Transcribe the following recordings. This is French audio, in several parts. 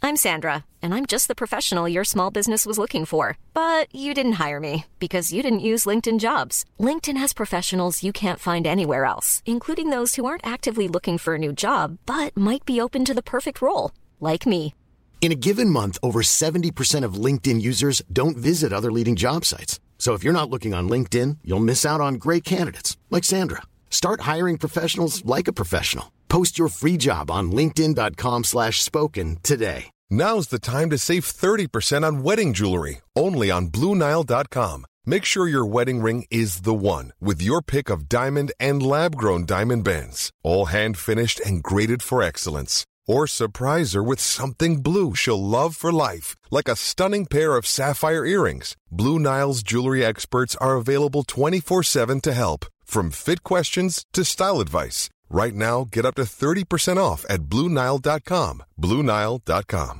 I'm Sandra, and I'm just the professional your small business was looking for. But you didn't hire me because you didn't use LinkedIn Jobs. LinkedIn has professionals you can't find anywhere else, including those who aren't actively looking for a new job, but might be open to the perfect role, like me. In a given month, over 70% of LinkedIn users don't visit other leading job sites. So if you're not looking on LinkedIn, you'll miss out on great candidates like Sandra. Start hiring professionals like a professional. Post your free job on linkedin.com/spoken today. Now's the time to save 30% on wedding jewelry, only on BlueNile.com. Make sure your wedding ring is the one with your pick of diamond and lab-grown diamond bands, all hand-finished and graded for excellence. Or surprise her with something blue she'll love for life, like a stunning pair of sapphire earrings. Blue Nile's jewelry experts are available 24/7 to help, from fit questions to style advice. Right now, get up to 30% off at BlueNile.com. BlueNile.com.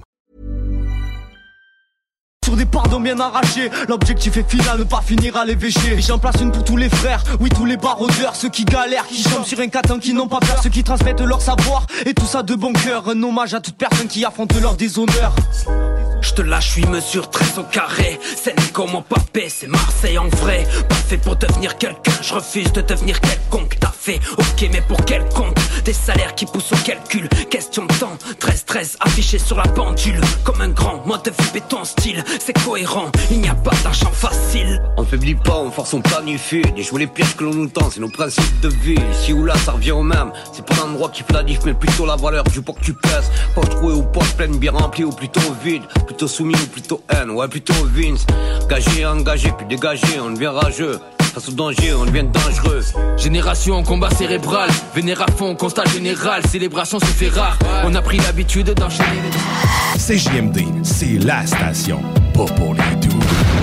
Sur des pardons bien arrachés, l'objectif est final, ne pas finir à l'évêché. Et j'en place une pour tous les frères, oui tous les baroudeurs, ceux qui galèrent, qui chôment sur un catin, qui n'ont pas peur, ceux qui transmettent leur savoir, et tout ça de bon cœur. Un hommage à toute personne qui affronte leur déshonneur. Je te lâche 8 mesures, 13 au carré. C'est Nico mon papé, c'est Marseille en vrai. Pas fait pour devenir quelqu'un, je refuse de devenir quelconque. T'as fait, ok mais pour quel compte? Des salaires qui poussent au calcul, question de temps. 13-13 affiché sur la pendule. Comme un grand mode de vie béton style. C'est cohérent, il n'y a pas d'argent facile. On ne faiblit pas, on force, on planifie. Déjouer les pièges que l'on nous tend, c'est nos principes de vie. Ici ou là, ça revient au même. C'est pas l'endroit qui fait la diff, mais plutôt la valeur du poids que tu pèses. Poche trouée ou poche pleine, bien remplie ou plutôt vide. Plutôt soumis ou plutôt haine, ouais plutôt Vince. Gagé, engagé, puis dégagé, on devient rageux. Face au danger, on devient dangereux. Génération en combat cérébral, vénère à fond, constat général, célébration se fait rare. On a pris l'habitude d'enchaîner les... CJMD, c'est la station, pas pour les doux.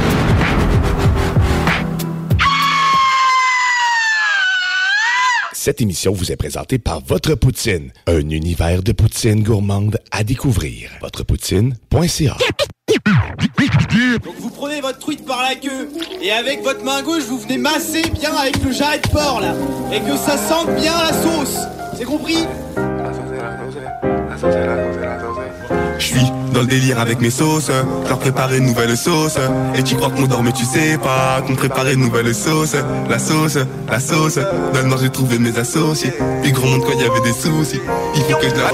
Cette émission vous est présentée par Votre Poutine, un univers de poutine gourmande à découvrir. Votrepoutine.ca. Donc vous prenez votre truite par la queue et avec votre main gauche vous venez masser bien avec le jarret de porc là et que ça sente bien la sauce. C'est compris? Je suis dans le délire avec mes sauces, je leur préparer une nouvelle sauce. Et tu crois qu'on dort mais tu sais pas qu'on préparait une nouvelle sauce. La sauce, maintenant j'ai trouvé mes associés. Puis gros monde quand il y avait des soucis, il faut que je la...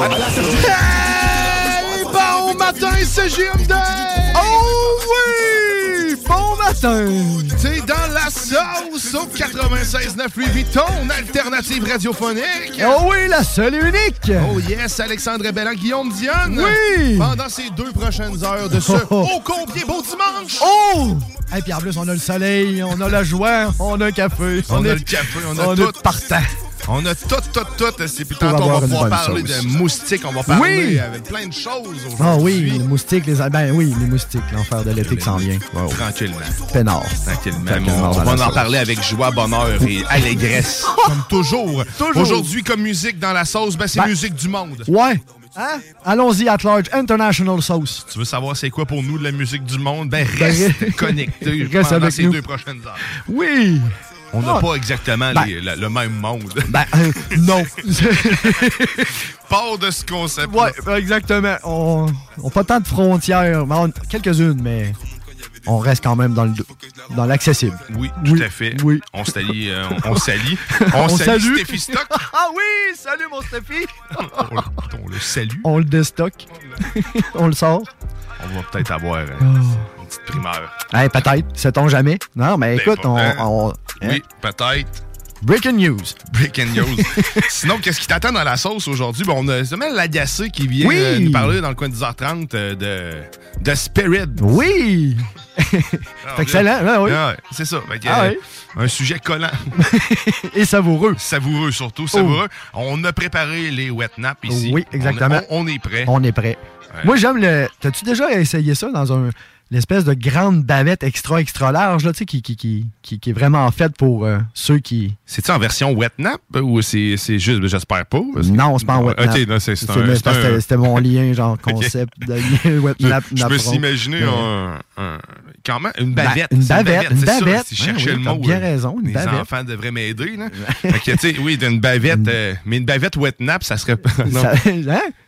Hey, bon matin, c'est JMD! Oh oui! Bon matin! T'es dans la sauce au 96.9 Louis Vuitton, alternative radiophonique. Oh oui, la seule et unique! Oh yes, Alexandre Belland, Guillaume Dionne. Oui! Pendant ces 2 prochaines heures de ce ô combien beau dimanche! Oh! Et puis en plus, on a le soleil, on a la joie, on a un café. On a le café, on a tout. Partant. On a tout. C'est puis tantôt, on va pouvoir parler de moustiques. On va parler avec plein de choses aujourd'hui. Ah oui, les moustiques, les moustiques, l'enfer de l'été qui s'en vient. Wow. Tranquillement. Peinard. Tranquillement. On va en parler avec joie, bonheur et allégresse. Comme toujours. Aujourd'hui, comme musique dans la sauce, c'est musique du monde. Ouais. Hein? Allons-y, at large, International Sauce. Tu veux savoir c'est quoi pour nous de la musique du monde? Reste connecté pendant ces 2 prochaines heures. Oui! On n'a pas exactement le même monde. Non. Part de ce concept. Ouais, exactement. On n'a pas tant de frontières. Quelques-unes, mais on reste quand même dans l'accessible. Oui, tout à fait. Oui. On salue. On salue Steffi Stock. Ah oui, salut mon Steffi. on le salue. On le déstocke. On le sort. On va peut-être avoir une petite primeur. Hey, peut-être. Sait-on jamais? Non, mais écoute, Oui, peut-être. Breaking news. Sinon, qu'est-ce qui t'attend dans la sauce aujourd'hui? On a Samuel Lagacé qui vient nous parler dans le coin de 10h30 de Spirit. Oui! C'est excellent, là, oui. C'est ça. Un sujet collant. Et savoureux. Savoureux, surtout. Savoureux. On a préparé les wet naps ici. Oui, exactement. On est prêt. On est prêt. Ouais. Moi, j'aime le... T'as-tu déjà essayé ça dans l'espèce de grande bavette extra large, là, tu sais, qui est vraiment faite pour ceux qui... C'est-tu en version wet nap ou c'est juste, j'espère pas? Non, c'est pas en wet nap. OK, non, c'était mon lien, genre, concept de lien wet nap. Je me suis imaginé une bavette. Une bavette. Si je cherchais le mot. Bien raison, une bavette. Les enfants devraient m'aider, là. Fait que, tu sais, oui, d'une bavette, mais une bavette wet nap, ça serait...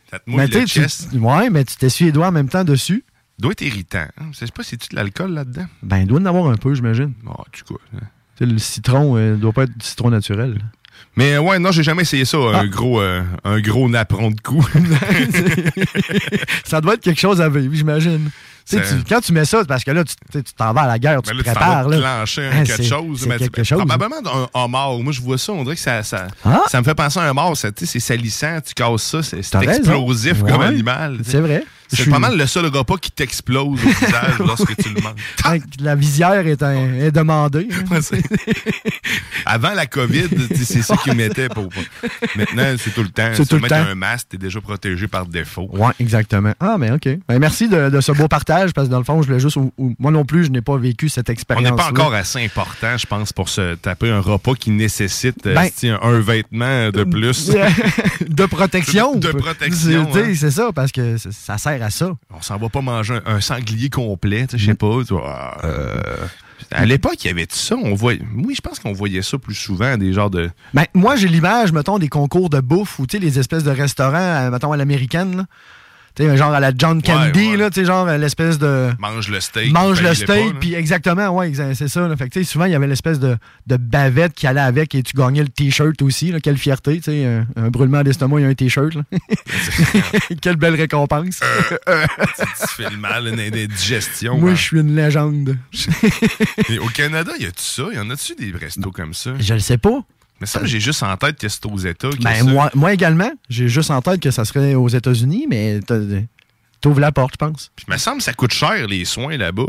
Ça te mouille le chest. Ouais, mais tu t'essuies les doigts en même temps dessus. Doit être irritant. Je sais pas si tu de l'alcool là-dedans. Ben, il doit en avoir un peu, j'imagine. Oh, du coup. Le citron doit pas être du citron naturel. Mais ouais, non, j'ai jamais essayé ça, un gros napperon de cou. Ça doit être quelque chose à vivre, j'imagine. Quand tu mets ça, parce que là, tu t'en vas à la guerre, tu te prépares. Tu vas clencher quelque chose. C'est quelque chose. Probablement un homard. Moi, je vois ça, on dirait que ça me fait penser à un homard. C'est salissant, tu casses ça, c'est explosif comme animal. C'est vrai. C'est pas mal le seul repas qui t'explose au visage lorsque tu le manges. La visière est demandée. Avant la COVID, c'est ça qu'ils mettaient pour. Maintenant, c'est tout le temps. C'est tout le temps. Un masque, t'es déjà protégé par défaut. Oui, exactement. Ah, mais OK. Ben, merci de ce beau partage, parce que dans le fond, je voulais juste. Moi non plus, je n'ai pas vécu cette expérience. On n'est pas encore assez important, je pense, pour se taper un repas qui nécessite un vêtement de plus. De protection. De protection. C'est ça, parce que ça sert à ça. On s'en va pas manger un sanglier complet, je sais pas. À l'époque, il y avait ça. Oui, je pense qu'on voyait ça plus souvent, des genres de... Ben, moi, j'ai l'image, mettons, des concours de bouffe ou les espèces de restaurants, mettons, à l'américaine, là. T'sais, genre à la John Candy, là, genre l'espèce de... Mange le steak. Puis exactement, ouais, c'est ça. Là. Fait que souvent, il y avait l'espèce de bavette qui allait avec et tu gagnais le T-shirt aussi. Là. Quelle fierté, un brûlement d'estomac et un T-shirt. Quelle belle récompense. Tu fais le mal, une indigestion. Moi, je suis une légende. Et au Canada, y a-tu ça? Y en a-tu des restos comme ça? Je le sais pas. Mais ça, j'ai juste en tête que c'est aux États. Moi également. J'ai juste en tête que ça serait aux États-Unis, mais t'ouvres la porte, je pense. Puis, il me semble que ça coûte cher, les soins là-bas.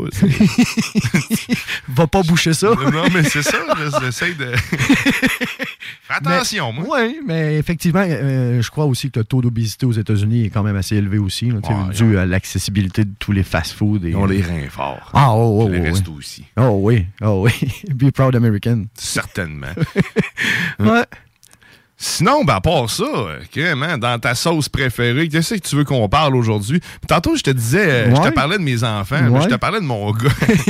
Va pas boucher ça. Non, mais c'est ça. J'essaie de... Fais attention, moi. Oui, mais effectivement, je crois aussi que le taux d'obésité aux États-Unis est quand même assez élevé aussi, là, dû à l'accessibilité de tous les fast-foods. Ils ont les reins forts. Ah, les restos aussi. Oh oui. Be proud American. Certainement. Ouais. Sinon, à part ça, carrément, dans ta sauce préférée, qu'est-ce que tu veux qu'on parle aujourd'hui? Tantôt, je te disais, je te parlais de mes enfants, mais je te parlais de mon gars.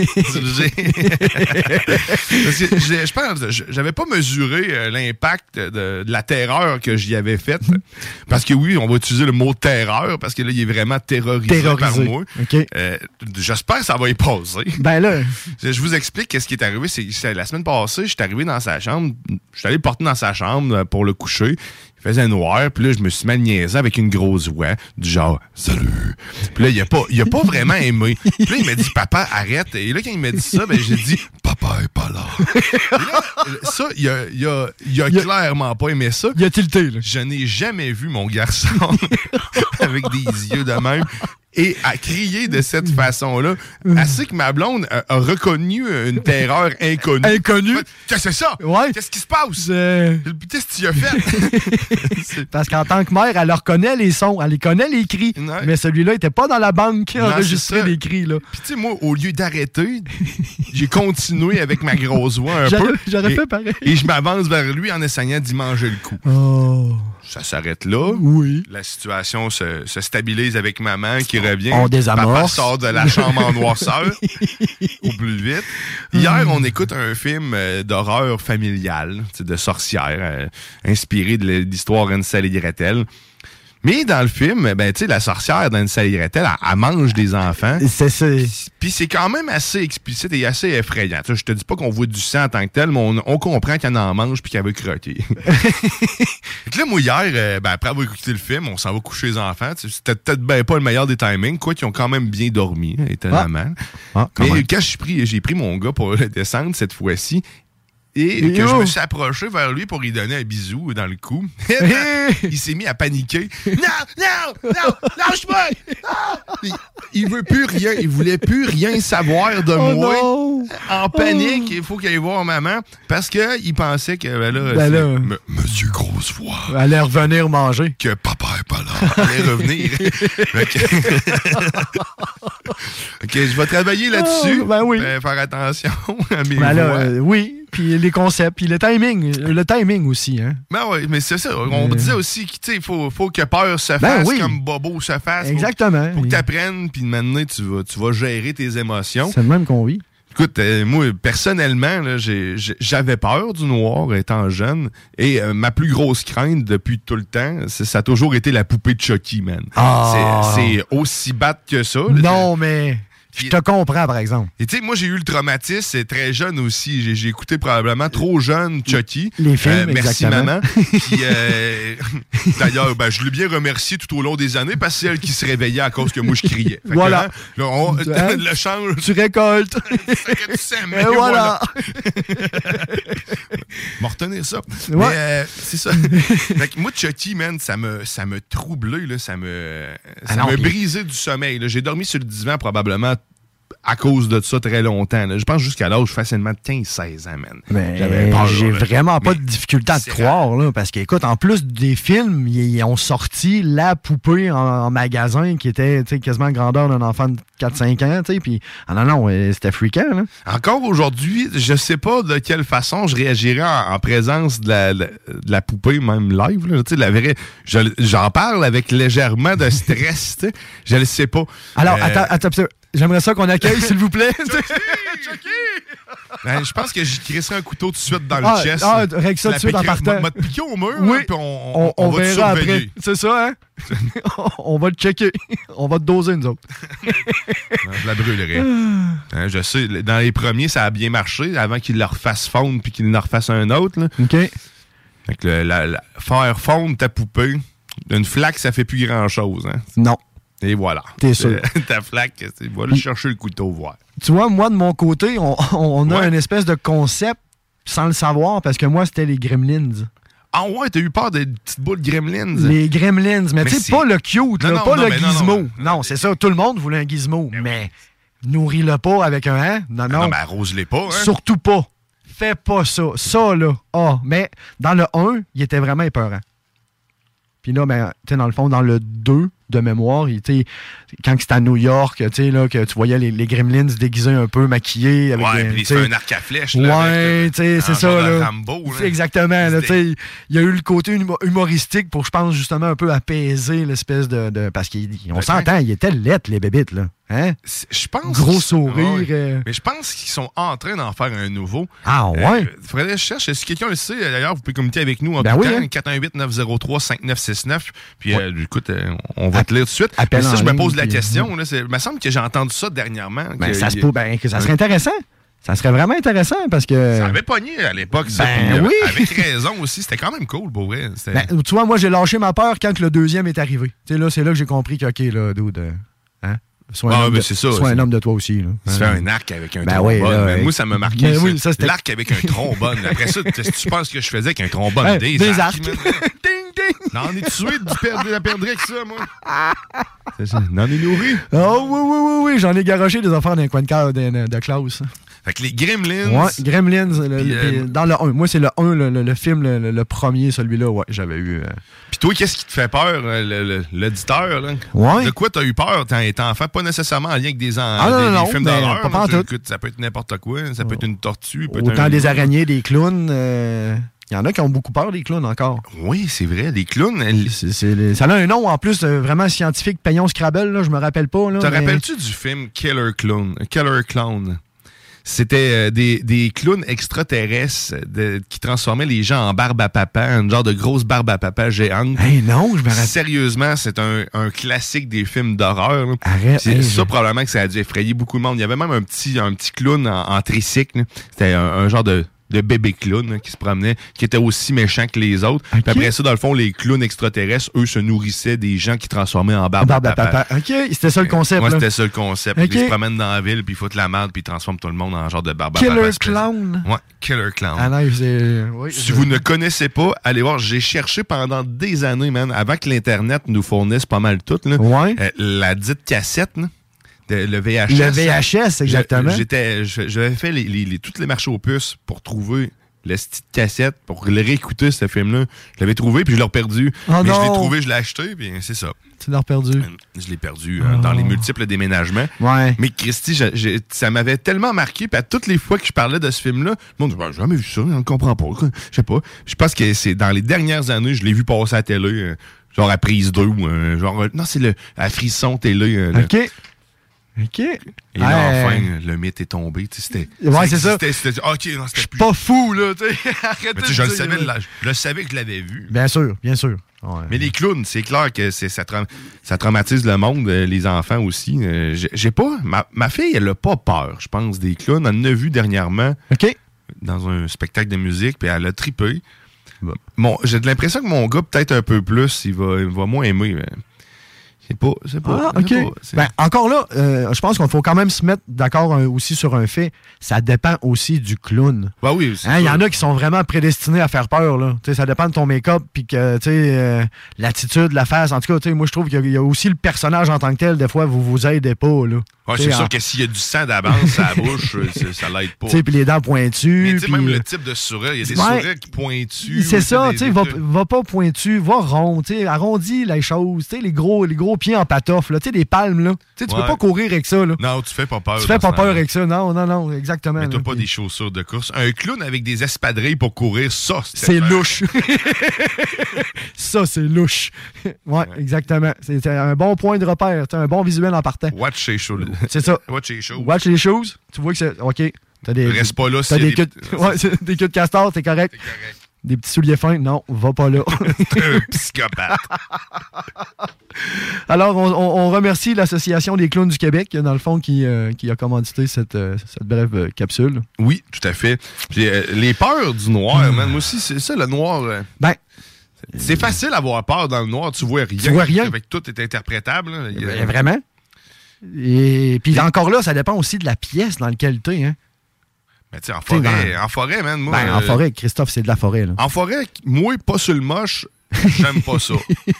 Je pense, j'avais pas mesuré l'impact de la terreur que j'y avais faite. Parce que oui, on va utiliser le mot terreur, parce que là, il est vraiment terrorisé. Par moi. Okay. J'espère que ça va y passer. Ben là. Je vous explique qu'est-ce qui est arrivé. C'est la semaine passée, je suis arrivé dans sa chambre, je suis allé le porter dans sa chambre pour le coucher. Il faisait noir, puis là, je me suis mal niaisé avec une grosse voix, du genre « Salut! » Puis là, il a pas vraiment aimé. Puis là, il m'a dit « Papa, arrête! » Et là, quand il m'a dit ça, ben j'ai dit « Papa est pas là! » Et là, ça, il a clairement pas aimé ça. Il a tilté, là. Je n'ai jamais vu mon garçon avec des yeux de même. Et à crier de cette façon-là, assez que ma blonde a reconnu une terreur inconnue. Inconnue? Qu'est-ce que c'est ça? Ouais. Qu'est-ce qui se passe? Qu'est-ce que tu as fait? Parce qu'en tant que mère, elle reconnaît les sons, elle les connaît les cris. Ouais. Mais celui-là, il était pas dans la banque qui a enregistré les cris, là. Puis tu sais, moi, au lieu d'arrêter, j'ai continué avec ma grosse voix un peu. J'aurais fait pareil. Et je m'avance vers lui en essayant d'y manger le coup. Oh. Ça s'arrête là. Oui. La situation se stabilise avec maman qui revient. On désamorce. Papa sort de la chambre en noirceur au plus vite. Hier, on écoute un film d'horreur familiale, de sorcière, inspiré de l'histoire Hansel et Gretel. Mais dans le film, ben, tu sais, la sorcière d'Hansel et Gretel, elle mange des enfants. Puis c'est quand même assez explicite et assez effrayant. T'sais, je te dis pas qu'on voit du sang en tant que tel, mais on comprend qu'elle en mange puis qu'elle veut croquer. Fait là, moi, hier, après avoir écouté le film, on s'en va coucher les enfants. C'était peut-être ben pas le meilleur des timings, quoi qu'ils ont quand même bien dormi, étonnamment. Mais quand j'ai pris mon gars pour le descendre cette fois-ci, et que je me suis approché vers lui pour lui donner un bisou dans le cou. Il s'est mis à paniquer. Non, lâche-moi! Il veut plus rien. Il voulait plus rien savoir de moi. Non. En panique, il faut qu'il aille voir maman parce qu'il pensait que Monsieur Grosse Voix allait revenir manger. Que papa est pas là. Allait revenir. OK, je vais travailler là-dessus. Ben oui. Faire attention à mes voix. Oui. Puis les concepts, puis le timing aussi, hein. Ben oui, mais c'est ça. On disait aussi qu'il faut que peur se fasse comme Bobo se fasse. Exactement. Faut que tu apprennes, puis maintenant, tu vas gérer tes émotions. C'est le même qu'on vit. Écoute, moi, personnellement, là, j'avais peur du noir étant jeune. Et ma plus grosse crainte depuis tout le temps, ça a toujours été la poupée de Chucky, man. C'est aussi bad que ça. Non, mais... Je te comprends, par exemple. Et tu sais, moi, j'ai eu le traumatisme, c'est très jeune aussi. J'ai écouté probablement trop jeune Chucky. Les films, merci, exactement. maman. Puis, d'ailleurs, je l'ai bien remercié tout au long des années parce que c'est elle qui se réveillait à cause que moi, je criais. Fait voilà. Que, là, le change. Tu récoltes. Ça que tu sèmes. Et voilà. M'en retenir ça. Ouais. Mais c'est ça. Fait que moi, Chucky, man, ça me troublé. Là, ça m'a brisé du sommeil. Là. J'ai dormi sur le divan probablement à cause de ça très longtemps. Là. Je pense jusqu'à l'âge facilement de 15-16 ans, man. J'avais peur. J'ai vraiment pas de difficulté à te croire, là, parce qu'écoute, en plus des films, ils ont sorti la poupée en magasin qui était quasiment grandeur d'un enfant de 4-5 ans, puis non, c'était fréquent. Là. Encore aujourd'hui, je sais pas de quelle façon je réagirais en présence de la poupée, même live. Là, la vraie, j'en parle avec légèrement de stress. Je le sais pas. Alors, attends. J'aimerais ça qu'on accueille, s'il vous plaît. Chucky! Ben, je pense que j'y crisserais un couteau tout de suite dans le chest. Règle ça tout de suite en partant. On va te piquer au mur, oui. Puis on va te verra surveiller. Après. C'est ça, hein? On va te checker. On va te doser, nous autres. Je la brûlerais. Je sais, dans les premiers, ça a bien marché avant qu'ils le refassent fondre puis qu'ils le refassent un autre. Là. OK. Fait que faire fondre ta poupée, d'une flaque, ça fait plus grand-chose. Hein? Non. Et voilà. T'es sûr. Ta flaque, va aller chercher le couteau, voir. Tu vois, moi, de mon côté, on a une espèce de concept sans le savoir, parce que moi, c'était les Gremlins. Ah ouais, t'as eu peur des petites boules Gremlins? Les Gremlins, mais tu sais, pas le cute, non, pas non, le gizmo. Non, c'est ça, tout le monde voulait un gizmo, mais nourris-le pas avec un hein? Non, mais arrose-les pas, hein? Surtout pas. Fais pas ça. Ça, là. Mais dans le 1, il était vraiment épeurant. Puis là, ben, tu sais, dans le fond, dans le 2 de mémoire, quand c'était à New York, là, que tu voyais les Gremlins déguisés un peu, maquillés. Avec puis il se fait un arc à flèche. Là, c'est ça. Là. Rambo, là. Exactement. Il y a eu le côté humoristique pour, je pense, justement, un peu apaiser l'espèce de parce qu'on s'entend, ils étaient lettres, les bébites, là. Hein? Je pense. Gros sourire. Mais je pense qu'ils sont en train d'en faire un nouveau. Ah ouais? Faudrait que je cherche. Si quelqu'un le sait, d'ailleurs, vous pouvez communiquer avec nous en tout temps. 418-903-5969. Puis écoute, on va te lire tout de suite. Mais ça, je me pose la question. Là, il me semble que j'ai entendu ça dernièrement. Ça se peut, que ça serait intéressant. Ça serait vraiment intéressant parce que... Ça avait pogné à l'époque, ça. Oui. Avec raison aussi. C'était quand même cool, pour vrai. Tu vois, moi, j'ai lâché ma peur quand le deuxième est arrivé. Là, c'est là que j'ai compris que, OK, là, dude, hein? Sois un homme de toi aussi. Là. Tu fais un arc avec un trombone. Moi, ça m'a marqué. L'arc avec un trombone. Après ça, tu penses que je faisais avec un trombone? Des arcs. Ding, ding! N'en es tué de la perdre avec ça, moi? N'en es nourri? Oh, oui. J'en ai garoché des affaires d'un coin de cœur de classe. Fait que les Gremlins... Ouais, Gremlins, dans le 1. Moi, c'est le 1, le film, le premier, celui-là, ouais, j'avais eu... Puis toi, qu'est-ce qui te fait peur, l'auditeur, là? Ouais. De quoi t'as eu peur étant enfant? Pas nécessairement en lien avec des films d'horreur. Pas tout. Ça peut être n'importe quoi. Ça peut être une tortue. Autant des araignées, des clowns... Il y en a qui ont beaucoup peur des clowns encore. Oui, c'est vrai, des clowns. Ça a un nom en plus vraiment scientifique, Payon Scrabble, là, je me rappelle pas. Te rappelles-tu du film Killer Clown? C'était des clowns extraterrestres qui transformaient les gens en barbe à papa, un genre de grosse barbe à papa géante. Non, je me rappelle. Sérieusement, c'est un classique des films d'horreur. Là. Arrête. Ça, probablement que ça a dû effrayer beaucoup de monde. Il y avait même un petit clown en tricycle. C'était un genre de bébé clown qui se promenait, qui était aussi méchant que les autres. Okay. Puis après ça, dans le fond, les clowns extraterrestres, eux, se nourrissaient des gens qui transformaient en barbe à papa. OK, c'était ça le concept. Moi, c'était ça le concept. Okay. Ils se promènent dans la ville, puis ils foutent la merde, puis ils transforment tout le monde en genre de barbe à papa. Killer Clown. Ouais, Killer Clown. Ah non, si vous ne connaissez pas, allez voir. J'ai cherché pendant des années, man, avant que l'Internet nous fournisse pas mal tout, là, la dite cassette, là. Le VHS. Le VHS, exactement. J'avais fait tous les marchés aux puces pour trouver la petite cassette, pour le réécouter, ce film-là. Je l'avais trouvé, puis je l'ai perdu. Oh mais non. je l'ai trouvé, je l'ai acheté, puis c'est ça. Tu l'as perdu. Je l'ai perdu dans les multiples déménagements. Ouais. Mais Christy, ça m'avait tellement marqué, puis à toutes les fois que je parlais de ce film-là, le monde dit, j'ai jamais vu ça, on ne comprend pas. Je sais pas. Je pense que c'est dans les dernières années, je l'ai vu passer à la télé, genre à Prise 2, ou non, c'est à Frisson télé. OK. OK. Et là, enfin, le mythe est tombé. C'était, ouais, c'est ça. C'était, OK, non, c'était plus... pas fou, là. Arrêtez. Mais je le savais que je l'avais vu. Bien sûr, bien sûr. Ouais. Mais les clowns, c'est clair que ça traumatise le monde, les enfants aussi. J'ai pas... Ma fille, elle a pas peur, je pense, des clowns. Elle en a vu dernièrement dans un spectacle de musique, puis elle a trippé. Bon, j'ai de l'impression que mon gars, peut-être un peu plus, il va moins aimer. Mais... C'est pas. Ah, OK. Encore là, je pense qu'il faut quand même se mettre d'accord aussi sur un fait. Ça dépend aussi du clown. Bah oui. Il y en a qui sont vraiment prédestinés à faire peur. Là. Ça dépend de ton make-up, puis que l'attitude, la face. En tout cas, moi, je trouve qu'il y a aussi le personnage en tant que tel. Des fois, vous aidez pas. Là. Ouais, c'est sûr que s'il y a du sang d'avance à la bouche, ça l'aide pas. Puis les dents pointues. Mais même le type de sourire, il y a des sourires qui pointus. C'est ça, va pas pointu, va rond, arrondis les choses, les gros pieds en patoffle, des palmes, là. Tu peux pas courir avec ça, là. Non, tu fais pas peur. Tu fais pas peur avec ça, non, exactement. Mais t'as pas des chaussures de course. Un clown avec des espadrilles pour courir, ça, c'est louche. Ça, c'est louche. Ouais, exactement. C'est un bon point de repère, un bon visuel en partant. Watch les shows. C'est ça. Watch les shows. Watch les shows. Tu vois que c'est... OK. Reste pas là. T'as des queues de castor, t'es correct. Des petits souliers fins, non, va pas là. T'es un psychopathe. Alors, on remercie l'Association des clowns du Québec, dans le fond, qui a commandité cette brève capsule. Oui, tout à fait. Puis, les peurs du noir, man, moi aussi, c'est ça, le noir. C'est facile d'avoir peur dans le noir, tu vois rien. Tu vois rien. Avec tout est interprétable. Vraiment. Et puis encore là, ça dépend aussi de la pièce dans laquelle tu es. Hein. Mais tu sais, en forêt, man, moi... en forêt, Christophe, c'est de la forêt. Là. En forêt, moi, pas sur le moche, j'aime pas ça.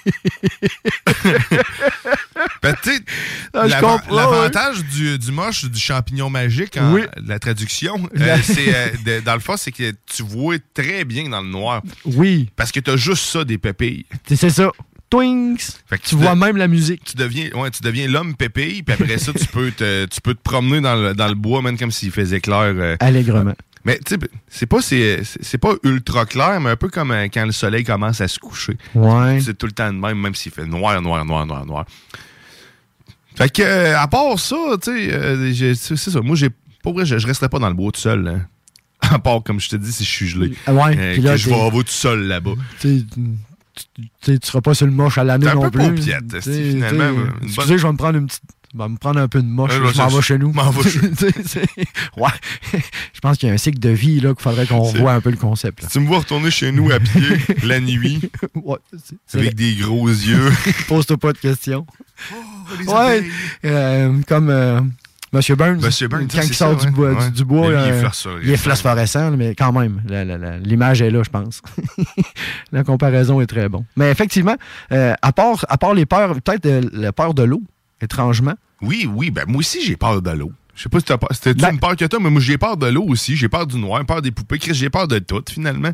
Ben, tu sais, l'avantage du moche, du champignon magique, la traduction, c'est dans le fond, c'est que tu vois très bien dans le noir. Oui. Parce que t'as juste ça, des pépilles. C'est ça. Twinks! Tu vois même la musique. Tu deviens l'homme pépille, puis après ça, tu peux te promener dans le bois, même comme s'il faisait clair. Allègrement. Mais tu sais, c'est pas ultra clair, mais un peu comme quand le soleil commence à se coucher. Ouais. C'est tout le temps de même s'il fait noir. Fait que, à part ça, tu sais, c'est ça. Moi, pour vrai, je resterais pas dans le bois tout seul. Hein. À part, comme je te dis, si je suis gelé. Ouais. Que je vais en tout seul là-bas. Tu seras pas sur le moche à l'année non plus. C'est un peu paupiette, finalement. Excusez, je vais me prendre me prendre un peu de moche. Je m'en vais chez nous. Ouais. Je pense qu'il y a un cycle de vie là qu'il faudrait qu'on revoie un peu le concept. Là. Si tu me vois retourner chez nous à pied la nuit, avec des gros yeux. Pose-toi pas de questions. Ouais. Comme... Monsieur Burns, quand il sort du bois, il est phosphorescent, mais quand même, l'image est là, je pense. La comparaison est très bonne. Mais effectivement, à part les peurs, peut-être la peur de l'eau, étrangement. Oui, ben moi aussi, j'ai peur de l'eau. Je sais pas si c'était une peur que t'as, mais moi, j'ai peur de l'eau aussi. J'ai peur du noir, j'ai peur des poupées. Chris, j'ai peur de tout, finalement.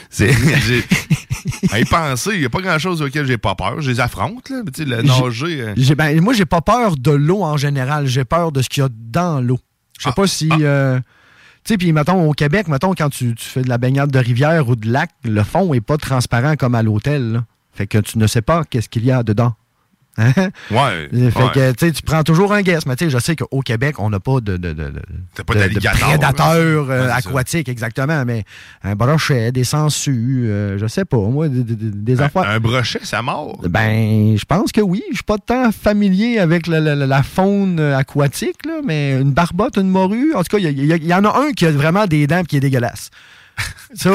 À y penser, il n'y a pas grand-chose auquel j'ai pas peur. Je les affronte, là. Tu sais, le nager... moi, j'ai pas peur de l'eau en général. J'ai peur de ce qu'il y a dans l'eau. Je sais pas si... tu sais, puis mettons, au Québec, quand tu fais de la baignade de rivière ou de lac, le fond est pas transparent comme à l'hôtel, là. Fait que tu ne sais pas qu'est-ce qu'il y a dedans. Hein? Ouais. Fait que tu prends toujours un guess, mais je sais qu'au Québec, on n'a pas de prédateurs aquatiques, exactement, mais un brochet, des sangsues, je sais pas, moi, des affaires. Un brochet, ça mord? Ben, je pense que oui. Je suis pas tant familier avec la faune aquatique, là, mais une barbotte, une morue, en tout cas, il y en a un qui a vraiment des dents et qui est dégueulasse. Ça,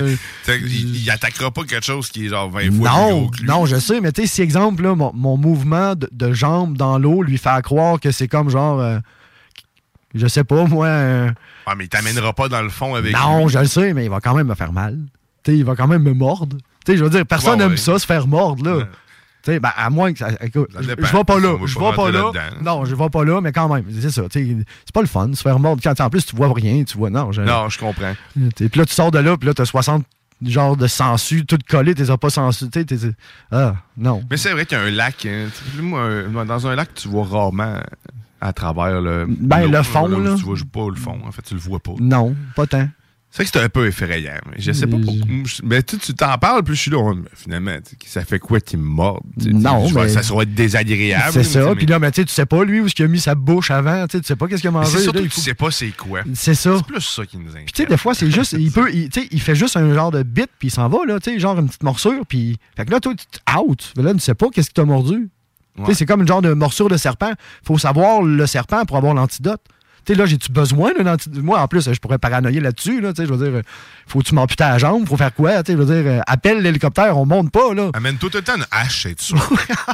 il attaquera pas quelque chose qui est genre 20 fois plus gros que lui. Non, je sais, mais tu sais, si exemple, là, mon mouvement de jambes dans l'eau lui fait croire que c'est comme genre, je sais pas, moi... mais il t'amènera pas dans le fond avec Non, lui. Je le sais, mais il va quand même me faire mal. Tu sais, il va quand même me mordre. Tu sais, je veux dire, personne n'aime ça, se faire mordre, là. Tu sais, à moins que ça. Écoute, je vais pas là. Je vais pas là. Non, je vais pas là, mais quand même. C'est ça. C'est pas le fun de se faire mordre. Quand, en plus, tu vois rien. Tu vois, non, je comprends. Puis là, tu sors de là, puis là, t'as 60 genres de sangsues, toutes collées, t'es pas sangsues. Non. Mais c'est vrai qu'il y a un lac. Hein. Dans un lac, tu vois rarement à travers le. Le fond, là. Tu vois pas le fond. En fait, tu le vois pas. Non, pas tant. C'est vrai que c'est un peu effrayant. Je sais pas pourquoi. Mais tu t'en parles, plus je suis là. Mais finalement, ça fait quoi qu'il me morde? Non, mais... Ça va être désagréable. C'est ça. Puis là, mais tu sais pas, lui, où est-ce qu'il a mis sa bouche avant. Tu sais pas qu'est-ce qu'il a mangé. C'est surtout là, que tu sais pas c'est quoi. C'est ça. C'est plus ça qui nous inquiète. Puis tu sais, des fois, c'est juste... il fait juste un genre de bite, puis il s'en va, là. Tu sais, genre une petite morsure, puis... Fait que là, toi, out. Là, tu sais pas qu'est-ce qui t'a mordu. Ouais. C'est comme une genre de morsure de serpent. Faut savoir le serpent pour avoir l'antidote. Tu sais, là, j'ai-tu besoin d'un antidote? Moi, en plus, je pourrais paranoïer là-dessus, là, tu sais, je veux dire, faut-tu m'amputer la jambe? Faut faire quoi? Tu sais, je veux dire, appelle l'hélicoptère, on monte pas, là. Amène-toi tout le temps une hache, c'est sûr.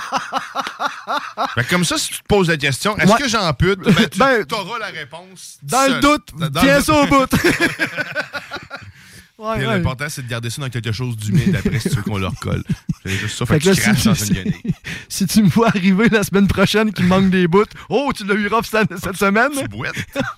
Fait comme ça, si tu te poses la question, est-ce que j'ampute? Ben, tu auras la réponse. Dans le doute, tiens ça au bout. Ouais, l'important, c'est de garder ça dans quelque chose d'humide après si tu veux qu'on leur colle. C'est juste ça, fait que tu craches dans une guenille. Si tu me vois arriver la semaine prochaine qu'il manque des bouts, oh, tu l'as eu rough cette semaine? Tu boites.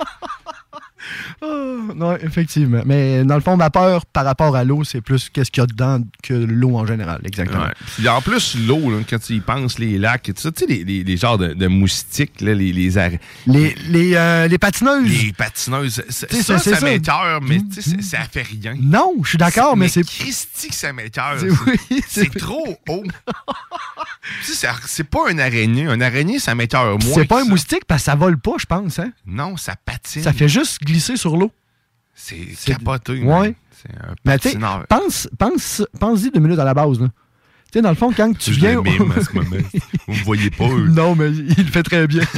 Non, effectivement. Mais dans le fond, ma peur par rapport à l'eau, c'est plus qu'est-ce qu'il y a dedans que l'eau en général. Exactement. Ouais. Puis en plus, l'eau, là, quand tu y penses, les lacs et tout ça, tu sais, les genres de moustiques, là, les patineuses. Les patineuses. Ça m'écoeure, mais ça fait rien. Non, je suis d'accord, mais c'est... Christy que ça m'écoeure. Oui, c'est trop haut. C'est pas un araignée. Un araignée, ça m'écoeure moins. C'est pas un moustique parce que ça vole pas, je pense. Hein? Non, ça patine. Ça fait juste glisser sur l'eau. C'est capoté. Ouais. C'est un patineur. Pense-y 2 minutes à la base. Tu sais, dans le fond, quand tu viens... Je le mime à ce moment. Vous me voyez pas, eux. Non, mais il le fait très bien.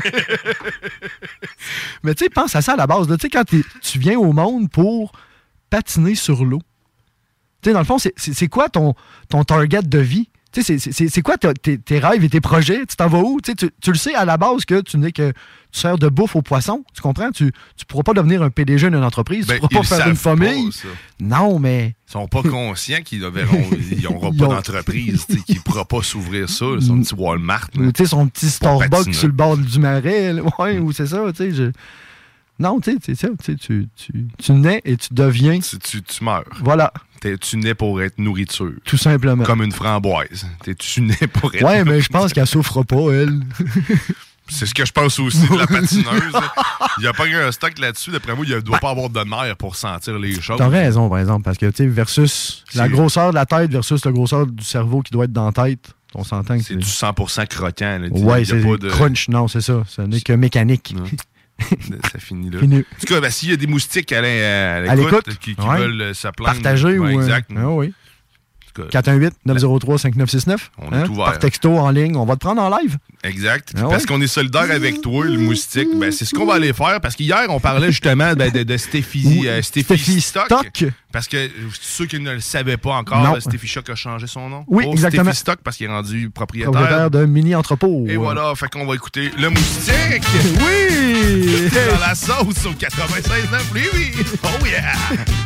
Mais tu sais, pense à ça à la base. Tu sais, quand tu viens au monde pour patiner sur l'eau, tu sais, dans le fond, c'est quoi ton target de vie? Tu sais, c'est quoi tes rêves et tes projets? Tu t'en vas où? Tu le sais à la base que tu n'es que tu sers de bouffe aux poissons. Tu comprends? Tu pourras pas devenir un PDG d'une entreprise. Tu pourras pas faire une famille. Pas, non, mais... Ils sont pas conscients qu'ils n'auront pas d'entreprise, qu'ils ne pourront pas s'ouvrir ça, son petit Walmart. Tu sais, son petit Starbucks sur le bord du marais. Ouais, ou c'est ça, tu sais. Non, tu sais, tu nais et tu deviens... Tu meurs. Voilà. Tu nais pour être nourriture. Tout simplement. Comme une framboise. Tu nais pour être ouais, mais je pense qu'elle souffre pas, elle. C'est ce que je pense aussi de la patineuse. Il n'y a pas eu un stock là-dessus. D'après moi, il ne doit pas avoir de nerfs pour sentir les choses. T'as raison, par exemple, parce que, tu sais, versus la grosseur de la tête versus la grosseur du cerveau qui doit être dans la tête, on s'entend que c'est du 100% croquant. Là. Ouais, c'est pas de crunch, non, c'est ça. Ce n'est que mécanique. Ça finit là. En tout cas, s'il y a des moustiques à l'écoute qui veulent se plaindre. Partager ou... Exact. Oui. 418-903-5969. On est ouvert. Par texto, en ligne. On va te prendre en live. Exact. Parce qu'on est solidaire avec toi, le moustique. Ben, c'est ce qu'on va aller faire. Parce qu'hier, on parlait justement de Steffi Stock. Parce que ceux qui ne le savaient pas encore, Steffi Stock a changé son nom. Oui, exactement. Steffi Stock parce qu'il est rendu propriétaire d'un mini-entrepôt. Et voilà. Fait qu'on va écouter le moustique. Oui! Dans la sauce au 96.9. Oui. Oh yeah!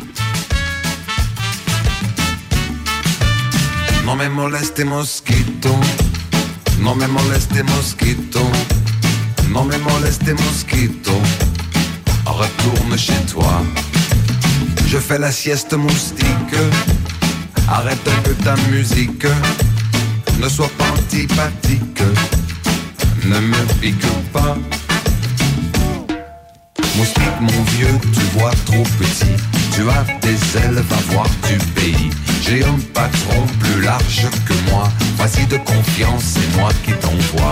No me moleste mosquito, no me moleste mosquito, no me moleste mosquito, retourne chez toi. Je fais la sieste moustique, arrête un peu ta musique, ne sois pas antipathique, ne me pique pas. Moustique mon vieux, tu vois trop petit, tu as des ailes, va voir du pays. J'ai un patron plus large que moi, vas-y de confiance, c'est moi qui t'envoie.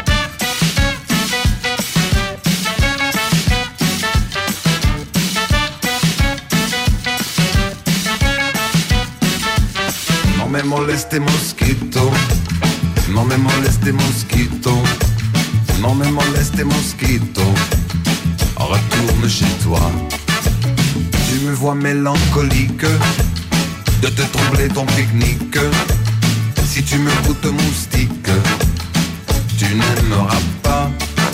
No me moleste mosquito, no me moleste mosquito, no me moleste mosquito, retourne chez toi. Tu me vois mélancolique, de te troubler ton pique-nique. Si tu me goûtes moustique, tu n'aimeras pas.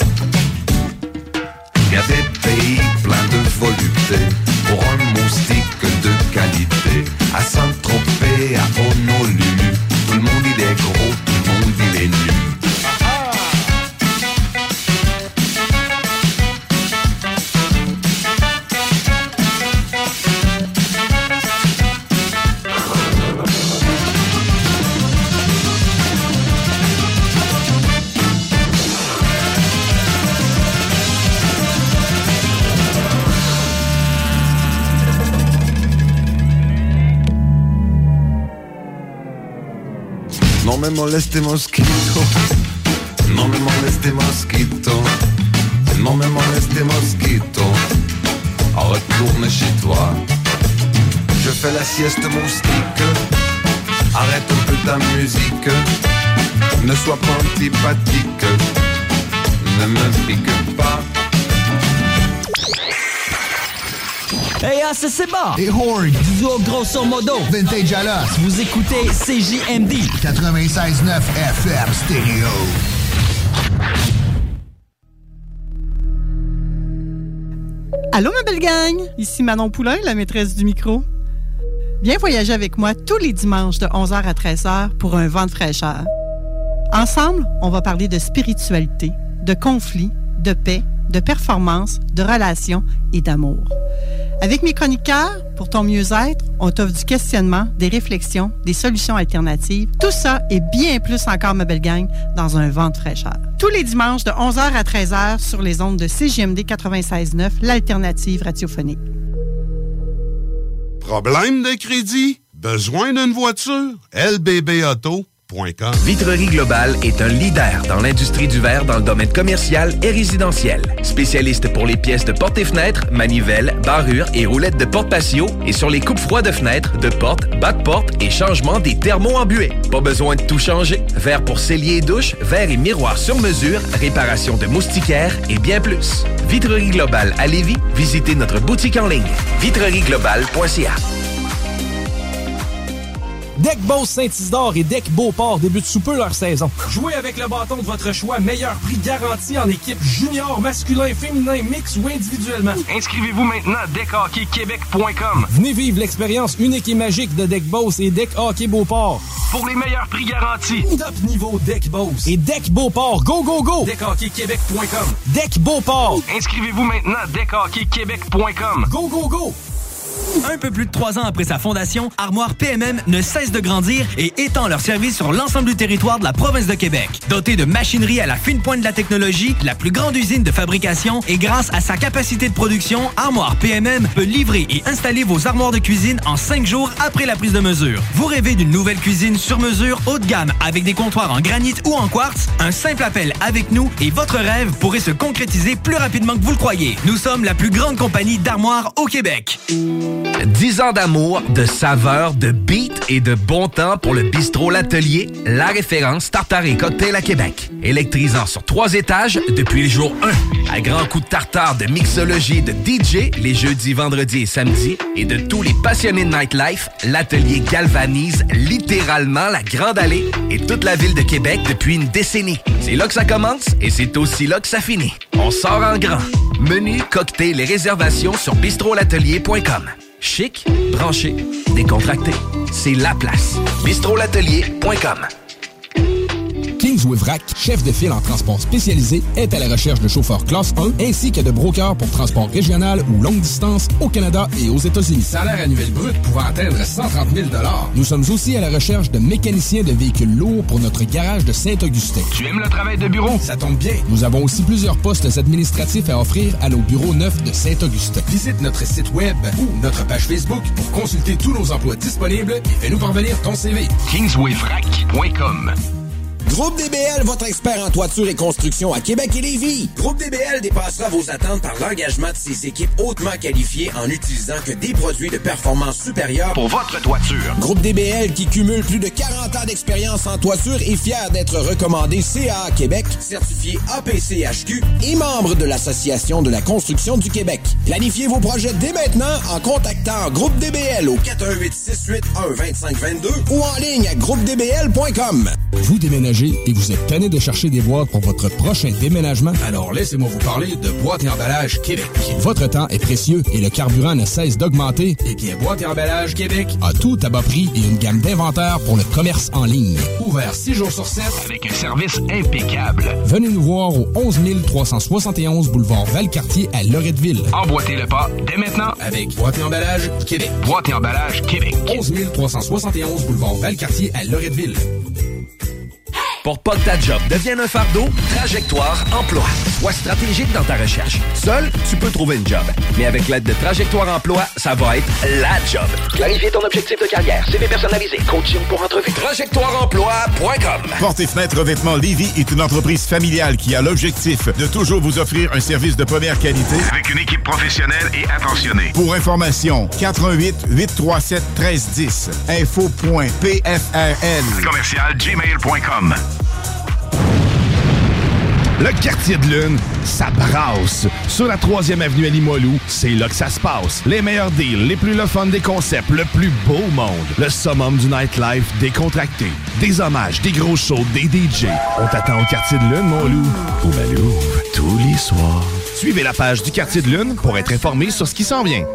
Y a des pays pleins de volupté pour un moustique de qualité. À Saint-Tropez, à Honolulu, tout le monde il est gros, tout le monde il est nu. No me moleste mosquito. No me moleste mosquito. Non me moleste mosquito. Retourne chez toi. Je fais la sieste moustique. Arrête un peu ta musique. Ne sois pas antipathique. Ne me pique pas. Hey, c'est bon! Et Horde! Du duo grosso modo! Vintage Alos! Vous écoutez CJMD! 96.9 FM Stereo! Allô, ma belle gang! Ici Manon Poulain, la maîtresse du micro. Viens voyager avec moi tous les dimanches de 11h à 13h pour un vent de fraîcheur. Ensemble, on va parler de spiritualité, de conflits, de paix, de performance, de relations et d'amour. Avec mes chroniqueurs, pour ton mieux-être, on t'offre du questionnement, des réflexions, des solutions alternatives. Tout ça et bien plus encore, ma belle gang, dans un vent de fraîcheur. Tous les dimanches de 11h à 13h sur les ondes de CJMD 96.9, l'alternative radiophonique. Problème de crédit? Besoin d'une voiture? LBBauto.com. Vitrerie Globale est un leader dans l'industrie du verre dans le domaine commercial et résidentiel. Spécialiste pour les pièces de portes et fenêtres, manivelles, barrures et roulettes de porte-patio et sur les coupes-froids de fenêtres, de portes, bas de porte et changement des thermos en buée. Pas besoin de tout changer. Verre pour cellier et douche, verre et miroirs sur mesure, réparation de moustiquaires et bien plus. Vitrerie Globale à Lévis, visitez notre boutique en ligne. vitrerieglobale.ca. Deck Boss Saint-Isidore et Deck Beauport débutent sous peu leur saison. Jouez avec le bâton de votre choix, meilleur prix garanti en équipe junior, masculin, féminin, mix ou individuellement. Inscrivez-vous maintenant à deckhockeyquebec.com. Venez vivre l'expérience unique et magique de Deck Boss et Deck Hockey Beauport. Pour les meilleurs prix garantis. Top niveau Deck Boss et Deck Beauport. Go, go, go! deckhockeyquebec.com. Deck Beauport. Inscrivez-vous maintenant à deckhockeyquebec.com. Go, go, go! Un peu plus de 3 ans après sa fondation, Armoire PMM ne cesse de grandir et étend leur service sur l'ensemble du territoire de la province de Québec. Dotée de machinerie à la fine pointe de la technologie, la plus grande usine de fabrication et grâce à sa capacité de production, Armoire PMM peut livrer et installer vos armoires de cuisine en 5 jours après la prise de mesure. Vous rêvez d'une nouvelle cuisine sur mesure haut de gamme avec des comptoirs en granit ou en quartz? Un simple appel avec nous et votre rêve pourrait se concrétiser plus rapidement que vous le croyez. Nous sommes la plus grande compagnie d'armoires au Québec. 10 ans d'amour, de saveur, de beat et de bon temps pour le bistrot L'Atelier, la référence tartare et cocktail à Québec. Électrisant sur 3 étages depuis le jour 1. À grands coups de tartare, de mixologie, de DJ, les jeudis, vendredis et samedis, et de tous les passionnés de nightlife, L'Atelier galvanise littéralement la Grande Allée et toute la ville de Québec depuis une décennie. C'est là que ça commence et c'est aussi là que ça finit. On sort en grand. Menu, cocktail et réservations sur bistrolatelier.com. Chic, branché, décontracté. C'est la place. bistrolatelier.com. Kingsway Vrac, chef de file en transport spécialisé, est à la recherche de chauffeurs classe 1 ainsi que de brokers pour transport régional ou longue distance au Canada et aux États-Unis. Salaire annuel brut pouvant atteindre 130 000 $. Nous sommes aussi à la recherche de mécaniciens de véhicules lourds pour notre garage de Saint-Augustin. Tu aimes le travail de bureau? Ça tombe bien. Nous avons aussi plusieurs postes administratifs à offrir à nos bureaux neufs de Saint-Augustin. Visite notre site web ou notre page Facebook pour consulter tous nos emplois disponibles et fais-nous parvenir ton CV. KingswayVrac.com. Groupe DBL, votre expert en toiture et construction à Québec et Lévis. Groupe DBL dépassera vos attentes par l'engagement de ses équipes hautement qualifiées en utilisant que des produits de performance supérieure pour votre toiture. Groupe DBL, qui cumule plus de 40 ans d'expérience en toiture, est fier d'être recommandé CA Québec, certifié APCHQ et membre de l'Association de la construction du Québec. Planifiez vos projets dès maintenant en contactant Groupe DBL au 418-681-2522 ou en ligne à groupedbl.com. Vous déménagez et vous êtes tanné de chercher des boîtes pour votre prochain déménagement? Alors laissez-moi vous parler de Boîte et Emballage Québec. Votre temps est précieux et le carburant ne cesse d'augmenter. Eh bien, Boîte et Emballage Québec a tout à bas prix et une gamme d'inventaires pour le commerce en ligne. Ouvert 6 jours sur 7 avec un service impeccable. Venez nous voir au 11 371 boulevard Valcartier à Loretteville. Emboîtez le pas dès maintenant avec Boîte et Emballage Québec. Boîte et Emballage Québec. 11 371 boulevard Valcartier à Loretteville. Hey! Pour pas que ta job devienne un fardeau, Trajectoire Emploi. Sois stratégique dans ta recherche. Seul, tu peux trouver une job. Mais avec l'aide de Trajectoire Emploi, ça va être la job. Clarifier ton objectif de carrière, CV personnalisé, coaching pour entrevue. TrajectoireEmploi.com. Portes et Fenêtres Revêtements Lévis est une entreprise familiale qui a l'objectif de toujours vous offrir un service de première qualité avec une équipe professionnelle et attentionnée. Pour information, 418-837-1310. Info.pfrl. @gmail.com. Le quartier de lune, ça brasse. Sur la 3e avenue à Limoilou, c'est là que ça se passe. Les meilleurs deals, les plus le fun des concepts, le plus beau monde. Le summum du nightlife décontracté. Des hommages, des gros shows, des DJ. On t'attend au quartier de lune, mon loup. Au Malou, tous les soirs. Suivez la page du quartier de lune pour être informé sur ce qui s'en vient.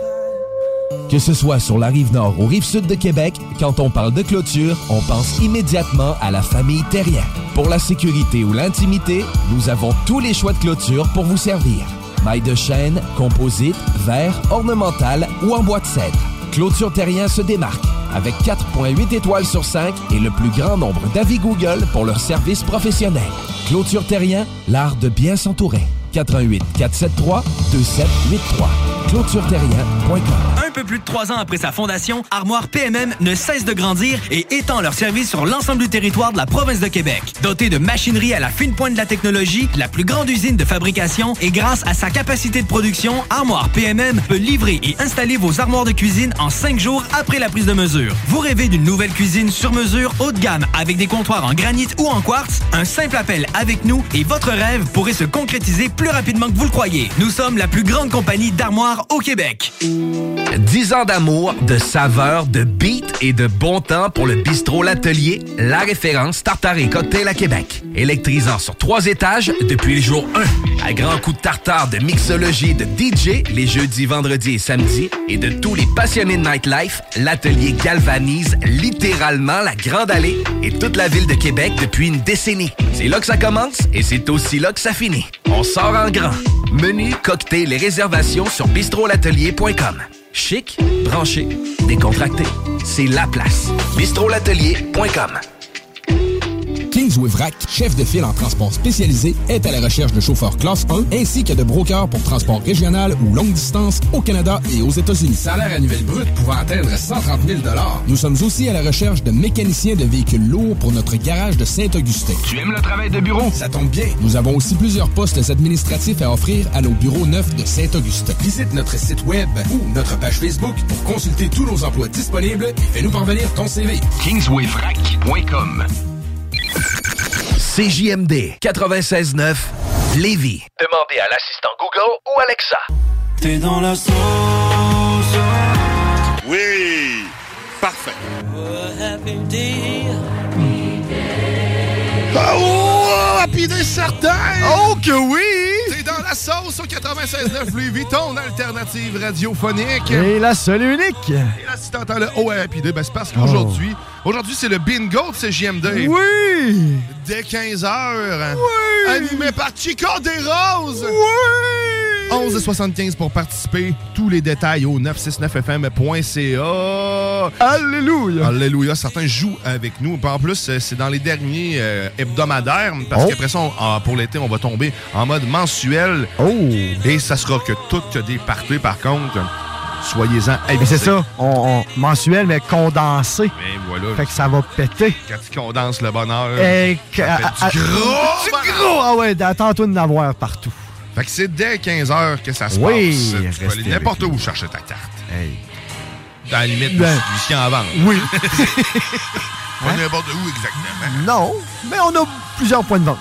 Que ce soit sur la Rive-Nord ou Rive-Sud de Québec, quand on parle de clôture, on pense immédiatement à la famille Terrien. Pour la sécurité ou l'intimité, nous avons tous les choix de clôture pour vous servir. Mailles de chêne, composite, verre, ornemental ou en bois de cèdre. Clôture Terrien se démarque avec 4,8 étoiles sur 5 et le plus grand nombre d'avis Google pour leur service professionnel. Clôture Terrien, l'art de bien s'entourer. 88 473 2783. ClôtureTerrien.com. Un peu plus de 3 ans après sa fondation, Armoire PMM ne cesse de grandir et étend leur service sur l'ensemble du territoire de la province de Québec. Dotée de machinerie à la fine pointe de la technologie, la plus grande usine de fabrication et grâce à sa capacité de production, Armoire PMM peut livrer et installer vos armoires de cuisine en 5 jours après la prise de mesure. Vous rêvez d'une nouvelle cuisine sur mesure haut de gamme avec des comptoirs en granit ou en quartz? Un simple appel avec nous et votre rêve pourrait se concrétiser plus rapidement que vous le croyez. Nous sommes la plus grande compagnie d'armoires au Québec. 10 ans d'amour, de saveur, de beat et de bon temps pour le bistrot L'Atelier, la référence tartare et cocktail à Québec. Électrisant sur 3 étages depuis le jour 1. À grands coups de tartare, de mixologie, de DJ, les jeudis, vendredis et samedis, et de tous les passionnés de nightlife, L'Atelier galvanise littéralement la Grande Allée et toute la ville de Québec depuis une décennie. C'est là que ça commence et c'est aussi là que ça finit. On sort en grand. Menu, cocktail et réservations sur bistrolatelier.com. Chic, branché, décontracté. C'est la place. bistrolatelier.com. Kingsway Vrac, chef de file en transport spécialisé, est à la recherche de chauffeurs classe 1 ainsi que de brokers pour transport régional ou longue distance au Canada et aux États-Unis. Salaire annuel brut pouvant atteindre 130 000 $. Nous sommes aussi à la recherche de mécaniciens de véhicules lourds pour notre garage de Saint-Augustin. Tu aimes le travail de bureau? Ça tombe bien. Nous avons aussi plusieurs postes administratifs à offrir à nos bureaux neufs de Saint-Augustin. Visite notre site web ou notre page Facebook pour consulter tous nos emplois disponibles et fais-nous parvenir ton CV. KingswayVrac.com. CJMD 96.9 Lévis. Demandez à l'assistant Google ou Alexa. T'es dans la sauce. Oui, parfait. Oh, happy day certain! Oh que oui! T'es dans la sauce au 96.9 Lévis, ton alternative radiophonique. Et la seule et unique. Et là, si t'entends le oh, happy day, ben c'est parce qu'aujourd'hui, c'est le bingo de CJMD. Oui! Dès 15h. Oui! Animé par Chico des Roses. Oui! 11,75 pour participer. Tous les détails au 969fm.ca. Alléluia! Alléluia. Certains jouent avec nous. En plus, c'est dans les derniers hebdomadaires. Parce qu'après ça, pour l'été, on va tomber en mode mensuel. Oh! Et ça sera que toutes des parties, par contre. Soyez-en avisés. Mais c'est ça. On mensuel, mais condensé. Mais voilà. Fait que ça va péter. Quand tu condenses le bonheur, ça fait du gros! Ah ouais, attends-toi de l'avoir partout. Fait que c'est dès 15h que ça se passe. Tu peux aller n'importe où chercher ta carte. Hey. Dans la limite, du ski en vente. Oui. Pas n'importe où exactement. Non, mais on a plusieurs points de vente.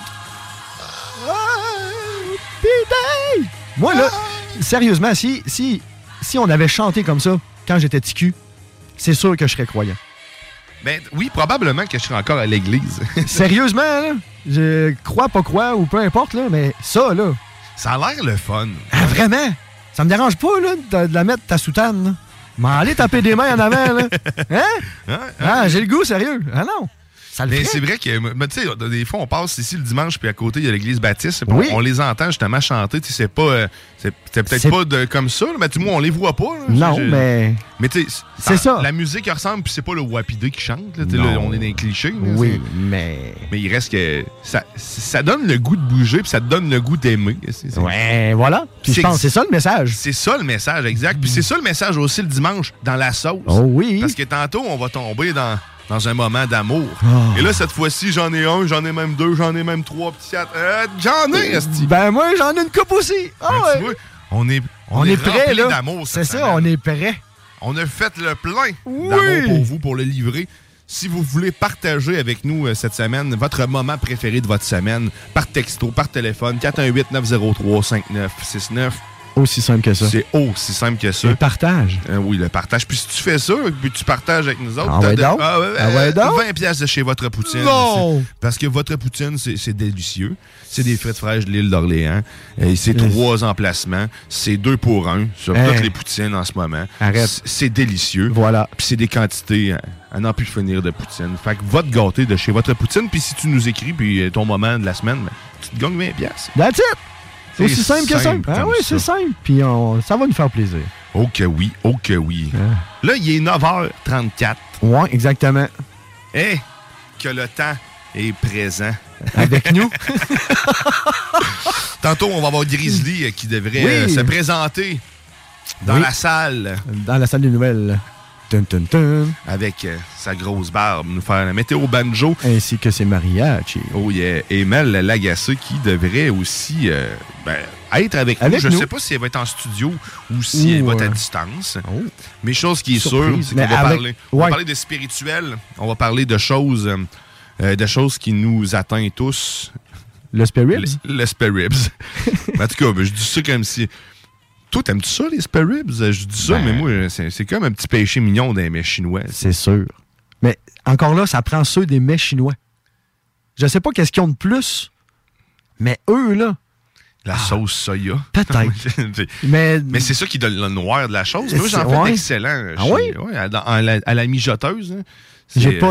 Moi, là, sérieusement, si on avait chanté comme ça quand j'étais TQ, c'est sûr que je serais croyant. Ben oui, probablement que je serais encore à l'église. Sérieusement, là, je crois, pas crois, ou peu importe, là, mais ça, là... Ça a l'air le fun. Ah, vraiment? Ça me dérange pas, là, de la mettre ta soutane, là. M'en aller taper des mains en avant, là. Hein? J'ai le goût, sérieux. Ah non. Ça le Mais ferait. c'est vrai que, tu sais, des fois, on passe ici le dimanche, puis à côté, il y a l'église baptiste. Puis Oui. on les entend justement chanter. Tu sais, c'est pas. C'est peut-être pas comme ça, là, mais du moins, on les voit pas. Là. Non, mais. Mais tu sais, C'est ça. La musique ressemble, puis c'est pas le Wapidé qui chante. Là, Non. on est dans les clichés. Là, Oui, mais. Mais il reste que. Ça donne le goût de bouger, puis ça te donne le goût d'aimer. Ouais, voilà. Puis je pense que c'est ça le message. C'est ça le message, exact. Puis c'est ça le message aussi le dimanche, dans la sauce. Oh oui. Parce que tantôt, on va tomber dans un moment d'amour. Oh. Et là, cette fois-ci, j'en ai un, j'en ai même deux, j'en ai même trois, petits quatre. J'en ai, esti. Ben moi, j'en ai une coupe aussi. Ah Ben, ouais. tu vois, on est prêt, rempli là. d'amour. C'est ça, on est prêt. On a fait le plein d'amour pour vous, pour le livrer. Si vous voulez partager avec nous cette semaine votre moment préféré de votre semaine, par texto, par téléphone, 418-903-5969. Aussi simple que ça. C'est aussi simple que ça. Le partage. Oui, le partage. Puis si tu fais ça, puis tu partages avec nous autres, Ah ouais donc? 20 piastres de chez Votre Poutine. Non! Parce que Votre Poutine, c'est délicieux. C'est des frites fraîches de l'île d'Orléans. C'est 3 emplacements. C'est 2 pour 1 sur toutes les poutines en ce moment. Arrête. C'est délicieux. Voilà. Puis c'est des quantités à n'en plus finir de poutine. Fait que va te gâter de chez Votre Poutine. Puis si tu nous écris, puis ton moment de la semaine, ben, tu te gagnes 20 piastres. That's it! C'est aussi C'est simple que ça. simple Ah comme oui, ça. c'est simple. Puis ça va nous faire plaisir. Oh que oui, oh que oui. Là, il est 9h34. Ouais, exactement. Et que le temps est présent. Avec nous. Tantôt, on va avoir Grizzly qui devrait se présenter dans la salle. Dans la salle des nouvelles. Tum, tum, tum. Avec sa grosse barbe, nous faire la météo banjo. Ainsi que ses mariachis. Oh yeah. Et Mel Lagacé qui devrait aussi être avec nous. Je ne sais pas si elle va être en studio ou si elle va être à distance. Mais chose qui est sûre, c'est qu'on va parler. On va parler de spirituel. On va parler de choses qui nous atteignent tous. Le spare ribs? Le spare ribs. En tout cas, je dis ça comme si... Toi, t'aimes-tu ça, les spare ribs? Je dis ça, mais moi, c'est comme un petit péché mignon d'un mets chinois. C'est sûr. Mais encore là, ça prend ceux des mets chinois. Je sais pas qu'est-ce qu'ils ont de plus, mais eux, là... La sauce soya. Peut-être. mais c'est ça qui donne le noir de la chose. Moi, j'en fais d'excellent. Ah oui? À la mijoteuse. Hein. J'ai pas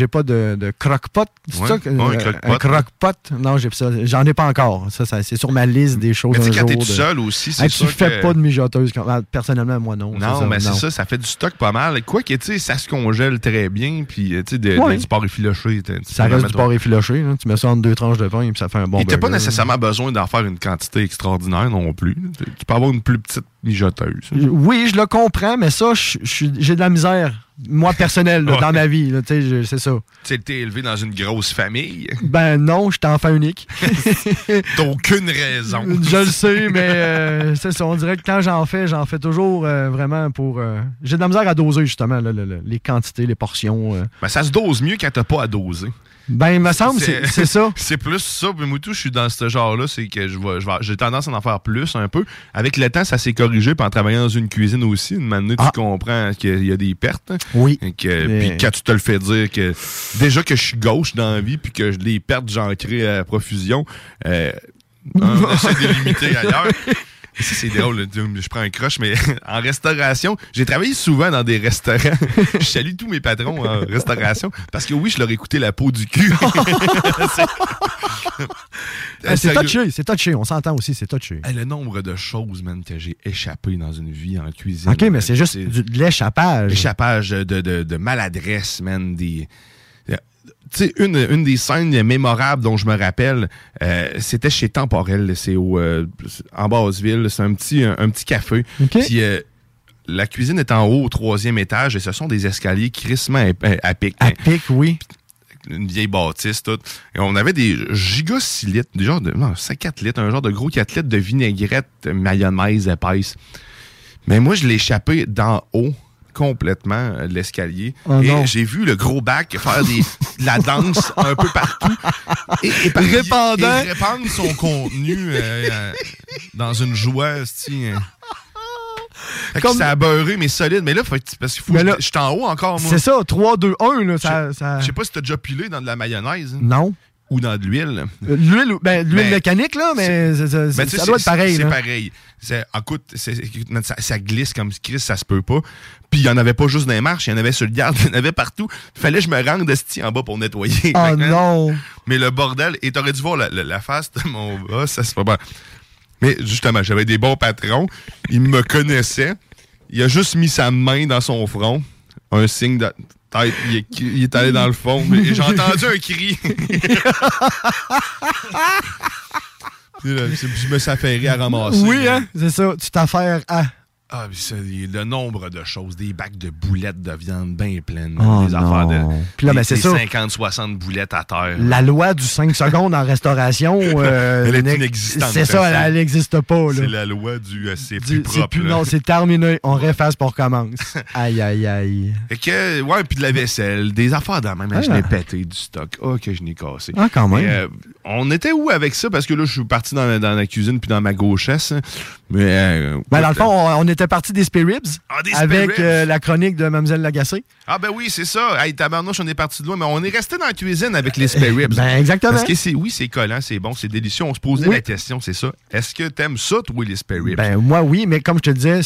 de croque-pot. C'est ça? Un croque-pot. Non, j'en ai pas encore. Ça, c'est sur ma liste des choses. Mais tu sais, quand t'es jour tout seul aussi, c'est ça. Tu fais pas de mijoteuse. Personnellement, moi, non. Non, mais c'est ça. Ça fait du stock pas mal. Quoi que, tu sais, ça se congèle très bien. Puis, tu sais, du porc effiloché. Ça reste du porc effiloché. Hein. Tu mets ça entre 2 tranches de pain et puis ça fait un bon. Et t'as pas nécessairement besoin d'en faire une quantité extraordinaire non plus. Tu peux avoir une plus petite mijoteuse. Oui, je le comprends, mais ça, j'ai de la misère. Moi, personnel, dans ma vie, c'est ça. Tu sais, t'es élevé dans une grosse famille? Ben non, je suis enfant unique. T'as aucune raison. Je le sais, mais c'est ça. On dirait que quand j'en fais toujours vraiment pour... j'ai de la misère à doser, justement, les quantités, les portions. Ben, ça se dose mieux quand t'as pas à doser. Ben, il me semble, c'est ça. C'est plus ça. Puis moi, tout, je suis dans ce genre-là, c'est que j'ai tendance à en faire plus un peu. Avec le temps, ça s'est corrigé. Puis en travaillant dans une cuisine aussi, une manière, tu comprends qu'il y a des pertes. Oui. Puis quand tu te le fais dire que déjà que je suis gauche dans la vie, puis que les pertes, j'en crée à profusion, on essaie de limiter ailleurs. Ça, c'est drôle, je prends un croche, mais en restauration, j'ai travaillé souvent dans des restaurants. Je salue tous mes patrons en restauration, parce que oui, je leur ai coûté la peau du cul. C'est touché, on s'entend aussi, c'est touché. Le nombre de choses, man, que j'ai échappé dans une vie en cuisine. OK, mais c'est juste de l'échappage. L'échappage de maladresse, man, tu sais, une des scènes mémorables dont je me rappelle, c'était chez Temporel, c'est en Basseville, c'est un petit café. Okay. Puis la cuisine est en haut au 3e étage et ce sont des escaliers crissement à pic. À pic, oui. Une vieille bâtisse, tout. Et on avait des giga 6 litres, des genres de... Non, c'est 4 litres, un genre de gros 4 litres de vinaigrette mayonnaise épaisse. Mais moi, je l'ai échappé d'en haut complètement l'escalier. Oh et non. j'ai vu le gros bac faire de la danse un peu partout. Et répandre son contenu dans une joie, ça a beurré, mais solide. Mais là, parce qu'il faut que je suis en haut encore, moi. C'est ça, 3, 2, 1. Là, je sais pas si t'as déjà pilé dans de la mayonnaise. Hein? Non. ou dans de l'huile. L'huile mécanique, là, mais ça doit être pareil. C'est là. pareil. Écoute, ça glisse comme Chris, ça se peut pas. Puis il n'y en avait pas juste dans les marches, il y en avait sur le garde, il y en avait partout. Fallait que je me rende en bas pour nettoyer. Oh non! Mais le bordel, et t'aurais dû voir la face de mon boss, ça se fait pas. Mais justement, j'avais des bons patrons, il me connaissait, il a juste mis sa main dans son front, un signe de tête, il est allé dans le fond, mais j'ai entendu un cri. Je me suis affairé à ramasser. Oui, hein? C'est ça. Tu t'affaires à... Ah, le nombre de choses, des bacs de boulettes de viande bien pleines, oh des affaires de... Puis là, ben, c'est ça. 50-60 boulettes à terre. La loi du 5 secondes en restauration... elle est inexistante. C'est ça, elle n'existe pas. Là. C'est la loi du... c'est plus propre. Non, c'est terminé. On réfasse pour recommence. Aïe, aïe, aïe. Fait que, ouais, puis de la vaisselle, des affaires dans la même. Je n'ai pété du stock. Oh, que je n'ai cassé. Ah, quand même. On était où avec ça? Parce que là, je suis parti dans la cuisine puis dans ma gauchesse. Mais... dans le fond, on était parti des Spare Ribs avec la chronique de Mlle Lagacé. Ah ben oui, c'est ça. Hey, tabarnouche, on est parti de loin, mais on est resté dans la cuisine avec les Spare Ribs. Ben exactement. Parce que c'est collant, c'est bon, c'est délicieux. On se posait la question, c'est ça. Est-ce que t'aimes ça, toi, les Spare Ribs? Ben moi, oui, mais comme je te disais...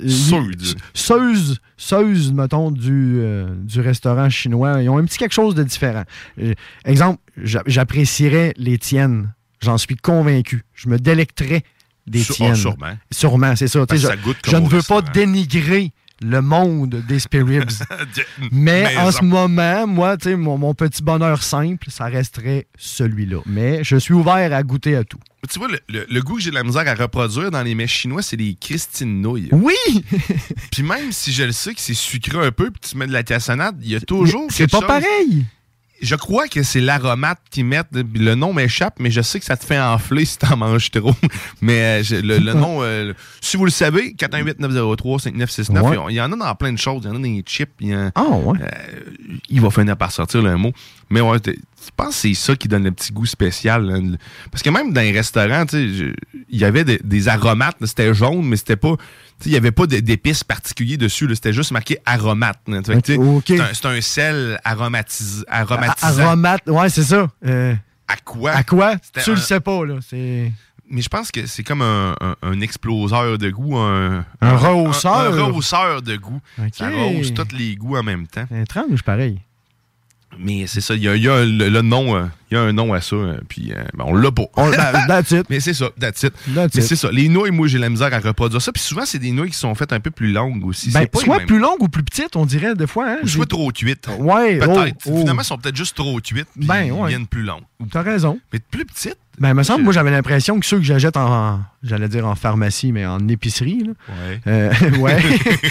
Seuse, mettons, du restaurant chinois, ils ont un petit quelque chose de différent. Exemple, j'apprécierais les tiennes. J'en suis convaincu. Je me délecterais des tiennes. Sûrement. Sûrement, c'est ça. Ça goûte comme je ne veux restaurant. pas dénigrer le monde des Spare Ribs. mais en ce moment, moi, mon petit bonheur simple, ça resterait celui-là. Mais je suis ouvert à goûter à tout. Tu vois, le goût que j'ai de la misère à reproduire dans les mets chinois, c'est les Christine nouilles. Oui! Puis même si je le sais que c'est sucré un peu, puis tu mets de la cassonade, il y a toujours c'est quelque pas chose. Pareil! Je crois que c'est l'aromate qu'ils mettent. Le nom m'échappe, mais je sais que ça te fait enfler si t'en manges trop. Mais le nom, si vous le savez, 418-903-5969, ouais. Il y en a dans plein de choses. Il y en a dans les chips. Ouais. Il va finir par sortir le mot. Mais ouais, je pense que c'est ça qui donne le petit goût spécial. Là. Parce que même dans les restaurants, il y avait des aromates. Là, c'était jaune, mais c'était pas... Il n'y avait pas d'épices particuliers dessus. Là, c'était juste marqué aromate. Là, okay. C'est un sel aromatisant. Aromate, ouais, c'est ça. À quoi? À quoi? Tu le sais pas, là. Mais je pense que c'est comme un exploseur de goût. Un rehausseur? Un rehausseur de goût. Okay. Ça rehausse tous les goûts en même temps. Étrange, pareil. Mais c'est ça, il y a le nom, il y a un nom à ça, puis on l'a pas. That's it. Mais c'est ça, that's it. Mais c'est ça, les nouilles, moi j'ai la misère à reproduire ça, puis souvent c'est des nouilles qui sont faites un peu plus longues aussi. Ben, soit plus longues ou plus petites, on dirait des fois. Hein, ou soit trop cuites. Ouais, peut-être. Finalement, elles sont peut-être juste trop cuites, puis ils viennent plus longues. T'as raison. Mais plus petites. Ben, il me semble, moi j'avais l'impression que ceux que j'achète j'allais dire en pharmacie, mais en épicerie, là. Ouais.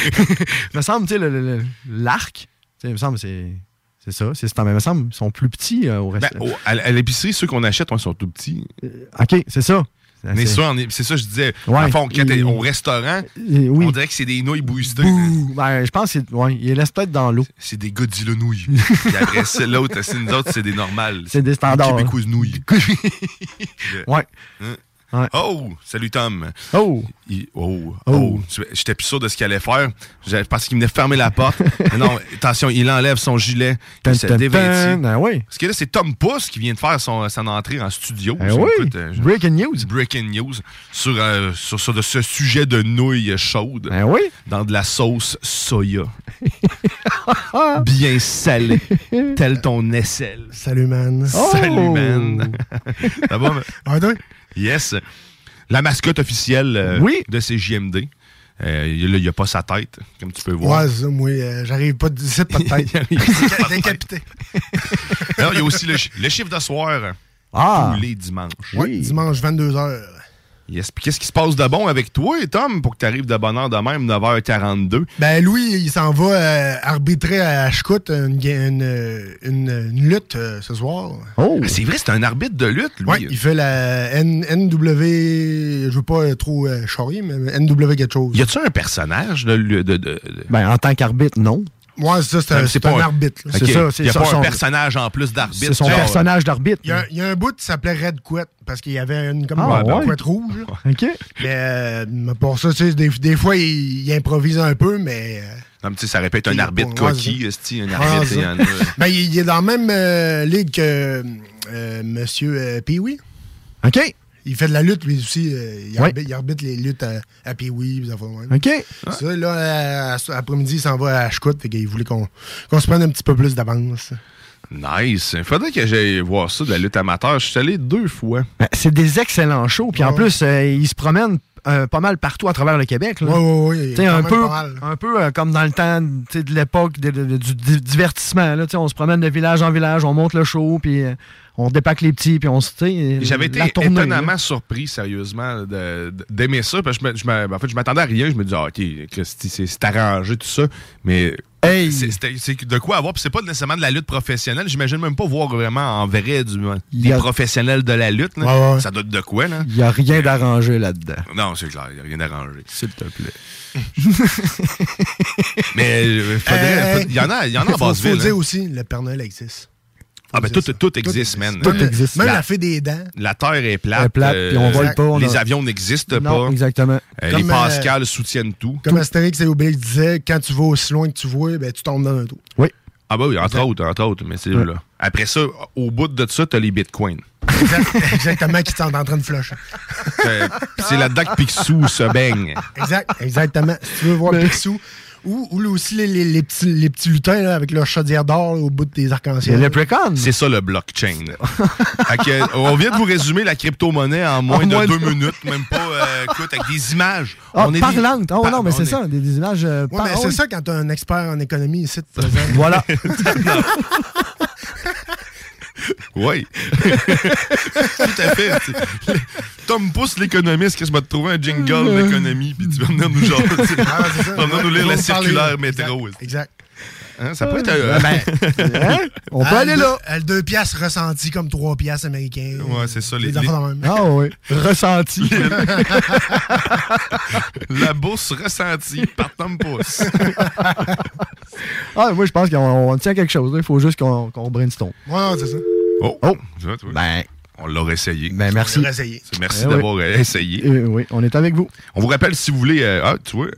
Il me semble, tu sais, l'arc, il me semble, c'est ça. Mais il me semble, ils sont plus petits au restaurant. Ben, à l'épicerie, ceux qu'on achète, ils sont tout petits. OK, c'est ça. Mais c'est ça, je disais. À fond, quand t'es au restaurant, on dirait que c'est des nouilles boostées. Ben, je pense qu'ils laissent peut-être dans l'eau. C'est des Godzilla nouilles. Puis après, l'autre, nous autres, c'est des normales. C'est des standards. Des Québécoises nouilles. Ouais. Ouais. Oh, salut Tom. Oh. J'étais plus sûr de ce qu'il allait faire. Parce qu'il venait fermer la porte. Mais non, attention, il enlève son gilet. Il se dévêtit. Oui. Parce que là, c'est Tom Pousse qui vient de faire son entrée en studio. Oui. Breaking news. Breaking news sur ce sujet de nouilles chaudes. Oui. Dans de la sauce soya. Bien salée. Tel ton aisselle. Salut, man. Salut, man. Ça va, man? Ouais. Yes. La mascotte officielle de CJMD. Il n'y a pas sa tête, comme tu peux voir. Ouais, ça, moi, j'arrive pas de 17 pas de tête. Décapité. Alors, il y a aussi le chiffre de soir. Tous les dimanches. Oui, dimanche 22h. Yes. Puis qu'est-ce qui se passe de bon avec toi, Tom, pour que tu arrives de bonne heure de même, 9h42? Ben, Louis, il s'en va arbitrer à Chicoute une lutte ce soir. Oh! C'est vrai, c'est un arbitre de lutte, lui. Oui, il fait la NW... Je veux pas trop charrier, mais NW quelque chose. Y a-tu un personnage de... Ben, en tant qu'arbitre, non. Ouais, c'est ça, c'est un arbitre. Okay. C'est ça. Il n'y a pas un personnage en plus d'arbitre. C'est son personnage d'arbitre. Il y a un bout qui s'appelait Red Couette, parce qu'il y avait une couette rouge. OK. Mais pour ça, tu sais, des fois, il improvise un peu, mais... Non, mais tu sais, ça répète un arbitre coquille, un arbitre. Ben, il est dans la même ligue que Monsieur Pee-Wee. OK. Il fait de la lutte, lui aussi. Oui. Il arbitre les luttes à Pee-Wee. OK. Ça, là, après-midi, il s'en va à Chicout. Fait qu'il voulait qu'on se prenne un petit peu plus d'avance. Nice. Il faudrait que j'aille voir ça, de la lutte amateur. Je suis allé 2 fois. Ben, c'est des excellents shows. Puis en plus, ils se promènent pas mal partout à travers le Québec. Oui. Un peu comme dans le temps de l'époque du divertissement. Là, on se promène de village en village, on monte le show, puis on dépaque les petits, puis on se... J'avais été étonnamment surpris, sérieusement, d'aimer ça. Parce que je m'attendais à rien. Je me disais, OK, Christy, c'est arrangé, tout ça. Mais c'est de quoi avoir. Puis c'est pas nécessairement de la lutte professionnelle. J'imagine même pas voir vraiment en vrai des professionnels de la lutte. Là. Ça doit être de quoi, là? Il n'y a rien d'arrangé là-dedans. Non, c'est clair, il n'y a rien d'arrangé. S'il te plaît. Mais il y en a en Basseville. Il faut dire aussi, le Père Noël existe. Ah ben tout existe, man. Tout existe. Même la fée des dents. La Terre est plate. Puis on vole pas. Les avions n'existent pas. Non, exactement. Les Pascal soutiennent tout. Comme Astérix et Obélix disaient, quand tu vas aussi loin que tu vois, ben, tu tombes dans un trou. Oui. Ah ben oui, entre autres, mais c'est là. Après ça, au bout de ça, t'as les bitcoins. Exactement, qui sont en train de flusher. C'est là-dedans que Picsou se baigne. Exactement. Si tu veux voir Picsou... Ou aussi les petits lutins là, avec leur chaudière d'or là, au bout des arcs-en-ciel. Les leprechauns. C'est ça le blockchain. On vient de vous résumer la crypto-monnaie en moins de 2 minutes. Même pas, écoute, avec des images. Parlantes. Non, mais c'est ça, des images... mais c'est ça quand tu as un expert en économie ici. Voilà. Oui. Tout à fait. Tom Pousse, l'économiste, qui se m'a trouvé un jingle d'économie, puis tu vas venir nous genre, tu vas venir nous lire la circulaire métro. Exact. Hein, ça peut être... On peut aller là. 2 piastres ressentis comme 3 piastres américains. Ouais, c'est ça. Ah oui, ressenti. La bourse ressentie par Tom Pousse. Moi, je pense qu'on tient quelque chose. Il faut juste qu'on brainstorm. Ouais, c'est ça. Oh. On l'a essayé. Ben, merci. Merci d'avoir essayé. Oui, on est avec vous. On vous rappelle, si vous voulez... tu vois...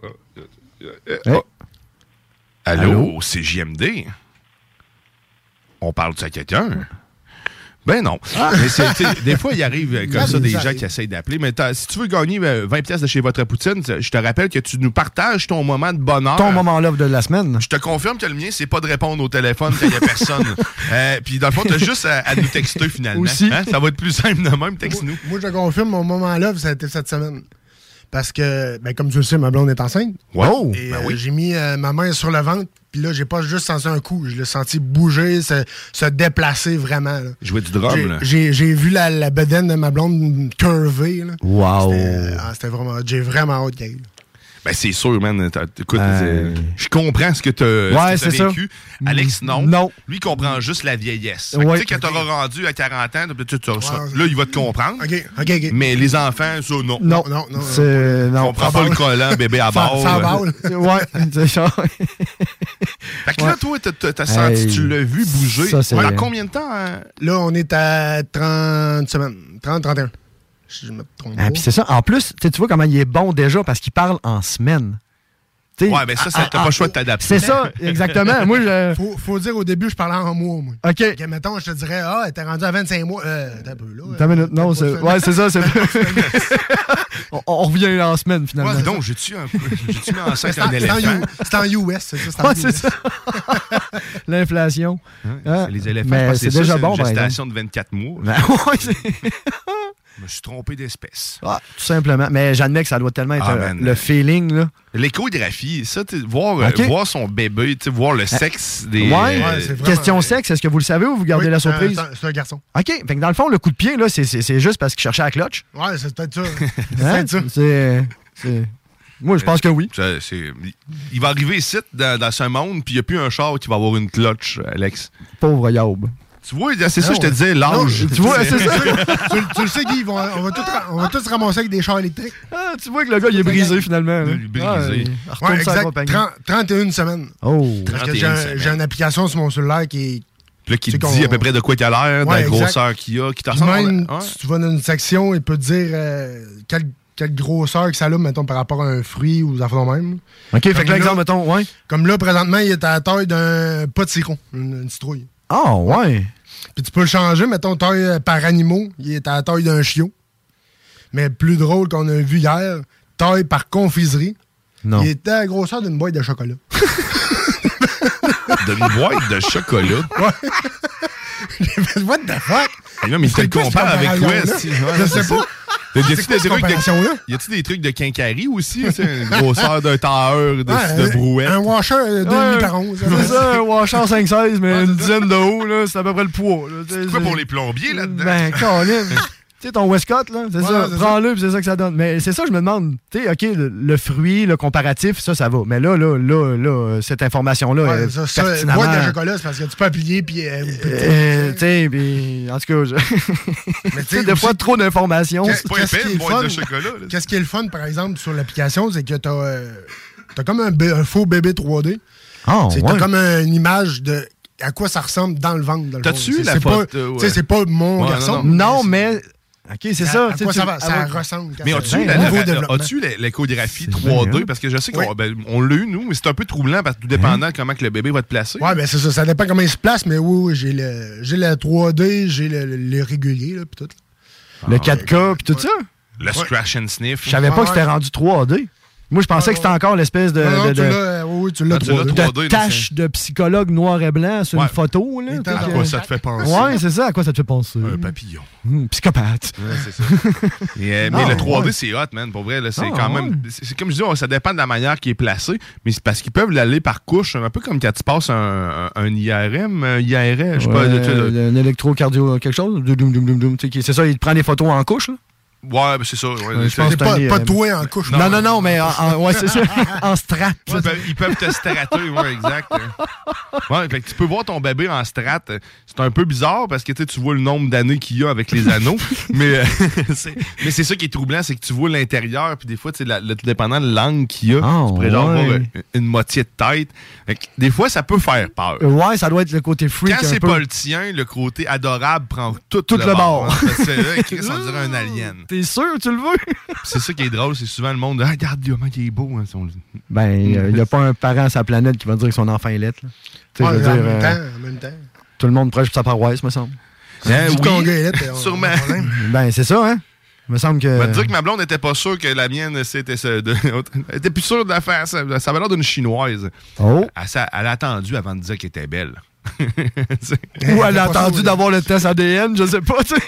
Allô, CJMD? On parle-tu à quelqu'un? Ben non. Mais des fois, il arrive comme ça des gens qui essayent d'appeler. Mais si tu veux gagner 20 pièces de chez Votre Poutine, je te rappelle que tu nous partages ton moment de bonheur. Ton moment love de la semaine. Je te confirme que le mien, c'est pas de répondre au téléphone quand il n'y a personne. Puis dans le fond, tu as juste à nous texter finalement. Aussi. Hein? Ça va être plus simple de même, texte-nous. Moi, je te confirme, mon moment love, ça a été cette semaine. Parce que, comme tu le sais, ma blonde est enceinte. Wow! Et j'ai mis ma main sur le ventre, puis là, j'ai pas juste senti un coup. Je l'ai senti bouger, se déplacer vraiment. Là. Jouer du drum, là. J'ai vu la bedaine de ma blonde curver. Là. Wow! C'était vraiment... J'ai vraiment hâte qu'elle arrive. Ben, c'est sûr, man. Écoute, je comprends ce que tu as vécu. Ça. Alex, non. Non. Lui, il comprend juste la vieillesse. Tu sais, quand t'auras rendu à 40 ans, là, il va te comprendre. OK. Mais les enfants, ça, non. Non. On prend pas le collant, bébé à bord. Sans balle. Ouais, c'est ça. Fait que là, toi, t'as senti, tu l'as vu bouger. Pendant combien de temps? Là, on est à 30 semaines. 30-31. Je me trompe pas. Puis c'est ça. En plus, tu vois comment il est bon déjà parce qu'il parle en semaine. Ouais, mais ça, t'as pas le choix de t'adapter. C'est ça, exactement. Moi, faut dire au début, je parlais en mois, moi. OK. Mettons, je te dirais, t'es rendu à 25 mois. T'as un peu là. T'as une minute. Non, c'est ça. On revient en semaine, finalement. Ouais, donc, j'ai-tu mis enceinte un éléphant? C'est en US, c'est ça. C'est ça. L'inflation. Les éléphants, c'est déjà bon, une gestation de 24 mois. Je me suis trompé d'espèce. Tout simplement. Mais j'admets que ça doit tellement être le feeling, là. L'échographie, ça, voir son bébé, voir le sexe des... c'est vraiment... Question sexe, est-ce que vous le savez ou vous gardez la surprise? C'est un garçon. OK. Fait que dans le fond, le coup de pied, là, c'est juste parce qu'il cherchait la clutch. Ouais, c'est peut-être ça. Moi, je pense que oui. Il va arriver ici, dans ce monde, puis il n'y a plus un char qui va avoir une clutch, Alex. Pauvre Yaub. Tu vois, c'est ça, je te disais, l'âge. Tu vois, c'est ça. Tu le sais, Guy, on va tous ramasser avec des chars électriques. Tu vois que le gars, il est brisé, finalement. Il est brisé. Ouais, exact. 31 semaines. Parce que j'ai une application sur mon cellulaire qui te dit à peu près de quoi il a l'air, de la grosseur qu'il a, qui t'en Même si tu vas dans une section, il peut te dire quelle grosseur que ça a, mettons, par rapport à un fruit ou aux affaires de même. OK, fait que l'exemple, mettons, Comme là, présentement, il est à la taille d'un pot de citron, une citrouille. Ah, ouais. Puis tu peux le changer, mettons, taille par animaux. Il est à la taille d'un chiot. Mais plus drôle qu'on a vu hier, taille par confiserie. Non. Il était à la grosseur d'une boîte de chocolat. D'une boîte de chocolat? Ouais. J'ai fait, what the fuck? Non, mais il te le compare avec quoi? Je sais pas. Y a-tu des trucs de quincaillerie aussi? Une grosseur d'un tailleur de brouette? Un washer de 2,5 par 11. C'est ça, un washer 5,16, mais une dizaine de haut, là, c'est à peu près le poids. C'est quoi pour les plombiers là-dedans? Ben, Colin. Tu sais, ton Westcott, là, c'est ça. Prends-le, puis c'est ça que ça donne. Mais c'est ça, je me demande. Tu sais, OK, le fruit, le comparatif, ça va. Mais là, cette information-là est pertinemment... Boîte de chocolat, c'est parce que tu peux appuyer, puis... tu sais, puis... En tout cas, mais tu sais, des fois, trop d'informations. Qu'est-ce qui est le fun, par exemple, sur l'application, c'est que t'as comme un faux bébé 3D. T'as comme une image de... à quoi ça ressemble dans le ventre. T'as-tu la photo? Tu sais, c'est pas mon garçon. Non, mais... OK, c'est ça. À quoi ça ressemble? Mais as-tu l'échographie 3D? Parce que je sais qu'on l'a eu, nous, mais c'est un peu troublant parce que tout dépendant comment que le bébé va te placer. Ouais, ben c'est ça. Ça dépend comment il se place, mais oui, j'ai le 3D, j'ai le régulier, là, puis tout. Le 4K, puis tout ça? Le scratch and sniff. Je savais pas que c'était rendu 3D. Moi, je pensais que c'était encore l'espèce de... Oui, tu l'as 3D. De tache de psychologue noir et blanc sur une photo. Là, à quoi ça te fait penser? Oui, c'est ça. À quoi ça te fait penser? Un papillon. Psychopathe. Ouais, c'est ça. Mais le 3D, c'est hot, man. Pour vrai, c'est quand même... C'est comme je dis, ça dépend de la manière qui est placé, mais c'est parce qu'ils peuvent l'aller par couche. Un peu comme quand tu passes un IRM, je sais pas... Un électrocardio quelque chose. C'est ça, il te prend des photos en couche, là? Ouais, ben c'est ça. Ouais, c'est pas toi en couche. Non, mais ouais, c'est ça. En strat. Ouais, ils peuvent te strater, ouais, exact. Ouais, fait que tu peux voir ton bébé en strat. C'est un peu bizarre parce que tu vois le nombre d'années qu'il y a avec les anneaux. mais c'est ça qui est troublant, c'est que tu vois l'intérieur, puis des fois, le dépendant de l'angle qu'il y a, tu pourrais genre avoir une moitié de tête. Fait que, des fois, ça peut faire peur. Ouais, ça doit être le côté freak. Quand c'est pas le tien, le côté adorable prend tout le bord. C'est là, on dirait un alien. T'es sûr, tu le veux? C'est ça qui est drôle, c'est souvent le monde. Regarde, comment il est beau. Hein, ben, il n'y a pas un parent à sa planète qui va dire que son enfant est lettre. En même temps. Tout le monde prêche pour sa paroisse, me semble. Oui, sûrement. Ben, c'est ça, hein? Il me semble que... Je vais te dire que ma blonde n'était pas sûre que la mienne, c'était ça. Elle était plus sûre de la faire. Ça avait l'air d'une chinoise. Oh. Elle a attendu avant de dire qu'elle était belle. Ou elle a attendu d'avoir le test ADN, je sais pas, tu sais.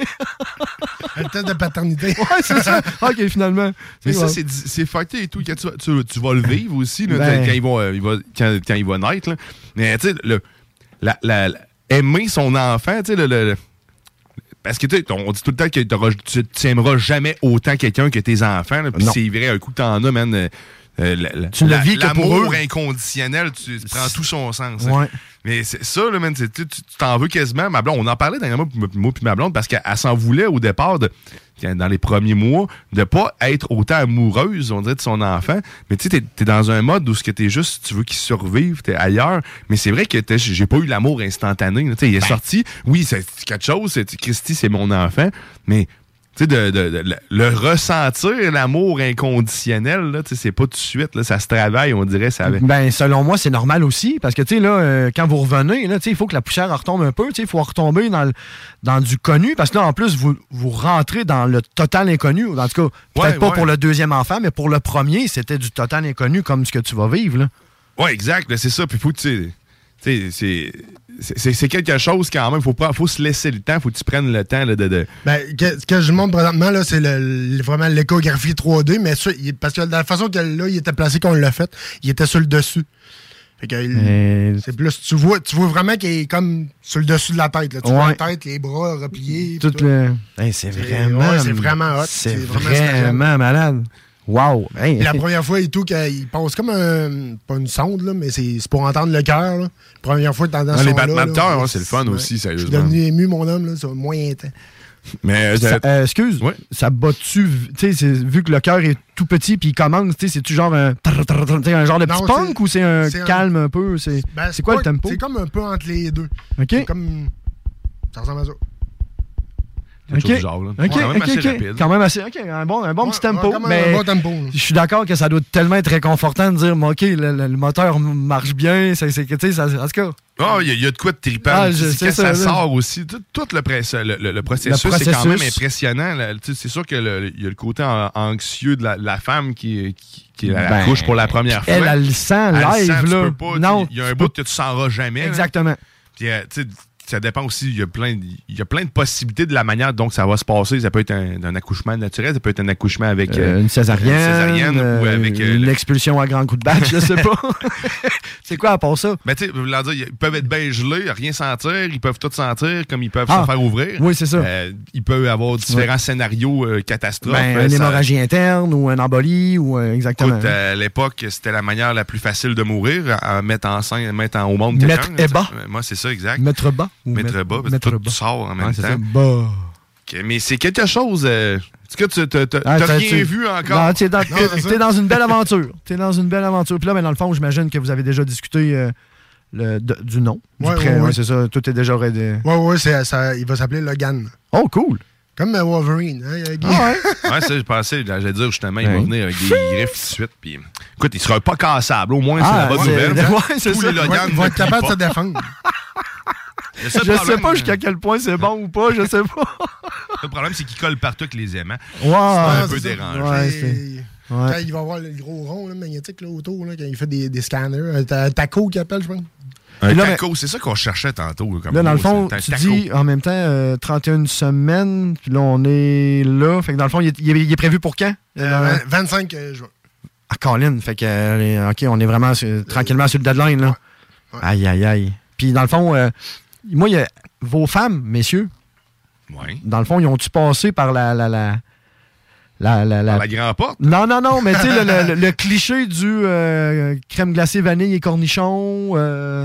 Le test de paternité. Ouais, c'est ça. OK, finalement. Mais ça, c'est fucké et tout. Quand tu vas le vivre aussi, là, quand il va naître. Là. Mais tu sais, aimer son enfant, tu sais, parce que on dit tout le temps que tu n'aimeras jamais autant quelqu'un que tes enfants. Puis c'est vrai, un coup que t'en as, man. Tu le vis que pour eux. L'amour inconditionnel, tu prends tout son sens. Ouais. Mais c'est ça, là, man, tu t'en veux quasiment. Ma blonde, on en parlait dernièrement, moi puis ma blonde, parce qu'elle s'en voulait au départ, dans les premiers mois, de pas être autant amoureuse, on dirait, de son enfant. Mais tu sais, t'es dans un mode où t'es juste, tu veux qu'il survive, t'es ailleurs. Mais c'est vrai que j'ai pas eu l'amour instantané. Tu sais, il est sorti, oui, c'est quelque chose, Christy, c'est mon enfant, mais... Tu sais, le ressentir, l'amour inconditionnel, là, c'est pas tout de suite, là, ça se travaille, on dirait. Ben, selon moi, c'est normal aussi, parce que, tu sais, là, quand vous revenez, là, il faut que la poussière retombe un peu, il faut retomber dans du connu, parce que là, en plus, vous rentrez dans le total inconnu, en tout cas, peut-être pas pour le deuxième enfant, mais pour le premier, c'était du total inconnu comme ce que tu vas vivre, là. Ouais, exact, c'est ça, puis faut que c'est quelque chose quand même. Faut se laisser le temps. Faut que tu prennes le temps là, de... Ben, ce que je montre présentement, là, c'est vraiment l'échographie 3D, mais parce que de la façon il était placé qu'on l'a fait, il était sur le dessus. Fait que c'est plus, tu vois vraiment qu'il est comme sur le dessus de la tête. Là. Tu vois la tête, les bras repliés. C'est vraiment hot. C'est vraiment malade. Wow! Hey. La première fois et tout, il passe comme pas une sonde, là, mais c'est pour entendre le cœur. La première fois que tu entends les battements de cœur, c'est le fun aussi, sérieusement. Je suis devenu ému, mon homme, là, ça va moyen temps. Mais excuse, ça bat-tu, vu que le cœur est tout petit puis il commence, c'est-tu genre un genre de petit punk ou c'est un calme un peu? C'est quoi le tempo? C'est comme un peu entre les deux. OK. C'est comme... Ça ressemble à ça. OK. Quand même assez. OK, un bon petit tempo. Mais un bon tempo. Je suis d'accord que ça doit tellement être réconfortant de dire, OK, le moteur marche bien. En tout cas, Ah, il y a de quoi de trippant. Ah, quand ça sort aussi, tout le processus, c'est quand même impressionnant. C'est sûr qu'il y a le côté anxieux de la femme qui accouche pour la première fois. Elle le sent live. Là. Non, il y a un bout que tu sentiras jamais. Exactement. Puis, ça dépend aussi, il y a plein de possibilités de la manière dont ça va se passer. Ça peut être un accouchement naturel, ça peut être un accouchement avec une césarienne ou avec une expulsion à grand coup de batte, je sais pas. C'est quoi à part ça? Ben, tu sais, ils peuvent être bien gelés, rien sentir, ils peuvent tout sentir, comme ils peuvent se faire ouvrir. Oui, c'est ça. Ils peuvent avoir différents scénarios catastrophes. Une hémorragie interne ou une embolie ou exactement. Écoute, à l'époque, c'était la manière la plus facile de mourir, à mettre au monde quelqu'un. Mettre bas. Moi, c'est ça, exact. Mettre bas. Mettre bas, parce que tout sort en même temps. Ça, bas. Okay, mais c'est quelque chose. Est-ce que tu n'as rien vu encore? Non, t'es dans une belle aventure. T'es dans une belle aventure. Puis là, dans le fond, j'imagine que vous avez déjà discuté du nom. Oui, c'est ça. Tout est déjà ready. Oui, il va s'appeler Logan. Oh, cool. Comme Wolverine. Ouais, ça, je pensais, j'allais dire justement, il va venir avec des griffes tout de suite. Puis, écoute, il sera pas cassable. Au moins, c'est la bonne nouvelle. Tous les Logan vont être capables de se défendre. Je sais pas jusqu'à quel point c'est bon ou pas, je sais pas. Le problème, c'est qu'il colle partout avec les aimants. Ouais, c'est un peu dérangeant. Quand il va avoir le gros rond magnétique autour, quand il fait des scanners, Taco qui appelle, je pense. Un taco, c'est ça qu'on cherchait tantôt. Là, dans le fond, tu dis en même temps 31 semaines, puis là, on est là. Fait que dans le fond, il est prévu pour quand? 25 juin. Ah, Colin, fait que, OK, on est vraiment tranquillement sur le deadline, là. Ouais. Aïe. Puis dans le fond, moi, il y a vos femmes, messieurs. Oui. Dans le fond, ils ont-tu passé par la grande porte? Non, mais tu sais, le cliché du crème glacée, vanille et cornichon,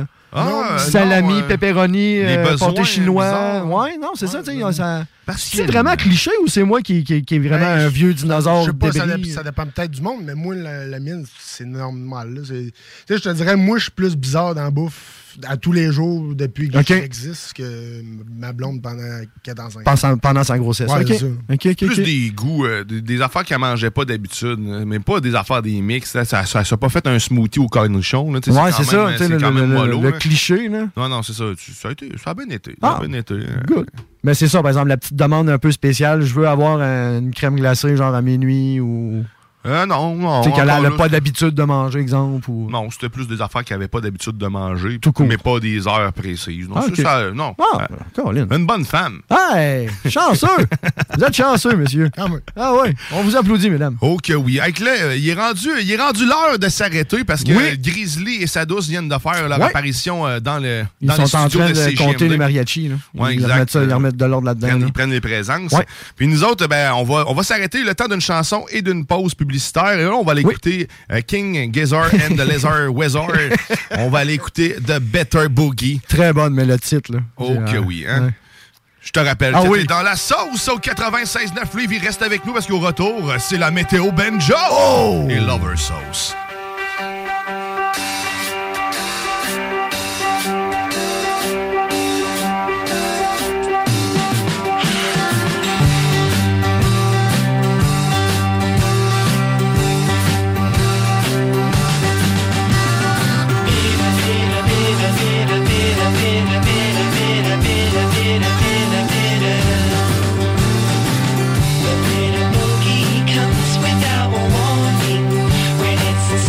salami, pepperoni, pâté chinois. Ouais, non, c'est ça, tu sais. C'est vraiment cliché ou c'est moi qui est vraiment un vieux dinosaure? Je sais pas, ça dépend peut-être du monde, mais moi, la mienne, c'est normal. Tu sais, je te dirais, moi, je suis plus bizarre dans la bouffe à tous les jours depuis que j'existe que ma blonde pendant qu'elle est dans un... Pendant sa grossesse. Ouais, OK. Plus des goûts, des affaires qu'elle mangeait pas d'habitude, mais pas des affaires des mix. Là, ça n'a pas fait un smoothie au cornichon. Là, ouais, c'est ça. C'est quand même mollo. Le cliché. Là. Non, c'est ça. Ça a bien été. Good. Mais c'est ça, par exemple, la petite demande un peu spéciale. Je veux avoir une crème glacée genre à minuit ou... non. Tu sais qu'elle n'a pas d'habitude de manger, exemple. Ou... Non, c'était plus des affaires qu'elle n'avait pas d'habitude de manger. Tout court. Mais pas des heures précises. Non, c'est ça. Non. Une bonne femme. Hey! Chanceux! Vous êtes chanceux, monsieur. Ah oui. On vous applaudit, mesdames. Ok, oui. Avec là, il est rendu l'heure de s'arrêter parce que Grizzly et sa douce viennent de faire leur apparition dans le Ils sont en train de compter les mariachis. Oui, exact. Ils remettent de l'ordre là-dedans. Ils prennent les présences. Ouais. Puis nous autres, on va s'arrêter le temps d'une chanson et d'une pause publicitaire. Et là, on va aller écouter King Gizzard and the Lizard Wizard. On va aller écouter The Better Boogie. Très bonne, mais le titre, là. Oui, hein? Ouais. Je te rappelle que t'es dans la sauce au 96.9 Livre. Il reste avec nous parce qu'au retour, c'est la météo Benjo et Lover Sauce. Comes without warning when it's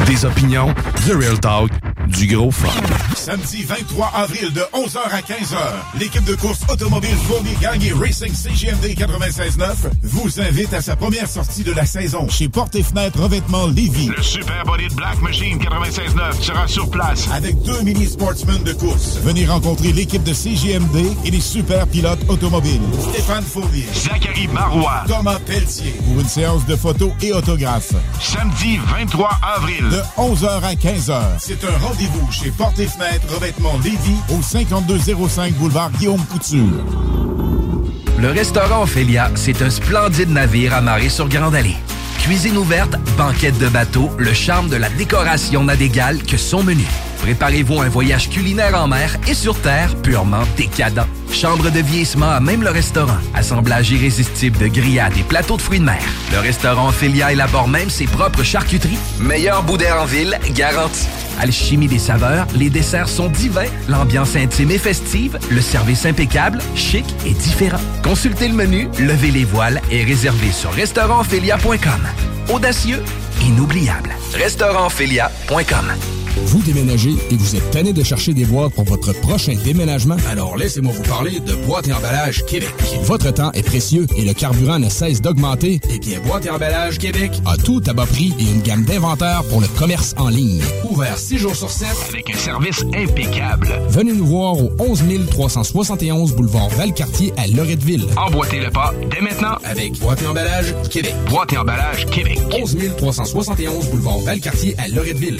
Des opinions, du real talk, du gros fun. Samedi 23 avril de 11h à 15h, l'équipe de course automobile Fournier Gagné Racing CJMD 96.9 vous invite à sa première sortie de la saison chez Portes et Fenêtres Revêtement Lévis. Le Super Body de Black Machine 96.9 sera sur place. Avec 2 mini-sportsmen de course. Venez rencontrer l'équipe de CJMD et les super pilotes automobiles. Stéphane Fournier, Zachary Marois, Thomas Pelletier pour une séance de photos et autographes. Samedi 23 avril. De 11h à 15h. C'est un rendez-vous chez Portes et Fenêtres Revêtement Lévis au 5205 boulevard Guillaume Couture. Le restaurant Ophélia, c'est un splendide navire amarré sur Grande Allée. Cuisine ouverte, banquette de bateau, le charme de la décoration n'a d'égal que son menu. Préparez-vous un voyage culinaire en mer et sur terre purement décadent. Chambre de vieillissement à même le restaurant. Assemblage irrésistible de grillades et plateaux de fruits de mer. Le restaurant Ophélia élabore même ses propres charcuteries. Meilleur boudin en ville, garanti. Alchimie des saveurs, les desserts sont divins, l'ambiance intime et festive, le service impeccable, chic et différent. Consultez le menu, levez les voiles et réservez sur restaurantophélia.com. Audacieux, inoubliable. restaurantophélia.com. Vous déménagez et vous êtes tanné de chercher des boîtes pour votre prochain déménagement? Alors laissez-moi vous parler de Boîte et Emballage Québec. Votre temps est précieux et le carburant ne cesse d'augmenter. Eh bien, Boîte et Emballage Québec a tout à bas prix et une gamme d'inventaires pour le commerce en ligne. Ouvert 6 jours sur 7 avec un service impeccable. Venez nous voir au 11 371 boulevard Valcartier à Loretteville. Emboîtez le pas dès maintenant avec Boîte et Emballage Québec. Boîte et Emballage Québec. 11 371 boulevard Valcartier à Loretteville.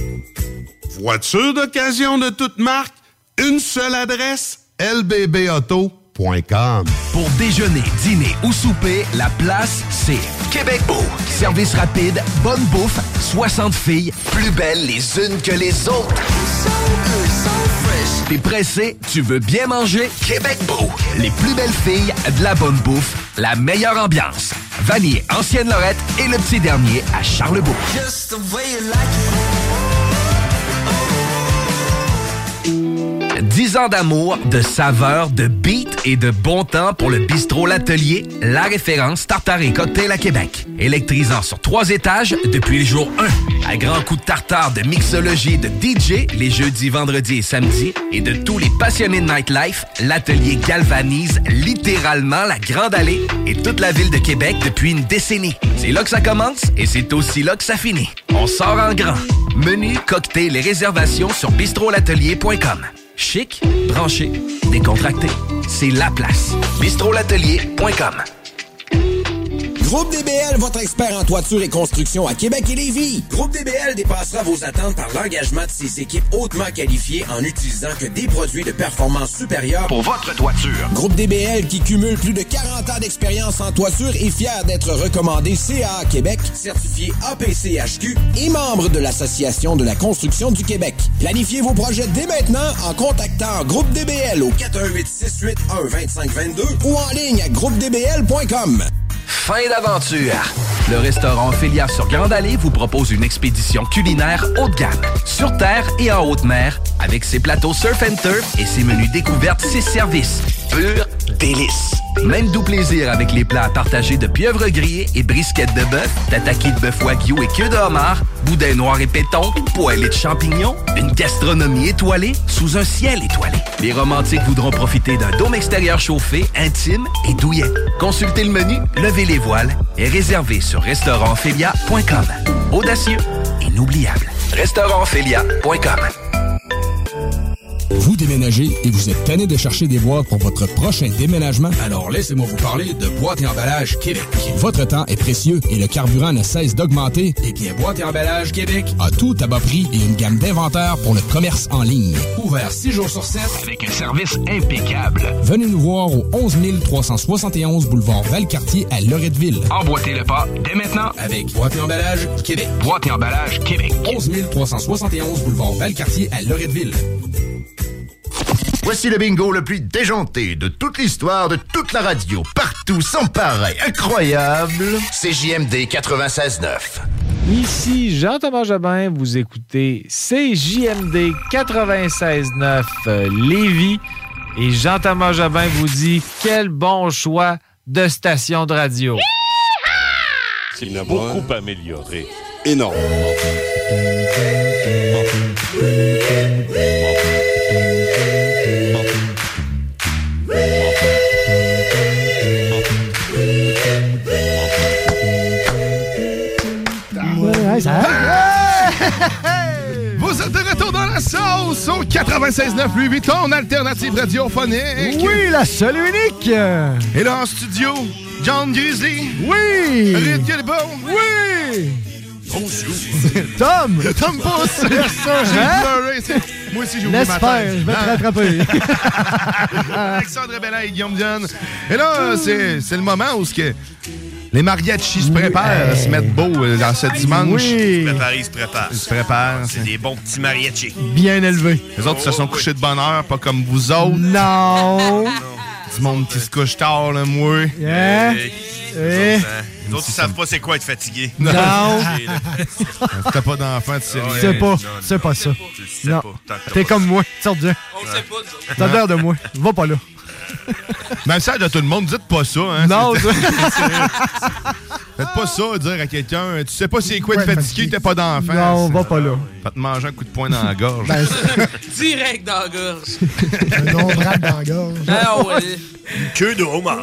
Voiture d'occasion de toute marque, une seule adresse, lbbauto.com. Pour déjeuner, dîner ou souper, la place, c'est Québec Beau. Service rapide, bonne bouffe, 60 filles, plus belles les unes que les autres. T'es pressé, tu veux bien manger? Québec Beau. Les plus belles filles, de la bonne bouffe, la meilleure ambiance. Vanier, Ancienne Lorette et le petit dernier à Charlebourg. 10 ans d'amour, de saveur, de beat et de bon temps pour le bistrot L'Atelier, la référence tartare et cocktail à Québec. Électrisant sur 3 étages depuis le jour 1. À grands coups de tartare, de mixologie, de DJ, les jeudis, vendredis et samedis, et de tous les passionnés de nightlife, L'Atelier galvanise littéralement la Grande Allée et toute la ville de Québec depuis une décennie. C'est là que ça commence et c'est aussi là que ça finit. On sort en grand. Menu, cocktail et réservations sur bistrolatelier.com. Chic, branché, décontracté. C'est la place. bistrolatelier.com. Groupe DBL, votre expert en toiture et construction à Québec et Lévis. Groupe DBL dépassera vos attentes par l'engagement de ses équipes hautement qualifiées en utilisant que des produits de performance supérieure pour votre toiture. Groupe DBL qui cumule plus de 40 ans d'expérience en toiture est fier d'être recommandé CA Québec, certifié APCHQ et membre de l'Association de la construction du Québec. Planifiez vos projets dès maintenant en contactant Groupe DBL au 418-681-2522 ou en ligne à groupedbl.com. Fin d'aventure! Le restaurant Ophélia sur Grande Allée vous propose une expédition culinaire haut de gamme, sur terre et en haute mer, avec ses plateaux surf and turf et ses menus découvertes, ses services. Pur délice! Même doux plaisir avec les plats partagés de pieuvres grillées et brisquettes de bœuf, tataki de bœuf wagyu et queue de homard, boudin noir et péton, poêlée de champignons, une gastronomie étoilée sous un ciel étoilé. Les romantiques voudront profiter d'un dôme extérieur chauffé, intime et douillet. Consultez le menu, levez les voiles et réservez sur restaurantophélia.com. Audacieux, inoubliable. restaurantophélia.com. Vous déménagez et vous êtes tanné de chercher des boîtes pour votre prochain déménagement? Alors laissez-moi vous parler de Boîte et Emballage Québec. Votre temps est précieux et le carburant ne cesse d'augmenter. Eh bien, Boîte et Emballage Québec a tout à bas prix et une gamme d'inventaires pour le commerce en ligne. Ouvert 6 jours sur 7 avec un service impeccable. Venez nous voir au 11 371 boulevard Valcartier à Loretteville. Emboîtez le pas dès maintenant avec Boîte et Emballage Québec. Boîte et Emballage Québec. 11 371 boulevard Valcartier à Loretteville. Voici le bingo le plus déjanté de toute l'histoire de toute la radio, partout, sans pareil, incroyable. CJMD 96.9. Ici Jean-Thomas Jobin, vous écoutez CJMD 96.9 Lévis. Et Jean-Thomas Jobin vous dit quel bon choix de station de radio. Il a beaucoup amélioré. énorme. Vous êtes de retour dans la sauce au 96.9 Louis Vuitton, alternative radiophonique. Oui, la seule et unique. Et là en studio, John Grizzly. Oui. Rick Gilbo. Oui. Bonjour. Tom Pousse. J'ai pleuré. Moi aussi, j'ai oublié laisse ma faire, tête. je vais te rattraper. Alexandre Bellin et Guillaume Dion. Et là, c'est le moment où les mariachis se préparent à se mettre beau dans ce dimanche. Oui. Ils se préparent. Ils se préparent. C'est des bons petits mariachis. Bien élevés. Les autres se sont couchés de bonne heure, pas comme vous autres. Non. Du monde qui se couche tard, là, moi. Yeah. Les autres, ils savent pas c'est quoi être fatigué. Non. T'as pas d'enfant, tu sais rien. C'est pas ça. Tu le sais Non. pas. T'es comme moi. Sors de. On le sait pas, nous. T'as l'air de moi. Va pas là. Message à tout le monde, dites pas ça. Hein, non. Faites pas ça, dire à quelqu'un, tu sais pas c'est quoi être fatigué, t'as pas d'enfant. Non, va pas là. Va te manger un coup de poing dans la gorge. Direct dans la gorge. Un ombrage dans la gorge. Ah ouais. Une queue de homard.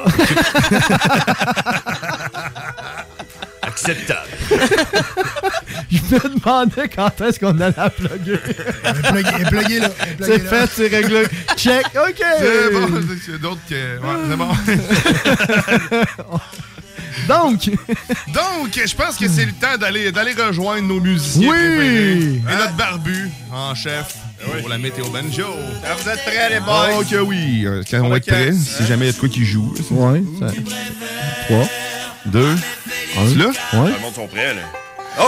Acceptable. Je me demandais quand est-ce qu'on allait la plugger. Plugué là. C'est fait, c'est réglé. Check, OK. C'est bon, c'est d'autres que... Ouais, c'est bon. Donc, je pense que c'est le temps d'aller rejoindre nos musiciens préférés. Et notre barbu en chef pour la météo banjo. Vous êtes prêts, les boys? Oh que oui. Quand on va être prêts, si jamais il y a de quoi qui joue. Ouais. 3, 2, 1. Tu là? Ouais. Le monde sont prêts, là. Oh!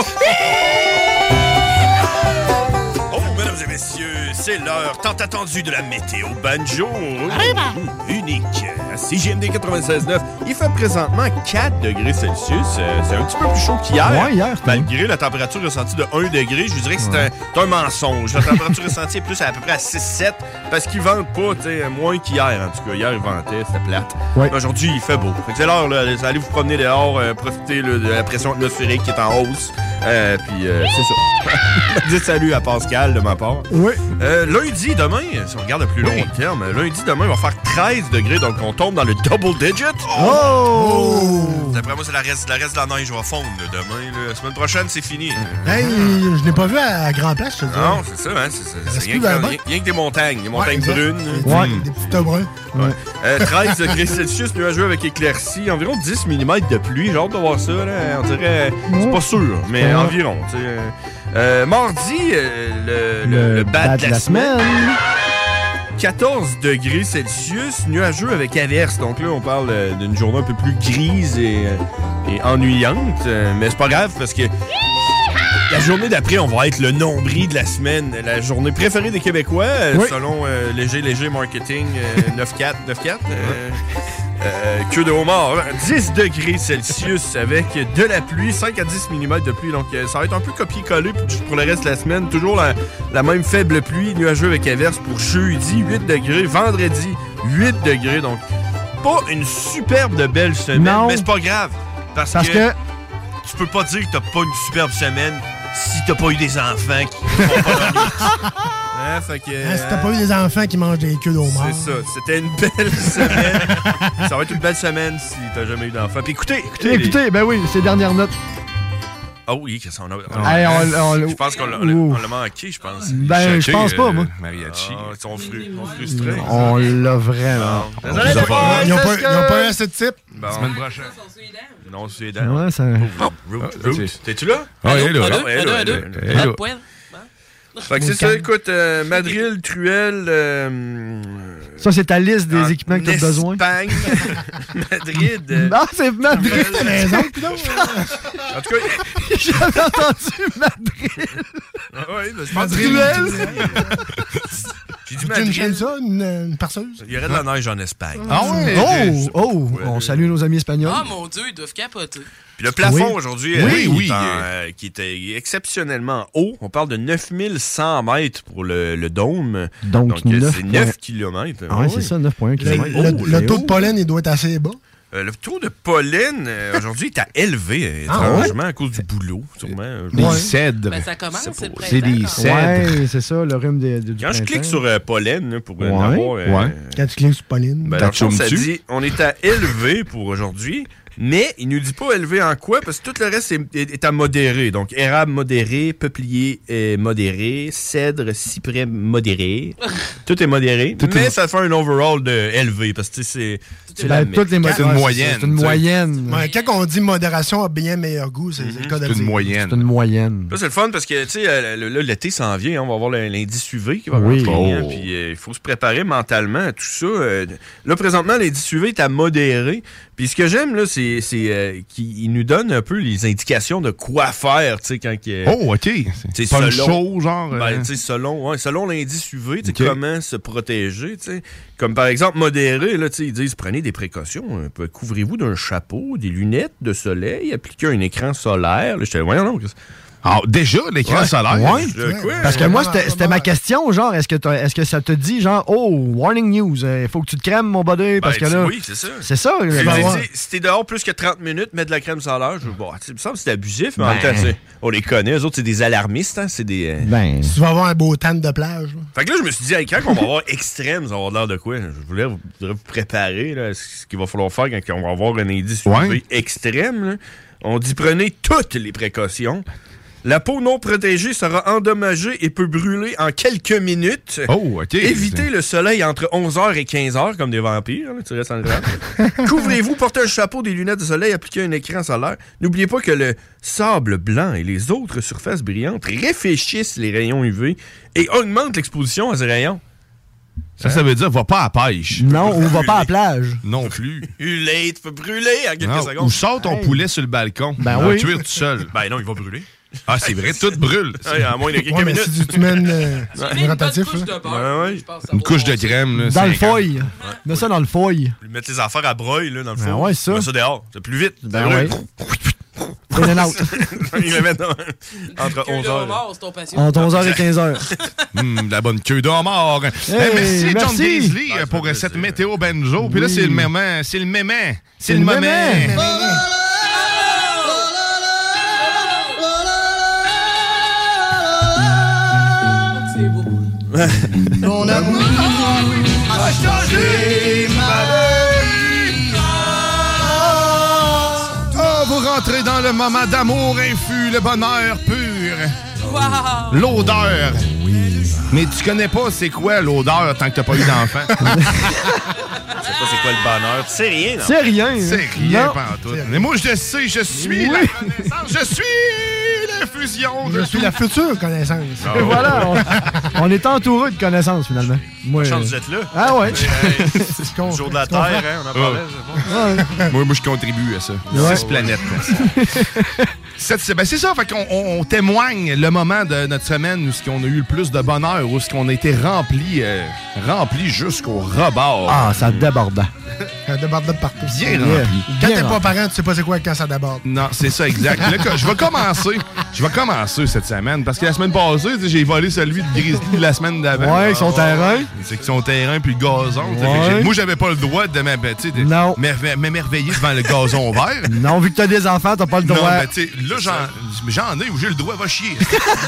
Oh, mesdames et messieurs, c'est l'heure tant attendue de la météo banjo. Unique. À CJMD 96.9, il fait présentement 4 degrés Celsius. C'est un petit peu plus chaud qu'hier. Ouais, hier. Malgré la température ressentie de 1 degré, je vous dirais que c'est un mensonge. La température ressentie est plus à peu près à 6-7 parce qu'il vente pas, tu sais, moins qu'hier. En tout cas, hier, il ventait, c'était plate. Ouais. Aujourd'hui, il fait beau. Fait que c'est l'heure, là, allez vous promener dehors, profiter là, de la pression atmosphérique qui est en hausse. Puis, c'est ça. Dites salut à Pascal de ma part. Oui. Lundi, demain, si on regarde à plus long terme, lundi, demain, il va faire 13 degrés, donc on tombe dans le double digit. Oh! D'après moi, c'est la reste de la neige va fondre là, demain. Là. La semaine prochaine, c'est fini. Hey, je l'ai pas vu à Grand Place, je te dis. Non, c'est ça, hein? C'est rien que des montagnes. Des montagnes brunes. Ouais, des petits tas bruns. Ouais. 13 degrés Celsius, nuageux avec éclaircies, environ 10 mm de pluie. J'ai hâte de voir ça, là. On dirait, c'est pas sûr, mais environ. Mardi, le bad de la semaine. 14 degrés Celsius, nuageux avec averse. Donc là, on parle d'une journée un peu plus grise et ennuyante. Mais c'est pas grave parce que la journée d'après, on va être le nombril de la semaine. La journée préférée des Québécois, selon Léger Marketing 9-4. Queue de homard, 10 degrés Celsius avec de la pluie, 5 à 10 mm de pluie. Donc, ça va être un peu copié-collé pour le reste de la semaine. Toujours la même faible pluie, nuageux avec averse pour jeudi, 8 degrés. Vendredi, 8 degrés. Donc, pas une superbe de belle semaine, mais c'est pas grave. Parce que tu peux pas dire que t'as pas une superbe semaine si t'as pas eu des enfants qui font pas dormir. Hein, fait que, si t'as pas eu des enfants qui mangent des queues d'homard. C'est ça. C'était une belle semaine. Ça va être une belle semaine si t'as jamais eu d'enfants. Puis écoutez, ben oui, c'est dernière note. Ah oui, qu'est-ce qu'on a? Je pense qu'on l'a manqué, je pense. Ben, je pense pas, moi. Mariachi. Ils sont frustrés. On l'a vraiment. Désolé, ils n'ont pas eu assez de type. La semaine prochaine. Non, c'est ouais, ça... T'es-tu là? Ah, il est là. À deux. Fait que c'est ça, écoute, Madril, Truel... ça, c'est ta liste des équipements que tu as besoin? Espagne, Madrid... Ah, c'est Madrid! C'est la maison, en tout cas... J'avais entendu Madrid! Ah oui, je pense Truel! J'ai dit Madrid. Une chaîne une perceuse? Il y aurait de la neige en Espagne. Ah oui? On salue nos amis espagnols. Ah mon Dieu, ils doivent capoter. Puis le plafond aujourd'hui, qui était exceptionnellement haut. On parle de 9100 mètres pour le dôme. Donc c'est 9 km. Ah oui, c'est ça, 9,1 km. Le taux de pollen, il doit être assez bas. Le taux de pollen, aujourd'hui, est à élevé, étrangement, à cause du boulot, sûrement. Des cèdres. Ben, ça commence, c'est le printemps. C'est des cèdres. Ouais, c'est ça, le rhume du Quand je clique sur pollen, là, pour Ouais, avoir... Quand tu cliques sur pollen, Ben, dans le fond, ça dit, on est à élevé pour aujourd'hui, mais il nous dit pas élevé en quoi, parce que tout le reste est à modéré. Donc, érable modéré, peuplier modéré, cèdre, cyprès modéré. Tout est modéré, mais ça fait un overall de élevé, parce que c'est toutes les c'est une moyenne. C'est une moyenne. Ouais, quand on dit modération a bien meilleur goût, c'est le cas de C'est une dire. moyenne. C'est une moyenne. Là, c'est le fun parce que, tu sais, là, l'été s'en vient. On va avoir l'indice UV qui va Oui. rentrer. Hein, puis il faut se préparer mentalement à tout ça. Là, présentement, l'indice UV est à modérer. Puis ce que j'aime, là, c'est qu'il nous donne un peu les indications de quoi faire, tu sais, quand... Oh, OK. C'est pas une chose, genre... Ben, tu sais, selon l'indice UV, tu sais, comment se protéger, tu sais. Comme par exemple, modéré, là, tu sais, ils disent, prenez des précautions. Couvrez-vous d'un chapeau, des lunettes de soleil, appliquez un écran solaire. Là, j'étais, voyons donc. Ah, déjà, l'écran solaire? Ouais. Parce que moi, c'était ma question, genre, est-ce que ça te dit, genre, oh, warning news, il faut que tu te crèmes, mon body, parce que là... Oui, c'est ça. C'est ça. Si t'es dehors plus que 30 minutes, mettre de la crème solaire, bon, il me semble que c'est abusif, mais en même temps, on les connaît. Eux autres, c'est des alarmistes, hein, c'est des... Tu vas avoir un beau tan de plage. Fait que là, je me suis dit, hey, quand on va avoir extrême, ça va avoir l'air de quoi? Je voudrais vous préparer, là, ce qu'il va falloir faire quand on va avoir un indice UV extrême. Là. On dit, prenez toutes les précautions. La peau non protégée sera endommagée et peut brûler en quelques minutes. Oh, OK. Évitez le soleil entre 11h et 15h, comme des vampires. Là, tu restes en le Couvrez-vous, portez un chapeau, des lunettes de soleil, appliquez un écran solaire. N'oubliez pas que le sable blanc et les autres surfaces brillantes réfléchissent les rayons UV et augmentent l'exposition à ces rayons. Ça veut dire, va pas à la pêche. Non, on va pas à la plage. Non plus. Tu peux brûler en quelques secondes. Ou sors ton poulet sur le balcon. Ben il va oui. cuire tout seul. Ben non, il va brûler. Ah, c'est vrai, tout brûle. À moins de quelques minutes. Si tu mets une rotatif, une couche de crème. Là, dans le foil. Mets ça dans le foil. Mettre les affaires à broil là, dans le foil. Ouais, ça. Mets ça dehors. C'est plus vite. Ben ouais. In and out. Il le met entre 11h. C'est ton passion. Entre 11h et 15h. La bonne queue d'homard. Merci, John Beasley, pour cette météo banjo. Puis là, c'est le moment. C'est le mément. C'est le moment. C'est beau. Ton amour a changé ma vie. Oh, vous rentrez dans le moment d'amour infus, le bonheur pur. Wow. L'odeur. Oui. Mais tu connais pas c'est quoi l'odeur tant que t'as pas eu d'enfant. Tu sais pas c'est quoi le bonheur. Tu sais rien, non? C'est rien. C'est rien, pantoute. Mais moi, je sais, je suis la connaissance. Je suis l'infusion. Je suis la future connaissance. Et voilà, on est entouré de connaissances, finalement. Moi, chance vous êtes là. Ah ouais. Le jour de la Terre, hein, on en parlait. Moi, je contribue à ça. 6 planètes. C'est ça, fait qu'on témoigne le moment de notre semaine où on a eu le plus de bonheur, où on a été rempli jusqu'au rebord. Ah, ça déborde. Ça déborde de partout. Bien rempli. Quand t'es pas parent, tu sais pas c'est quoi quand ça déborde. Non, c'est ça, exact. Là, je vais commencer cette semaine, parce que la semaine passée, j'ai volé celui de Grizzly la semaine d'avant. Ouais, avec son terrain. C'est que son terrain puis le gazon. Ouais. Moi, j'avais pas le droit de m'émerveiller devant le gazon vert. Non, vu que t'as des enfants, t'as pas le droit. Non, mais tu sais, là, j'en ai où j'ai le droit, va chier.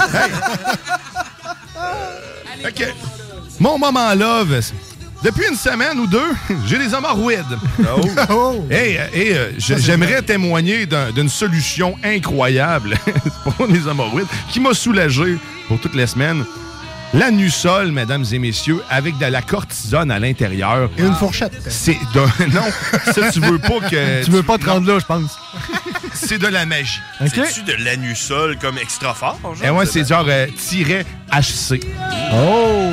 Hey. OK. Mon moment love. Depuis une semaine ou deux, j'ai des hémorroïdes. Oh. J'aimerais témoigner d'une solution incroyable pour les hémorroïdes qui m'a soulagé pour toutes les semaines. L'anusol, mesdames et messieurs, avec de la cortisone à l'intérieur. Et une fourchette. Non, ça, tu veux pas que... Tu veux pas te rendre là, je pense. C'est de la magie. Okay. C'est-tu de l'anusol comme extra fort? Genre, et ouais, c'est genre -HC. Oh!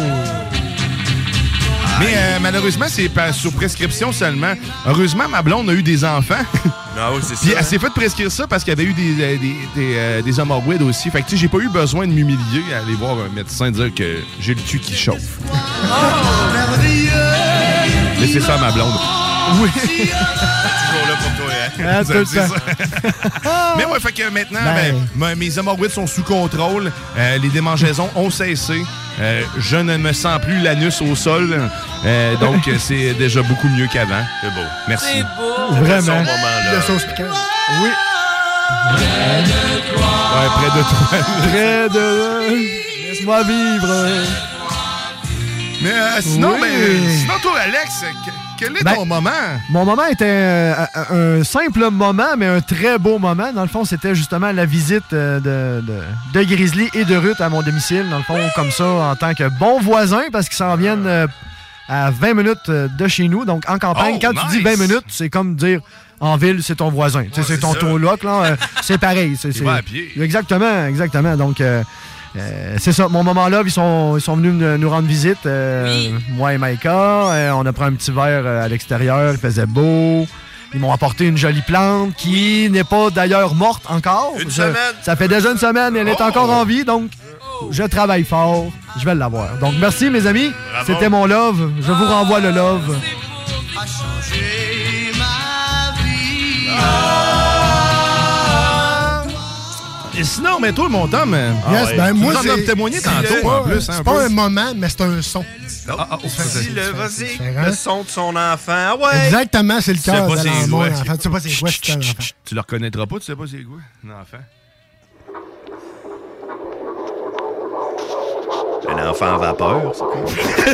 Mais malheureusement, c'est sur prescription seulement. Heureusement, ma blonde a eu des enfants. Ah oui, c'est ça. Puis elle s'est fait prescrire ça parce qu'elle avait eu des hémorroïdes aussi. Fait que tu sais, j'ai pas eu besoin de m'humilier à aller voir un médecin dire que j'ai le cul qui chauffe. Mais c'est ça, ma blonde. Oui. Toujours là pour toi, hein? Ah, Vous tout le avez dit temps. ça. Mais ouais, fait que maintenant, mes hémorroïdes sont sous contrôle. Les démangeaisons ont cessé. Je ne me sens plus l'anus au sol. Donc, c'est déjà beaucoup mieux qu'avant. C'est beau. Merci. C'est beau. Vraiment. De sauce piquante. Oui. Ouais, près de toi. Près de... Laisse-moi vivre. Mais sinon, Oui. sinon, toi, Alex, quel est ton moment? Mon moment était un simple moment, mais un très beau moment. Dans le fond, c'était justement la visite de Grizzly et de Ruth à mon domicile. Dans le fond, comme ça, en tant que bon voisin, parce qu'ils s'en viennent à 20 minutes de chez nous. Donc, en campagne, Oh, quand nice. tu dis 20 minutes, c'est comme dire... En ville, c'est ton voisin. Tu sais, c'est ton coloc, là. C'est pareil. Il va à pied. Exactement. Donc, c'est ça. Mon moment-là, ils sont venus nous rendre visite. Moi et Maïka. On a pris un petit verre à l'extérieur. Il faisait beau. Ils m'ont apporté une jolie plante qui n'est pas d'ailleurs morte encore. Une semaine. Ça fait déjà une semaine. Elle est encore en vie. Donc, je travaille fort. Je vais l'avoir. Donc, merci, mes amis. Bravo. C'était mon love. Je vous renvoie le love. Et sinon, mais toi, mon Tom, Yes, ben moi, tu nous en as témoigné tantôt, en plus. C'est pas un moment, mais c'est un son. Vas-y, différent. le son de son enfant. Ah ouais. Exactement, c'est le Tu sais cœur pas de c'est l'amour. quoi. Enfant, tu sais pas c'est quoi, c'est un enfant. Tu le reconnaîtras pas, tu sais pas c'est quoi, un enfant. Un enfant à vapeur, c'est quoi?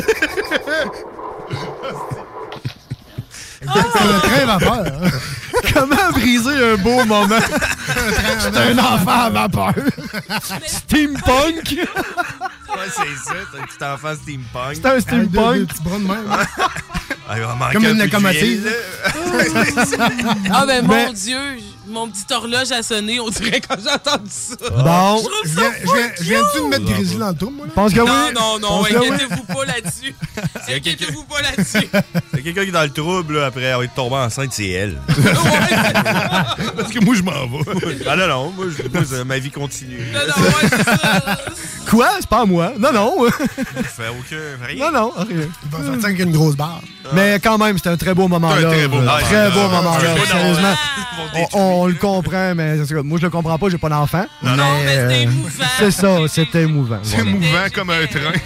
C'est un train vapeur. Comment briser un beau moment? C'est un enfant à vapeur. Steampunk. Ouais, c'est ça, c'est un petit enfant steampunk. C'est un steampunk. Des petits bras de même. Ah, il va manquer Comme un une peu locomotive. d'huile, là. Ah, ben, mon Dieu, mon petit horloge a sonné, on dirait quand j'ai entendu ça. Bon. Je viens-tu de mettre Grizzly dans le tour, moi? Là? Pense que oui. Non, Pense que oui. inquiétez-vous pas là-dessus. Inquiétez-vous pas là-dessus. C'est quelqu'un qui est dans le trouble, là, après avoir été tombé enceinte, c'est elle. Parce que moi, je m'en vais. Ah non, moi, ma vie continue. Non, ouais, c'est ça. Quoi? C'est pas à moi. Non. Fait aucun rien. Non, rien. Il va sortir avec une grosse barre. Mais quand même, c'était un très beau moment là. très beau moment. Très beau moment là. Ouais. Sérieusement. On le comprend, mais en tout cas, moi je le comprends pas, j'ai pas d'enfant. Non, mais c'était émouvant. C'est ça, c'était émouvant. C'est mouvant comme un train.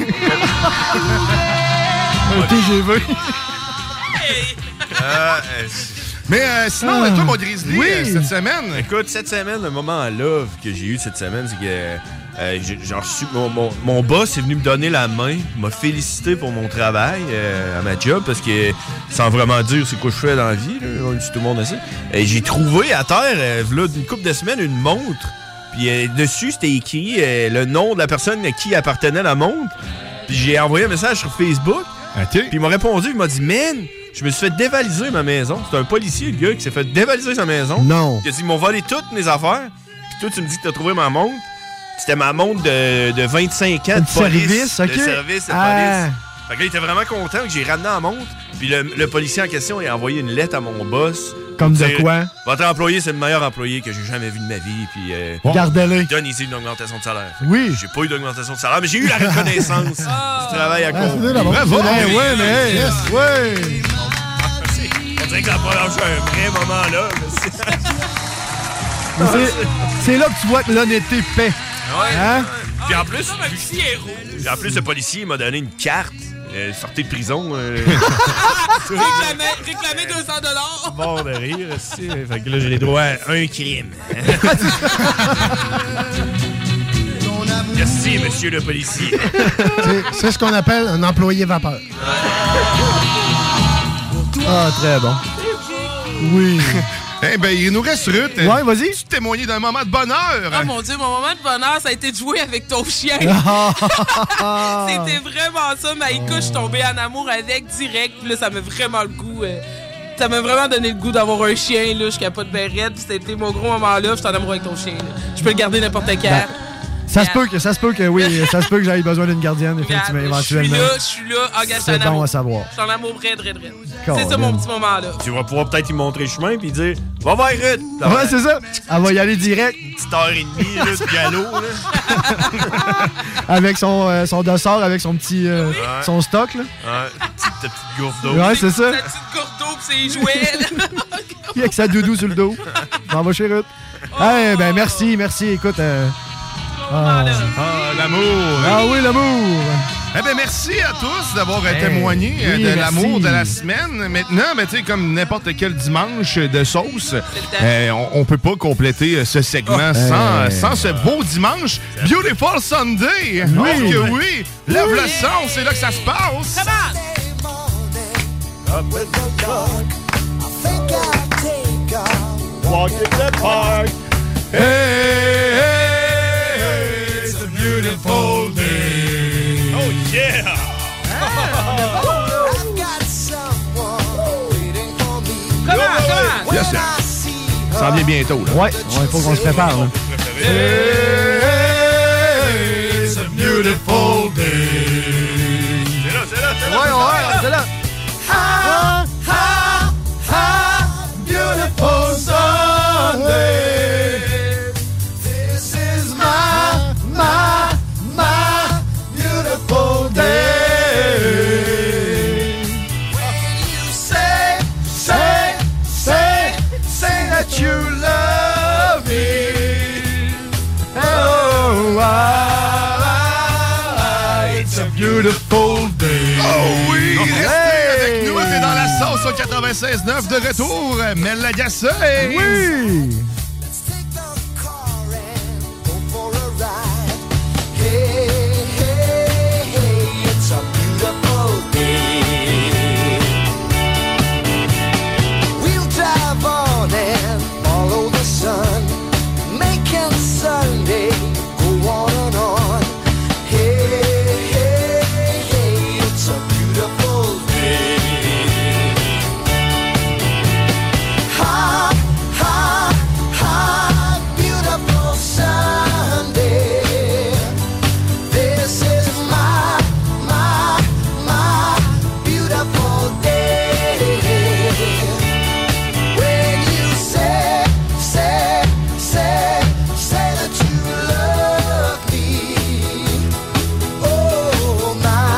Un TGV. Mais sinon, toi, mon Grizzly, cette semaine... Écoute, cette semaine, le moment en love que j'ai eu cette semaine, c'est que j'ai reçu... Mon boss est venu me donner la main, m'a félicité pour mon travail à ma job, parce que, sans vraiment dire c'est quoi je fais dans la vie, là, on dit tout le monde assez, j'ai trouvé à terre, là, d'une couple de semaines, une montre. Puis dessus, c'était écrit le nom de la personne à qui appartenait la montre. Puis j'ai envoyé un message sur Facebook. Okay. Puis il m'a répondu, il m'a dit « Man, je me suis fait dévaliser ma maison. » C'est un policier, le gars, qui s'est fait dévaliser sa maison. Non. Il a dit « Ils m'ont volé toutes mes affaires. » Puis toi, tu me dis que t'as trouvé ma montre. C'était ma montre de 25 ans de police. Service, OK. De service de police. Fait que là, il était vraiment content que j'ai ramené la montre. Puis le policier en question, il a envoyé une lettre à mon boss. Comme de Dire, quoi? Votre employé, c'est le meilleur employé que j'ai jamais vu de ma vie. Puis Gardez-le. donne-y une augmentation de salaire. Oui. J'ai pas eu d'augmentation de salaire, mais j'ai eu la reconnaissance du travail à c'est court. Bravo. Ouais, mais Yes. ouais. On dirait que la première fois, un vrai moment là. C'est là que tu vois que l'honnêteté paie. Ouais. Hein? Puis en plus, Comme un petit héros. puis en plus, le policier m'a donné une carte. Sortez de prison. Réclamer 200 $. Mort de rire aussi. Fait que là, j'ai les droits à un crime. Merci, monsieur le policier. C'est ce qu'on appelle un employé vapeur. Ah, très bon. Oui. Eh ben, il nous reste Ruth. Ouais, vas-y. Tu témoignes d'un moment de bonheur. Oh mon Dieu, mon moment de bonheur, ça a été de jouer avec ton chien. Ah. C'était vraiment ça. Maïka, je suis tombée en amour avec direct. Puis là, ça m'a vraiment le goût. Ça m'a vraiment donné le goût d'avoir un chien. Là. Je capote bien raide. Puis c'était mon gros moment là. Je suis en amour avec ton chien. Là. Je peux le garder n'importe quand. Ça se peut que j'aille besoin d'une gardienne, effectivement, éventuellement. Je suis là, engagé C'est bon à savoir. Je suis en amour raide. C'est Colin. ça mon petit moment là. Tu vas pouvoir peut-être lui montrer le chemin puis dire va vers Ruth. Ouais, c'est ça. Elle va y aller direct. Une petite heure et demie là, de galop. Là. Avec son dossard, avec son petit son stock, là. Ouais, petite gourde d'eau. Ouais, c'est ça. Ta petite gourde d'eau pis ses jouets. Il avec sa doudou sur le dos. On va chez Ruth. Eh ben, merci. Écoute. L'amour. Ah oui, l'amour. Eh bien, merci à tous d'avoir témoigné de l'amour de la semaine. Maintenant, ben, tu sais, comme n'importe quel dimanche de sauce, on peut pas compléter ce segment sans ce beau dimanche. Beautiful Sunday! Oui. Oh que oui! Lève le son, c'est là que ça se passe! Walk in the park. Hey, it's a beautiful day. Oh yeah! Yes, sir. Ça s'en vient bientôt. Là. Ouais, il faut qu'on se prépare. Là. It's a beautiful day. C'est là. Ouais, c'est là. Beautiful Sunday. This is my beautiful day. When you say that you love me. Oh, it's a beautiful day. Oh oui, restez avec nous, t'es dans la sauce au 96.9 de retour, Mel Lagacé. Oui. It's a beautiful day. We'll drive on and follow the sun, making Sunday go on and on. Hey, it's a beautiful day. Beautiful Sunday. This is my beautiful day. When you say that you love me. Oh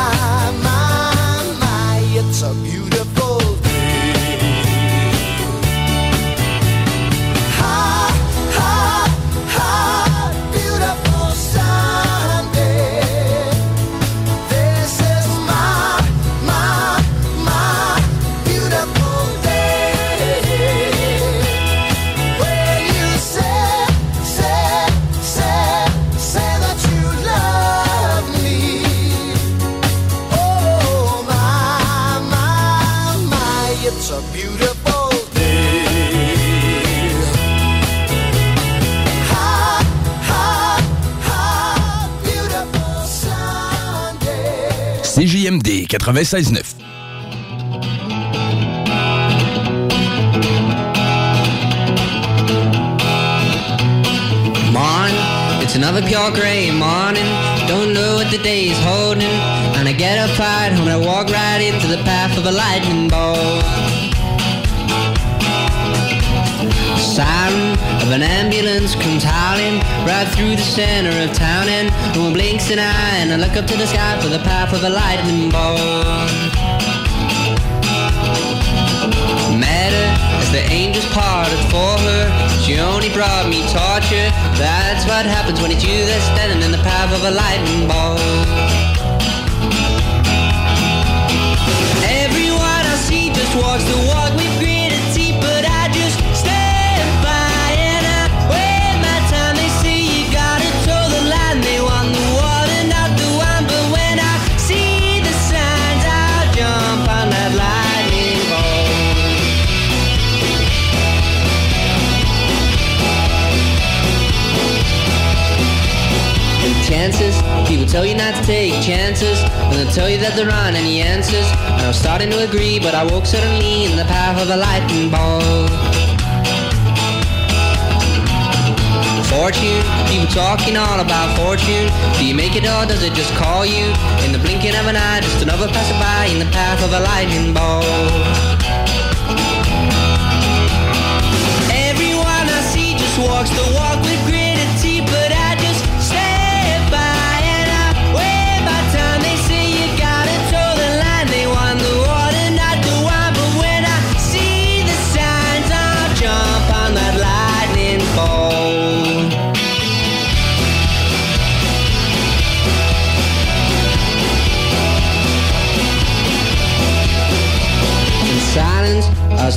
my, it's a beautiful day. Beautiful Sunday. This is my beautiful day. When you say that you love me. Oh my, it's a beautiful day. Beautiful Sunday. CJMD 96.9. Morning, it's another pure gray morning. Don't know what the day is holding. And I get up right home and I walk right into the path of a lightning bolt. Siren of an ambulance comes howling right through the center of town, and no one blinks an eye, and I look up to the sky for the path of a lightning bolt. Matter as the angels parted for her, she only brought me torture. That's what happens when it's you that's standing in the path of a lightning bolt. Everyone I see just walks the walk with gritted teeth, but I just stand by and I wait my time. They say you gotta toe the line, they want the water, not the wine, but when I see the signs, I'll jump on that lightning bolt. Chances, people tell you not to take chances, and they'll tell you that there aren't any answers. And I was starting to agree, but I woke suddenly in the path of a lightning bolt. Fortune, people talking all about fortune. Do you make it or does it just call you? In the blinking of an eye, just another passerby in the path of a lightning bolt. Everyone I see just walks the walk with gritted teeth, but I just stand by and I wait my time. They say you gotta toe the line, they want the water, not the wine, but when I see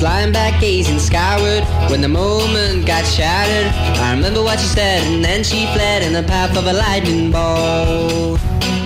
lying back gazing skyward when the moment got shattered. I remember what she said, and then she fled in the path of a lightning bolt.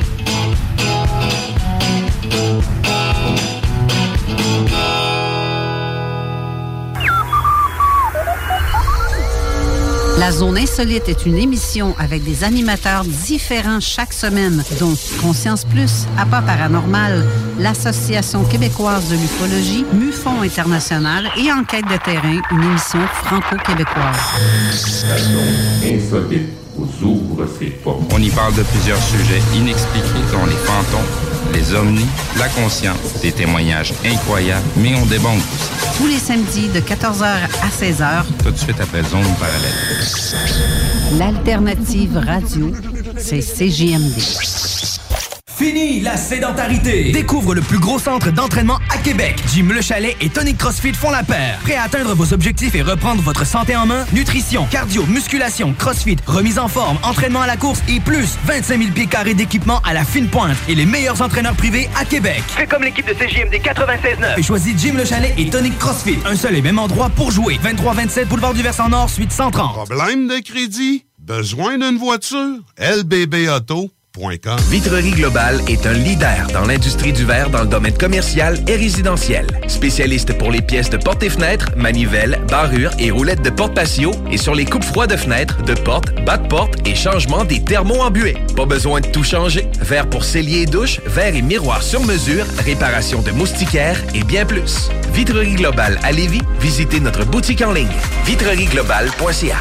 La Zone Insolite est une émission avec des animateurs différents chaque semaine, dont Conscience Plus, Appât Paranormal, l'Association québécoise de l'ufologie, MUFON International et Enquête de terrain, une émission franco-québécoise. La Zone Insolite vous ouvre ses portes. On y parle de plusieurs sujets inexpliqués, dont les fantômes, les ovnis, la conscience, des témoignages incroyables, mais on débonque aussi. Tous les samedis de 14h à 16h. Tout de suite après Zone Parallèle. L'alternative radio, c'est CJMD. Fini la sédentarité! Découvre le plus gros centre d'entraînement à Québec. Jim Le Chalet et Tonic CrossFit font la paire. Prêt à atteindre vos objectifs et reprendre votre santé en main? Nutrition, cardio, musculation, CrossFit, remise en forme, entraînement à la course et plus 25 000 pieds carrés d'équipement à la fine pointe et les meilleurs entraîneurs privés à Québec. Fais comme l'équipe de CJMD 96.9. Et choisis Jim Le Chalet et Tonic CrossFit. Un seul et même endroit pour jouer. 23-27 Boulevard du Versant Nord, suite 130. Problème de crédit? Besoin d'une voiture? LBBauto.com. Vitrerie Globale est un leader dans l'industrie du verre dans le domaine commercial et résidentiel. Spécialiste pour les pièces de portes et fenêtres, manivelles, barrures et roulettes de porte patio et sur les coupes froides de fenêtres, de portes, bas de porte et changement des thermos en buée. Pas besoin de tout changer. Verre pour cellier et douche, verre et miroir sur mesure, réparation de moustiquaires et bien plus. Vitrerie Globale à Lévis, visitez notre boutique en ligne. vitrerieglobale.ca.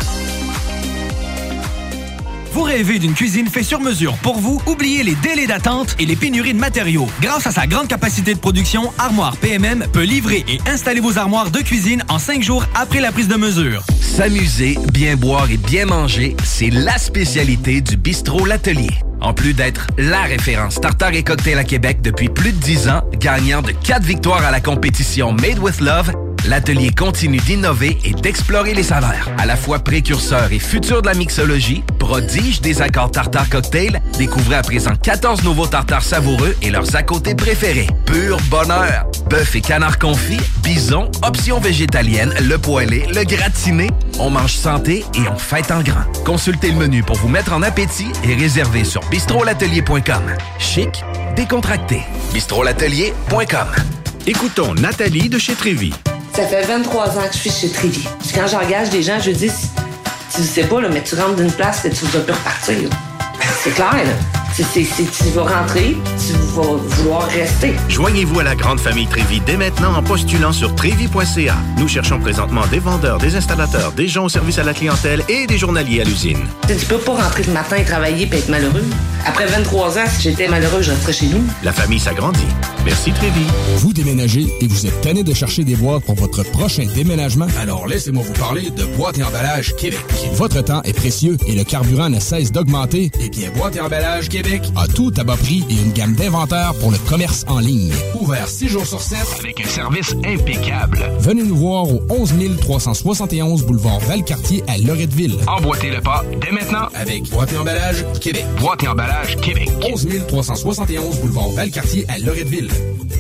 Vous rêvez d'une cuisine faite sur mesure pour vous? Oubliez les délais d'attente et les pénuries de matériaux. Grâce à sa grande capacité de production, Armoire PMM peut livrer et installer vos armoires de cuisine en 5 jours après la prise de mesure. S'amuser, bien boire et bien manger, c'est la spécialité du bistrot L'Atelier. En plus d'être la référence tartare et cocktail à Québec depuis plus de 10 ans, gagnant de 4 victoires à la compétition Made with Love, l'Atelier continue d'innover et d'explorer les saveurs. À la fois précurseur et futur de la mixologie, prodige des accords tartare cocktail, découvrez à présent 14 nouveaux tartares savoureux et leurs à côté préférés. Pur bonheur! Bœuf et canard confit, bison, options végétaliennes, le poêlé, le gratiné. On mange santé et on fête en grand. Consultez le menu pour vous mettre en appétit et réservez sur bistrolatelier.com. Chic, décontracté. bistrolatelier.com. Écoutons Nathalie de chez Trévy. Ça fait 23 ans que je suis chez Trévy. Puis quand j'engage des gens, je dis, tu sais pas, là, mais tu rentres d'une place et tu vas plus repartir. C'est clair, là. Tu vas rentrer, tu vas vouloir rester. Joignez-vous à la grande famille Trévy dès maintenant en postulant sur trévy.ca. Nous cherchons présentement des vendeurs, des installateurs, des gens au service à la clientèle et des journaliers à l'usine. Tu peux pas rentrer le matin et travailler et être malheureux. Après 23 ans, si j'étais malheureux, je resterais chez nous. La famille s'agrandit. Merci Trévy. Vous déménagez et vous êtes tanné de chercher des boîtes pour votre prochain déménagement? Alors laissez-moi vous parler de Boîte et Emballage Québec. Votre temps est précieux et le carburant ne cesse d'augmenter. Eh bien, Boîte et Emballage Québec a tout à bas prix et une gamme d'inventaires pour le commerce en ligne. Ouvert 6 jours sur 7 avec un service impeccable. Venez nous voir au 11 371 boulevard Valcartier à Loretteville. Emboîtez le pas dès maintenant avec Boîte et Emballage Québec. Boîte et Emballage Québec. 11 371 boulevard Valcartier à Loretteville.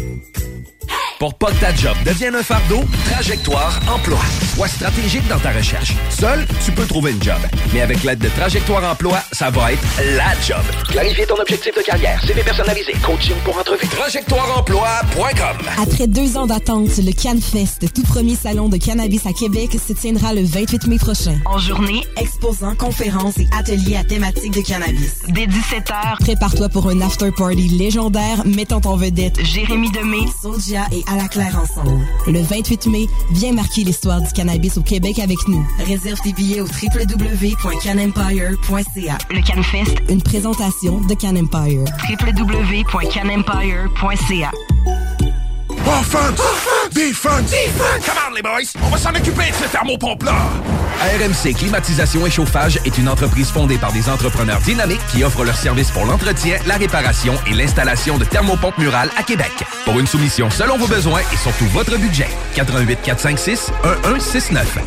Pour pas que ta job devienne un fardeau, Trajectoire Emploi. Sois stratégique dans ta recherche. Seul, tu peux trouver une job. Mais avec l'aide de Trajectoire Emploi, ça va être la job. Clarifier ton objectif de carrière, CV personnalisé, coaching pour entrevue. TrajectoireEmploi.com. Après 2 ans d'attente, le CanFest, tout premier salon de cannabis à Québec, se tiendra le 28 mai prochain. En journée, exposants, conférences et ateliers à thématique de cannabis. Dès 17h, prépare-toi pour un after-party légendaire mettant en vedette Jérémy Demé, Soulja et À la Claire ensemble. Le 28 mai, viens marquer l'histoire du cannabis au Québec avec nous. Réserve tes billets au www.canempire.ca. Le CanFest, une présentation de CanEmpire. www.canempire.ca. Offense! Defense! Come on, les boys! On va s'en occuper de ce thermopompe-là! RMC Climatisation et Chauffage est une entreprise fondée par des entrepreneurs dynamiques qui offrent leurs services pour l'entretien, la réparation et l'installation de thermopompes murales à Québec. Pour une soumission selon vos besoins et surtout votre budget. 88 456 1169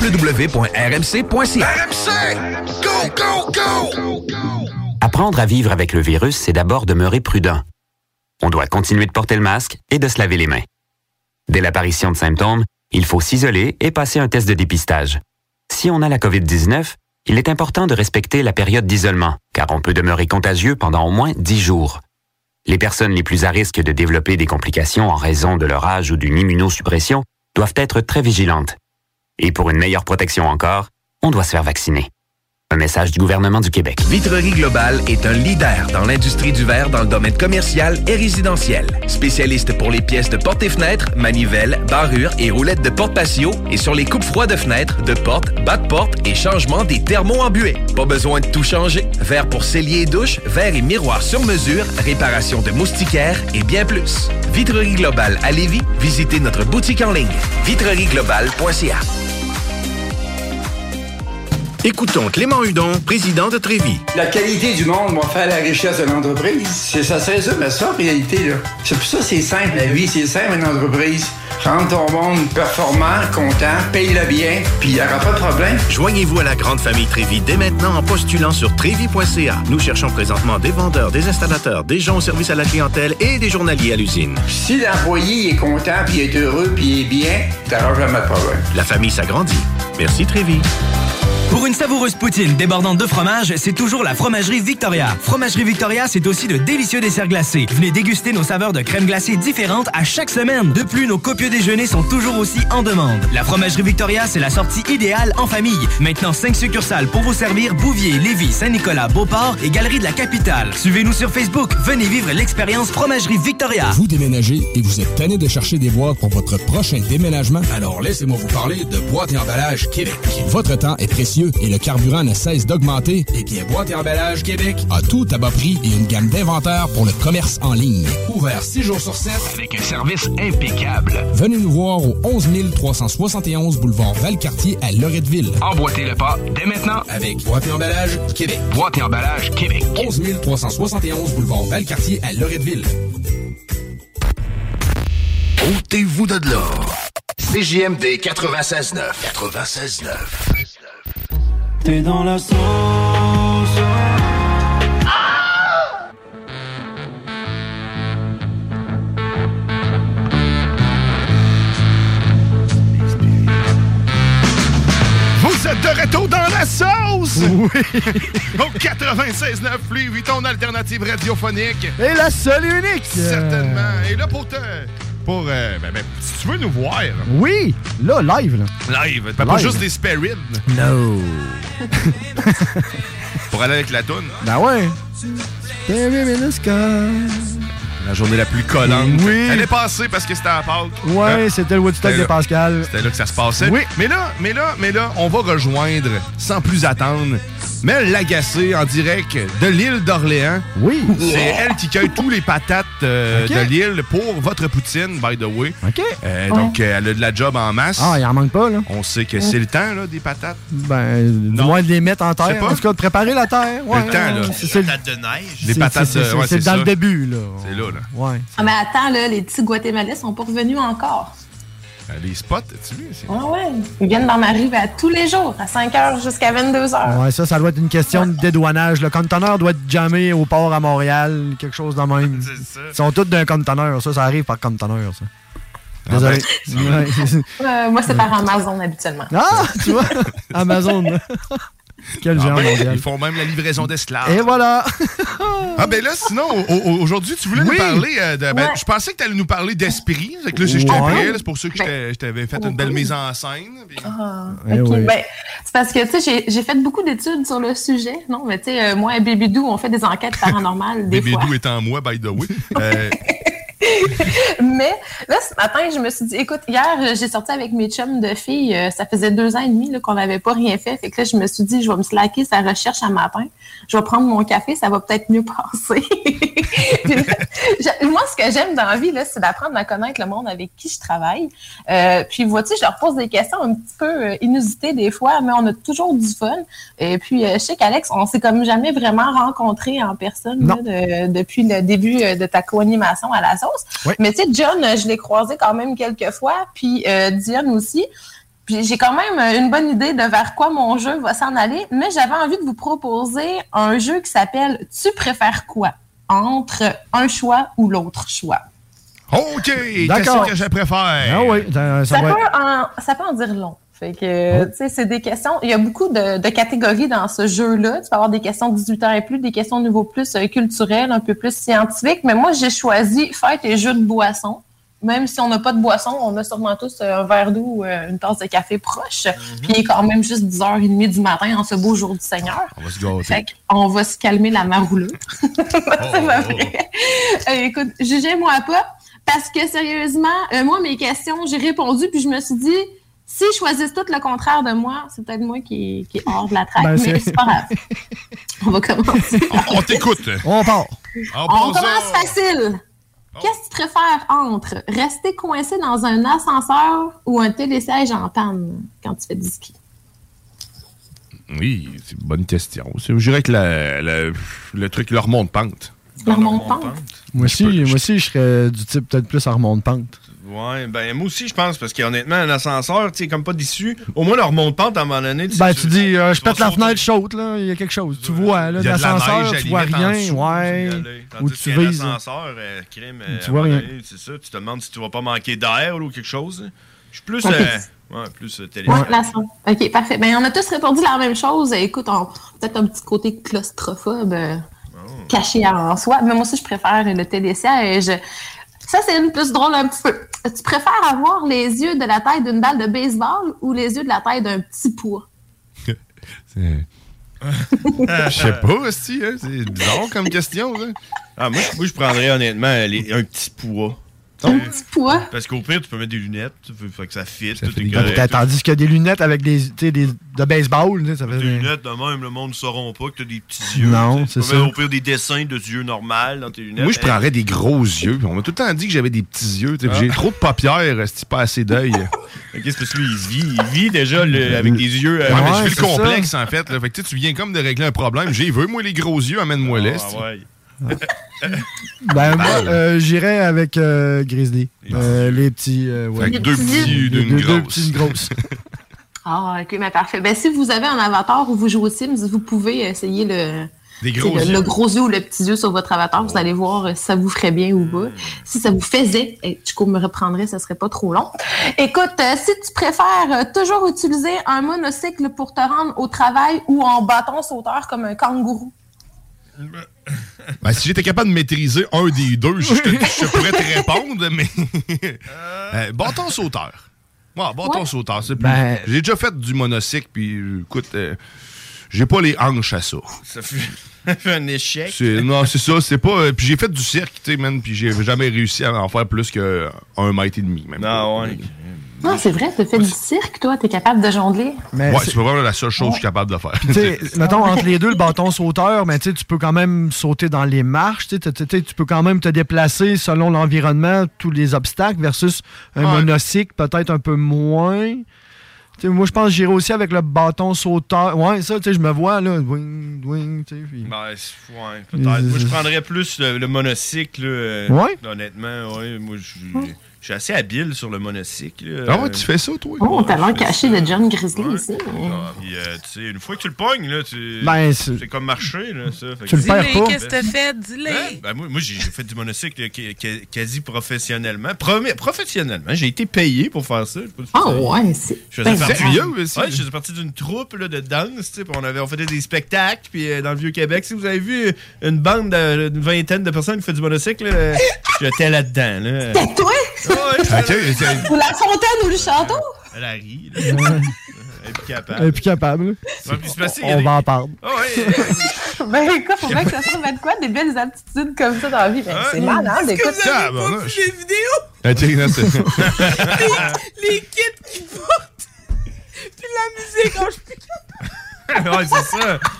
www.rmc.ca. RMC! Go, go, go! Apprendre à vivre avec le virus, c'est d'abord demeurer prudent. On doit continuer de porter le masque et de se laver les mains. Dès l'apparition de symptômes, Il faut s'isoler et passer un test de dépistage. Si on a la COVID-19, il est important de respecter la période d'isolement, car on peut demeurer contagieux pendant au moins 10 jours. Les personnes les plus à risque de développer des complications en raison de leur âge ou d'une immunosuppression doivent être très vigilantes. Et pour une meilleure protection encore, on doit se faire vacciner. Un message du gouvernement du Québec. Vitrerie Globale est un leader dans l'industrie du verre dans le domaine commercial et résidentiel. Spécialiste pour les pièces de portes et fenêtres, manivelles, barrures et roulettes de porte patio et sur les coupes froides de fenêtres, de portes, bas de porte et changement des thermos en buée. Pas besoin de tout changer. Verre pour cellier et douche, verre et miroirs sur mesure, réparation de moustiquaires et bien plus. Vitrerie Globale à Lévis, visitez notre boutique en ligne vitrerieglobale.ca. Écoutons Clément Hudon, président de Trévis. La qualité du monde va faire la richesse de l'entreprise. Ça se résume à ça, en réalité. Là. C'est pour ça que c'est simple, la vie, c'est simple, une entreprise. Rendre ton monde performant, content, paye-le bien, puis il n'y aura pas de problème. Joignez-vous à la grande famille Trévis dès maintenant en postulant sur trévis.ca. Nous cherchons présentement des vendeurs, des installateurs, des gens au service à la clientèle et des journaliers à l'usine. Si l'employé est content, puis est heureux, puis est bien, t'auras jamais de problème. La famille s'agrandit. Merci Trévis. Pour une savoureuse poutine débordante de fromage, c'est toujours la Fromagerie Victoria. Fromagerie Victoria, c'est aussi de délicieux desserts glacés. Venez déguster nos saveurs de crème glacée différentes à chaque semaine. De plus, nos copieux déjeuners sont toujours aussi en demande. La Fromagerie Victoria, c'est la sortie idéale en famille. Maintenant, 5 succursales pour vous servir: Bouvier, Lévis, Saint-Nicolas, Beauport et Galerie de la Capitale. Suivez-nous sur Facebook. Venez vivre l'expérience Fromagerie Victoria. Vous déménagez et vous êtes tanné de chercher des boîtes pour votre prochain déménagement? Alors laissez-moi vous parler de Boîte et Emballage Québec. Votre temps est précieux et le carburant ne cesse d'augmenter, eh bien Boîte et Emballage Québec a tout à bas prix et une gamme d'inventaires pour le commerce en ligne. Ouvert 6 jours sur 7 avec un service impeccable. Venez nous voir au 11 371 boulevard Valcartier à Loretteville. Emboîtez le pas dès maintenant avec Boîte et Emballage Québec. Boîte et Emballage Québec. 11 371 boulevard Valcartier à Loretteville. Ôtez-vous de l'or. CJMD 96.9. 96.9. T'es dans la sauce. Vous êtes de retour dans la sauce! Oui! Au 96.9 Lévis, ton alternative radiophonique. Et la seule et unique! Certainement. Et là, si tu veux nous voir. Oui! Là, live. Live. Pas juste des spare ribs. No. Pour aller avec la toune. Ben ouais. La journée la plus collante. Oui. Elle est passée parce que c'était à Pâques. Ouais, c'était le Woodstock de Pascal. C'était là que ça se passait. Oui. Mais là, on va rejoindre, sans plus attendre, Mel Lagacé en direct de l'île d'Orléans. Oui. C'est elle qui cueille tous les patates de l'île pour votre poutine, by the way. OK. Donc, elle a de la job en masse. Ah, il en manque pas, là. On sait que c'est le temps, là, des patates. Ben, du moins de les mettre en terre. En tout cas, de préparer la terre. Ouais, le temps, là. C'est les patates de neige. Les patates de... C'est dans le début, là. C'est là. Ouais. Ah, mais attends, là, les petits Guatémalais sont pas revenus encore. Les spots, tu vu? Ah ouais. Ils viennent dans ma rue tous les jours, à 5h jusqu'à 22h. Ouais, ça doit être une question de dédouanage. Le conteneur doit être jammé au port à Montréal, quelque chose de même. C'est ça. Ils sont tous d'un conteneur. Ça arrive par conteneur, ça. Désolé. Moi, c'est par Amazon, habituellement. Ah, tu vois? Amazon. Quel genre mondial. Ils font même la livraison d'esclaves. Et voilà! Ah ben là, sinon, aujourd'hui, tu voulais nous parler de... Ben, je pensais que tu allais nous parler d'esprit. Fait que là, j'étais prêt. C'est pour ça que je t'avais fait une belle mise en scène. Puis... Okay. Ben, c'est parce que, tu sais, j'ai fait beaucoup d'études sur le sujet. Non, mais tu sais, moi et Bébidou, on fait des enquêtes paranormales des fois. Bébidou étant moi, by the way. Mais là, ce matin, je me suis dit, écoute, hier, j'ai sorti avec mes chums de filles. Ça faisait 2 ans et demi là, qu'on n'avait pas rien fait. Fait que là, je me suis dit, je vais me slacker sa recherche un matin. Je vais prendre mon café, ça va peut-être mieux passer. Moi, ce que j'aime dans la vie, là, c'est d'apprendre à connaître le monde avec qui je travaille. Puis, vois-tu, je leur pose des questions un petit peu inusitées des fois, mais on a toujours du fun. Et puis, je sais qu'Alex, on s'est comme jamais vraiment rencontrés en personne là, depuis le début de ta co-animation à la sauce. Oui. Mais tu sais, John, je l'ai croisé quand même quelques fois, puis Diane aussi. Puis j'ai quand même une bonne idée de vers quoi mon jeu va s'en aller, mais j'avais envie de vous proposer un jeu qui s'appelle « Tu préfères quoi? » entre un choix ou l'autre choix. OK, D'accord. qu'est-ce que je préfère? Ah oui, Ça peut en dire long. Fait que, tu sais, c'est des questions. Il y a beaucoup de catégories dans ce jeu-là. Tu peux avoir des questions de 18 ans et plus, des questions au niveau plus culturel, un peu plus scientifique. Mais moi, j'ai choisi faire tes jeux de boisson. Même si on n'a pas de boisson, on a sûrement tous un verre d'eau ou une tasse de café proche. Puis il est quand même juste 10h30 du matin en ce beau jour du Seigneur. On va se gâter. Fait qu'on va se calmer la marouleur. C'est pas vrai. Écoute, jugez-moi pas. Parce que sérieusement, moi, mes questions, j'ai répondu, puis je me suis dit, s'ils choisissent tout le contraire de moi, c'est peut-être moi qui est hors de la traque, mais c'est pas grave. On va commencer. On t'écoute. On part. On commence facile. Qu'est-ce que tu préfères entre rester coincé dans un ascenseur ou un télésiège en panne quand tu fais du ski? Oui, c'est une bonne question. Je dirais que le truc, le remonte-pente. Le remonte-pente? Moi aussi, je serais du type peut-être plus à remonte-pente. Ouais, ben moi aussi, je pense, parce qu'honnêtement, un ascenseur, tu sais, comme pas d'issue, au moins le remonte-pente, à un moment donné... Tu dis, je pète la fenêtre chaude, là, il y a quelque chose. Tu vois, là, de l'ascenseur, tu vois rien, ou tu vises. L'ascenseur, crime, tu vois rien. C'est ça, tu te demandes si tu vas pas manquer d'air ou quelque chose. Je suis plus... plus télé. Ouais, OK, parfait. Ben, on a tous répondu la même chose. Écoute, peut-être un petit côté claustrophobe caché en soi. Mais moi aussi, je préfère le télésiège. Ça, c'est une plus drôle un petit peu. Tu préfères avoir les yeux de la taille d'une balle de baseball ou les yeux de la taille d'un petit pois? Je sais pas, si, hein? C'est bizarre comme question. Moi, je prendrais honnêtement un petit pois. Un petit pois? Parce qu'au pire, tu peux mettre des lunettes, fait que ça fit. Tandis qu'il y a des lunettes avec de baseball. Ça fait des lunettes de même, le monde ne sauront pas que tu as des petits yeux. Non, c'est ça. Au pire, des dessins de yeux normaux dans tes lunettes. Moi, je prendrais des gros yeux. On m'a tout le temps dit que j'avais des petits yeux. J'ai trop de paupières, c'est pas assez d'œil. Qu'est-ce que lui, il vit déjà avec des yeux. Ouais, mais je fais le complexe, en fait. Fait que tu viens comme de régler un problème. J'ai vu, moi, les gros yeux, amène-moi-les. Moi, j'irais avec Grizzly. Les petits. Avec deux petits d'une grosse. Deux petites grosses. Ah, ok, mais parfait. Ben, si vous avez un avatar où vous jouez aux Sims, vous pouvez essayer le gros yeux ou le petit yeux sur votre avatar. Vous allez voir si ça vous ferait bien ou pas. Si ça vous faisait, Chico me reprendrait, ça serait pas trop long. Écoute, si tu préfères toujours utiliser un monocycle pour te rendre au travail ou en bâton sauteur comme un kangourou? Ben, si j'étais capable de maîtriser un des deux, je pourrais te répondre, mais... bâton sauteur. Bâton sauteur, c'est plus... J'ai déjà fait du monocycle, puis écoute, j'ai pas les hanches à ça. Ça fait un échec. Non, c'est ça, c'est pas... puis j'ai fait du cirque, tu sais, man, puis j'ai jamais réussi à en faire plus qu'un mètre et demi, même. Non, ouais. Non, c'est vrai, tu fais du cirque, toi, t'es capable de jongler. C'est vraiment la seule chose que je suis capable de faire. Mettons, entre les deux, le bâton sauteur, mais tu peux quand même sauter dans les marches, tu peux quand même te déplacer selon l'environnement, tous les obstacles, versus un monocycle, peut-être un peu moins. Moi, je pense que j'irai aussi avec le bâton sauteur. Ouais, ça, je me vois, là. Dwing, tu sais. Puis... peut-être. Moi, je prendrais plus le monocycle, honnêtement. Ouais, moi, je suis assez habile sur le monocycle. Ah ouais, tu fais ça, toi? Oh, talent caché de John Grizzly ici. Puis, tu sais, une fois que tu le pognes, là, c'est comme marcher, là, ça. Tu le perds pas. Qu'est-ce que t'as fait? Dis-le. Ben, moi, j'ai fait du monocycle quasi professionnellement. Professionnellement, j'ai été payé pour faire ça. Ouais, c'est... Je faisais partie d'une troupe là, de danse, tu sais, on faisait des spectacles, puis dans le Vieux-Québec, si vous avez vu une bande d'une vingtaine de personnes qui fait du monocycle, j'étais là-dedans. Là. C'était toi? Ou la fontaine ou le château? Elle rit. Elle est plus capable. Elle est plus capable. On va en parler. Ben écoute, faut bien que ça soit quoi des belles aptitudes comme ça dans la vie. Ben, c'est malade, écoute. Est-ce que vous avez pas vu les vidéos? Les kits qui portent. Puis la musique, je suis ouais, c'est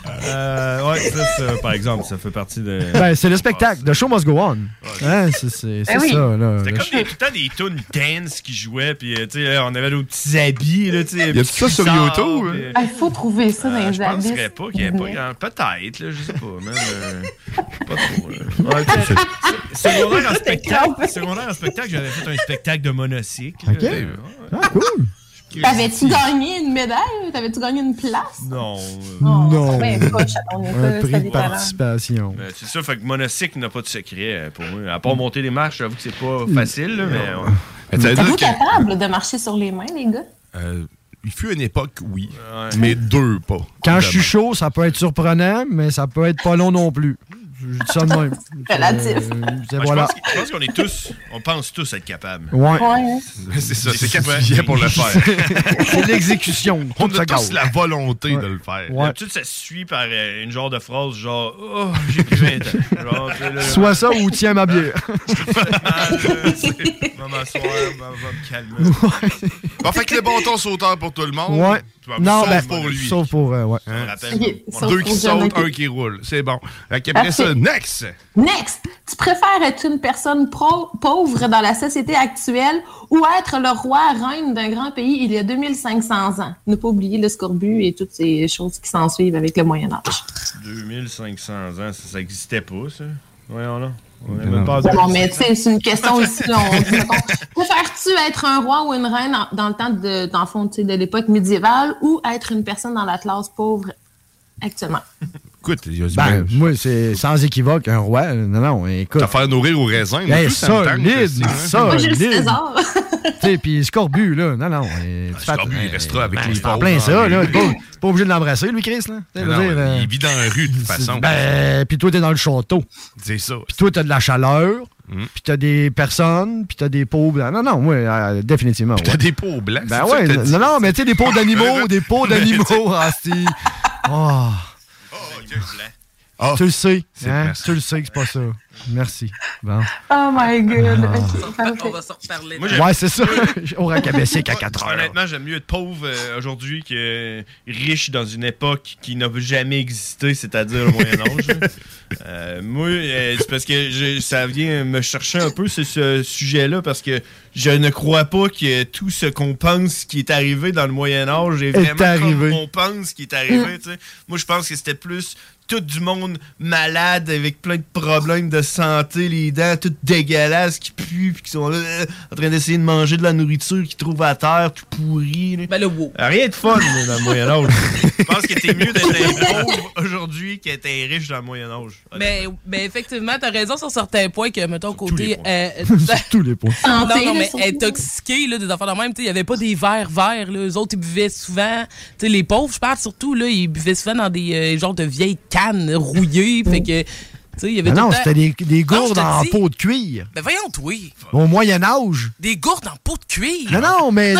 ça. Ça, par exemple, ça fait partie de... Ben, c'est le spectacle. The show must go on. C'est ça, là. C'était comme tout le temps des tunes dance qui jouaient, puis tu sais, on avait nos petits habits, là, tu sais. Y a tout ça sur YouTube? Il faut trouver ça dans les habits. Je penserais pas qu'il y ait pas... Peut-être, là, je sais pas, même... pas trop, secondaire en spectacle, j'avais fait un spectacle de monocycle. OK. Cool. T'avais-tu gagné une médaille? T'avais-tu gagné une place? Non. Non. Ben, poche à ton Un école, prix c'était de des talents. participation. Ben, c'est ça, fait que monocycle n'a pas de secret pour moi. À part monter les marches, j'avoue que c'est pas facile, là, mais... Êtes-vous capable de marcher sur les mains, les gars? Il fut une époque, oui, mais 2 pas. Quand je suis chaud, ça peut être surprenant, mais ça peut être pas long non plus. Je dis ça de même. Relatif. Voilà. Je pense qu'on est tous, on pense tous être capables. Ouais. C'est ça, c'est 4 juillet pour le faire. C'est l'exécution. On Tout a ça tous la volonté de le faire. Ouais. D'habitude, ça se suit par une genre de phrase genre « Oh, j'ai plus 20 ans. » Genre, Soit ça ou tiens ma bière. Maman soir, va me calmer. Bon, fait que les bâtons sauteurs pour tout le monde. Ouais. Non, ben, pour lui. Sauf pour, ouais. Hein? Okay, On a 2 qui sautent, 1 qui roule. C'est bon. Après ça, next! Next! Tu préfères être une personne pauvre dans la société actuelle ou être le roi, reine d'un grand pays il y a 2500 ans? Ne pas oublier le scorbut et toutes ces choses qui s'en suivent avec le Moyen-Âge. 2500 ans, ça n'existait pas, ça. Voyons là. Non, mais tu sais, c'est une question aussi. Préfères-tu être un roi ou une reine dans le temps dans le fond, de l'époque médiévale ou être une personne dans la classe pauvre actuellement? Écoute, il y a du moi, c'est sans équivoque un roi. Non, écoute. T'as faire nourrir au raisin. Solide. Moi, j'ai le César. Puis scorbut, là. Non. Scorbut, il restera avec les pauvres. Plein ça, là. Pas obligé de l'embrasser, lui, Chris, là. Il vit dans la rue, de toute façon. Puis toi, t'es dans le château. C'est ça. Puis toi, t'as de la chaleur. Puis t'as des personnes, puis t'as des peaux blancs. Non, moi, définitivement. Puis t'as des peaux blancs. Ben ouais. Non, mais tu sais, des peaux d'animaux, des peaux d'animaux. Oh. Tu le sais. Hein? Tu le sais que c'est pas ça. Merci. Bon. Oh my God. On va s'en reparler. Ouais, c'est ça. Au Racabessic à 4 heures. Honnêtement, j'aime mieux être pauvre aujourd'hui que riche dans une époque qui n'a jamais existé, c'est-à-dire le Moyen-Âge. Moi, c'est parce que ça vient me chercher un peu ce sujet-là, parce que je ne crois pas que tout ce qu'on pense qui est arrivé dans le Moyen-Âge est vraiment comme on pense qui est arrivé. T'sais. Moi, je pense que c'était plus tout du monde malade avec plein de problèmes de santé, les dents toutes dégueulasses qui puent puis qui sont là en train d'essayer de manger de la nourriture qu'ils trouvent à terre, tout pourri. Là. Ben le wow. Rien de fun là, dans le Moyen-Âge. Je pense que t'es mieux d'être un pauvre aujourd'hui qu'être un riche dans le Moyen-Âge. Mais effectivement, t'as raison sur certains points que, mettons, côté... Sur tous les points. Non, mais intoxiqué, là, des affaires de même, il n'y avait pas des verres verts, là. Eux autres, ils buvaient souvent... Tu sais, les pauvres, je parle surtout, là, ils buvaient souvent dans des genres de vieilles cannes rouillées, fait que... Il y avait non, tout c'était des gourdes en peau de cuir. Ben voyons, oui. Au Moyen-Âge. Des gourdes en peau de cuir? Non, mais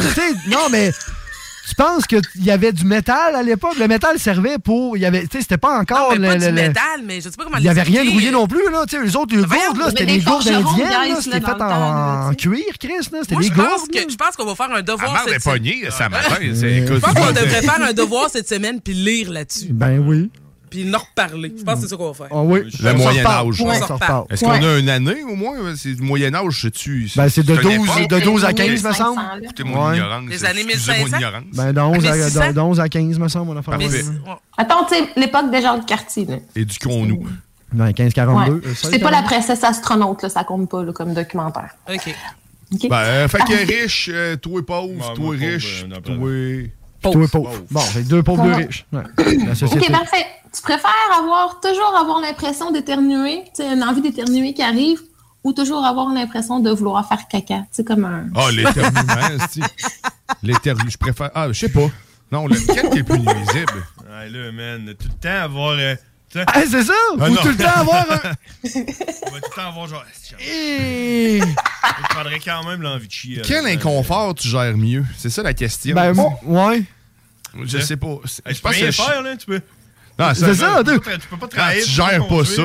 tu penses qu'il y avait du métal à l'époque? Le métal servait pour... C'était pas encore... Non, mais pas du métal, mais je sais pas comment il n'y avait rien de rouillé non plus, là. Les autres, les gourdes, là, c'était des gourdes indiennes, c'était fait en cuir, Chris, là. C'était des gourdes. Je pense qu'on va faire un devoir cette semaine. Je pense qu'on devrait faire un devoir cette semaine puis lire là-dessus. Ben oui. Puis en reparler. Je pense que c'est ça qu'on va faire. Ah oui. Le Moyen-Âge. Est-ce qu'on a une année au moins? C'est le Moyen-Âge, sais-tu? Ben, c'est de 12 à 15, me semble. Écoutez mon ignorance. Les années 1500? Ben, de 11 à 15, me semble, on a fait. Attends, tu sais, l'époque des gens de quartier. Éduquons-nous. Dans 1542. C'est pas la princesse astronaute, là, ça compte pas là, comme documentaire. OK. Ben, fait que riche, toi pauvre, toi riche, toi pauvre. Bon, fait 2 pauvres, 2 riches. OK, parfait. Tu préfères toujours avoir l'impression d'éternuer, tu sais, une envie d'éternuer qui arrive, ou toujours avoir l'impression de vouloir faire caca, tu sais, comme un... Ah, l'éternuement, l'éternuement, je préfère... Ah, je sais pas. Non, lequel est le plus nuisible? Ah là, man, tout le temps avoir... Ah, c'est ça! Faut tout le temps avoir un... On va tout le temps avoir genre... Je prendrais quand même l'envie de chier. Quel inconfort tu gères mieux? C'est ça la question. Ben, ouais. Je sais pas. Je peux rien faire, là, tu peux... Non, c'est ça, tu peux pas travailler. Tu gères pas ça.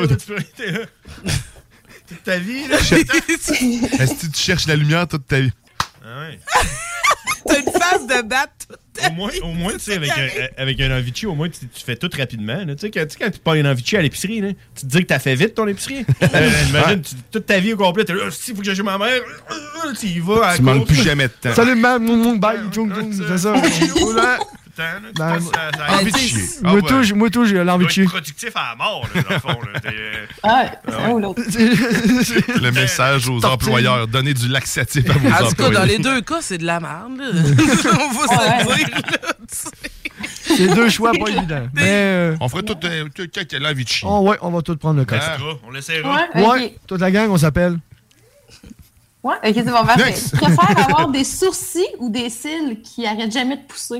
Toute ta vie, là. Est-ce que tu cherches la lumière toute ta vie? Ah ouais. T'as une face de batte toute ta vie. Au moins, tu sais, avec un Avicii, au moins, tu fais tout rapidement. Tu sais, quand tu pars un Avicii à l'épicerie, là, tu te dis que t'as fait vite ton épicerie. Imagine, toute ta vie au complet, t'es là, il faut que j'aille chez ma mère. Tu y vas. Tu manques plus jamais de temps. Salut, maman, bye, c'est ça. temps. Là. Ben, Envie de chier. Moi, tout, j'ai l'envie de chier. Productif à la mort, là, dans le fond. Là. C'est un ou l'autre. Le message aux employeurs, donnez du laxatif à vos employés. En tout cas, dans les deux cas, c'est de la merde. On va se le dire. C'est deux choix pas évidents. Mais, on ferait tout quelqu'un qui a envie de chier. Oh, ouais, on va tout prendre le cas. On l'essaiera. Ouais, toute la gang, on s'appelle. Ouais, ok, c'est bon, parfait. Tu préfères avoir des sourcils ou des cils qui arrêtent jamais de pousser?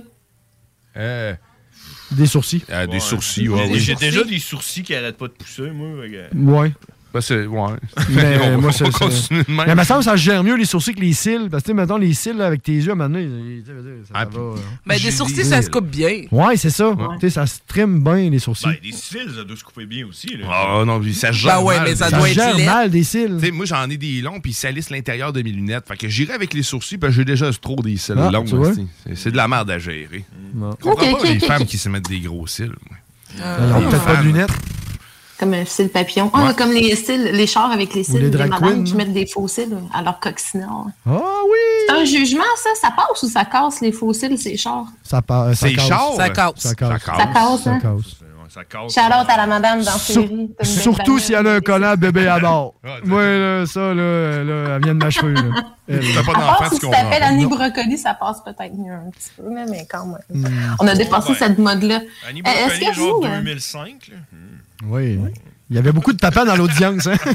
Des sourcils. Des sourcils, oui. J'ai déjà des sourcils qui arrêtent pas de pousser, moi. Ouais. Ben, c'est. Ouais. Mais moi, on continue de même. Mais il me semble que ça se gère mieux les sourcils que les cils. Parce que, mettons, les cils, là, avec tes yeux, maintenant, ça va. Mais des sourcils, ça se coupe bien. Ouais, c'est ça. Tu sais, ça se trime bien, les sourcils. Ben, des cils, ça doit se couper bien aussi. Là. Ah non, ça gère mal. Mais ça doit être mal, des cils. T'sais, moi, j'en ai des longs, puis ils salissent l'intérieur de mes lunettes. Fait que j'irai avec les sourcils, parce que j'ai déjà trop des cils longs. C'est de la merde à gérer. Je comprends pas les femmes qui se mettent des gros cils. Ils n'ont peut-être pas de lunettes. Comme un cil papillon. Comme les cils, les chars avec les cils, les madames qui mettent des faux cils à leur coccinelle. Ah oui! C'est un jugement, ça? Ça passe ou ça casse les faux cils, ces chars? Ça passe. Ces chars? Ça casse. Ça casse, hein? Shout-out à la madame dans la série. Surtout s'il y en a un collant bébé à bord. Moi, là, ça, là, elle vient de m'achever. T'as pas À part d'enfant, si tu t'appelles Annie Brocoli, ça passe peut-être mieux un petit peu, mais quand même. On a dépassé cette mode-là. Annie Brocoli, genre 2005, là. Oui. Il y avait beaucoup de papas dans l'audience. Hein?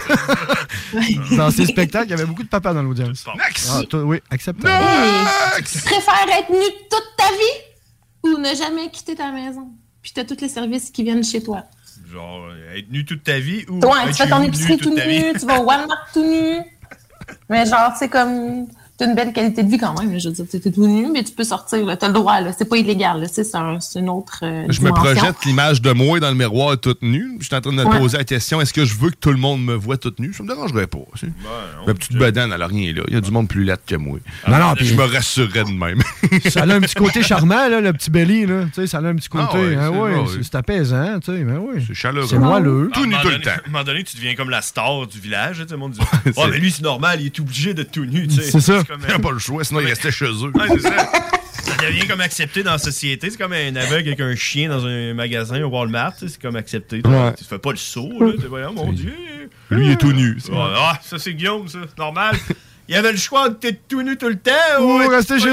Dans ces spectacles, il y avait beaucoup de papas dans l'audience. Oui, acceptable. Tu préfères être nu toute ta vie ou ne jamais quitter ta maison? Puis tu as tous les services qui viennent chez toi. Genre, être nu toute ta vie ou. Ouais, tu fais ton épicerie tout nu, tu vas au Walmart tout nu. Mais genre, c'est comme. T'as une belle qualité de vie quand même. Je veux dire, t'es tout nu, mais tu peux sortir. T'as le droit. Là. C'est pas illégal. C'est une autre. Je me projette l'image de moi dans le miroir toute nue. Je suis en train de me poser la question, est-ce que je veux que tout le monde me voit toute nue? Ça me dérangerait pas. Ma petite bedaine, elle a rien là. Il y a du monde plus laid que moi. Non, puis je me rassurerais de même. Ça a un petit côté charmant, là, le petit belly. Là. Ça a un petit côté. C'est apaisant. Mais oui. C'est chaleureux. C'est moelleux. Tout nu tout le temps. À un moment donné, tu deviens comme la star du village. Tout le monde dit mais lui, c'est normal, il est obligé d'être tout nu. C'est ça. Il n'a pas le choix, sinon il restait chez eux. Ouais, c'est ça. Ça devient comme accepté dans la société. C'est comme un aveugle avec un chien dans un magasin au Walmart. C'est comme accepté. Ouais. Tu fais pas le saut. Là. Oh, mon Dieu. Lui, il est tout nu. Ça, c'est Guillaume, ça. Normal. Il y avait le choix d'être tout nu tout le temps ou rester chez eux.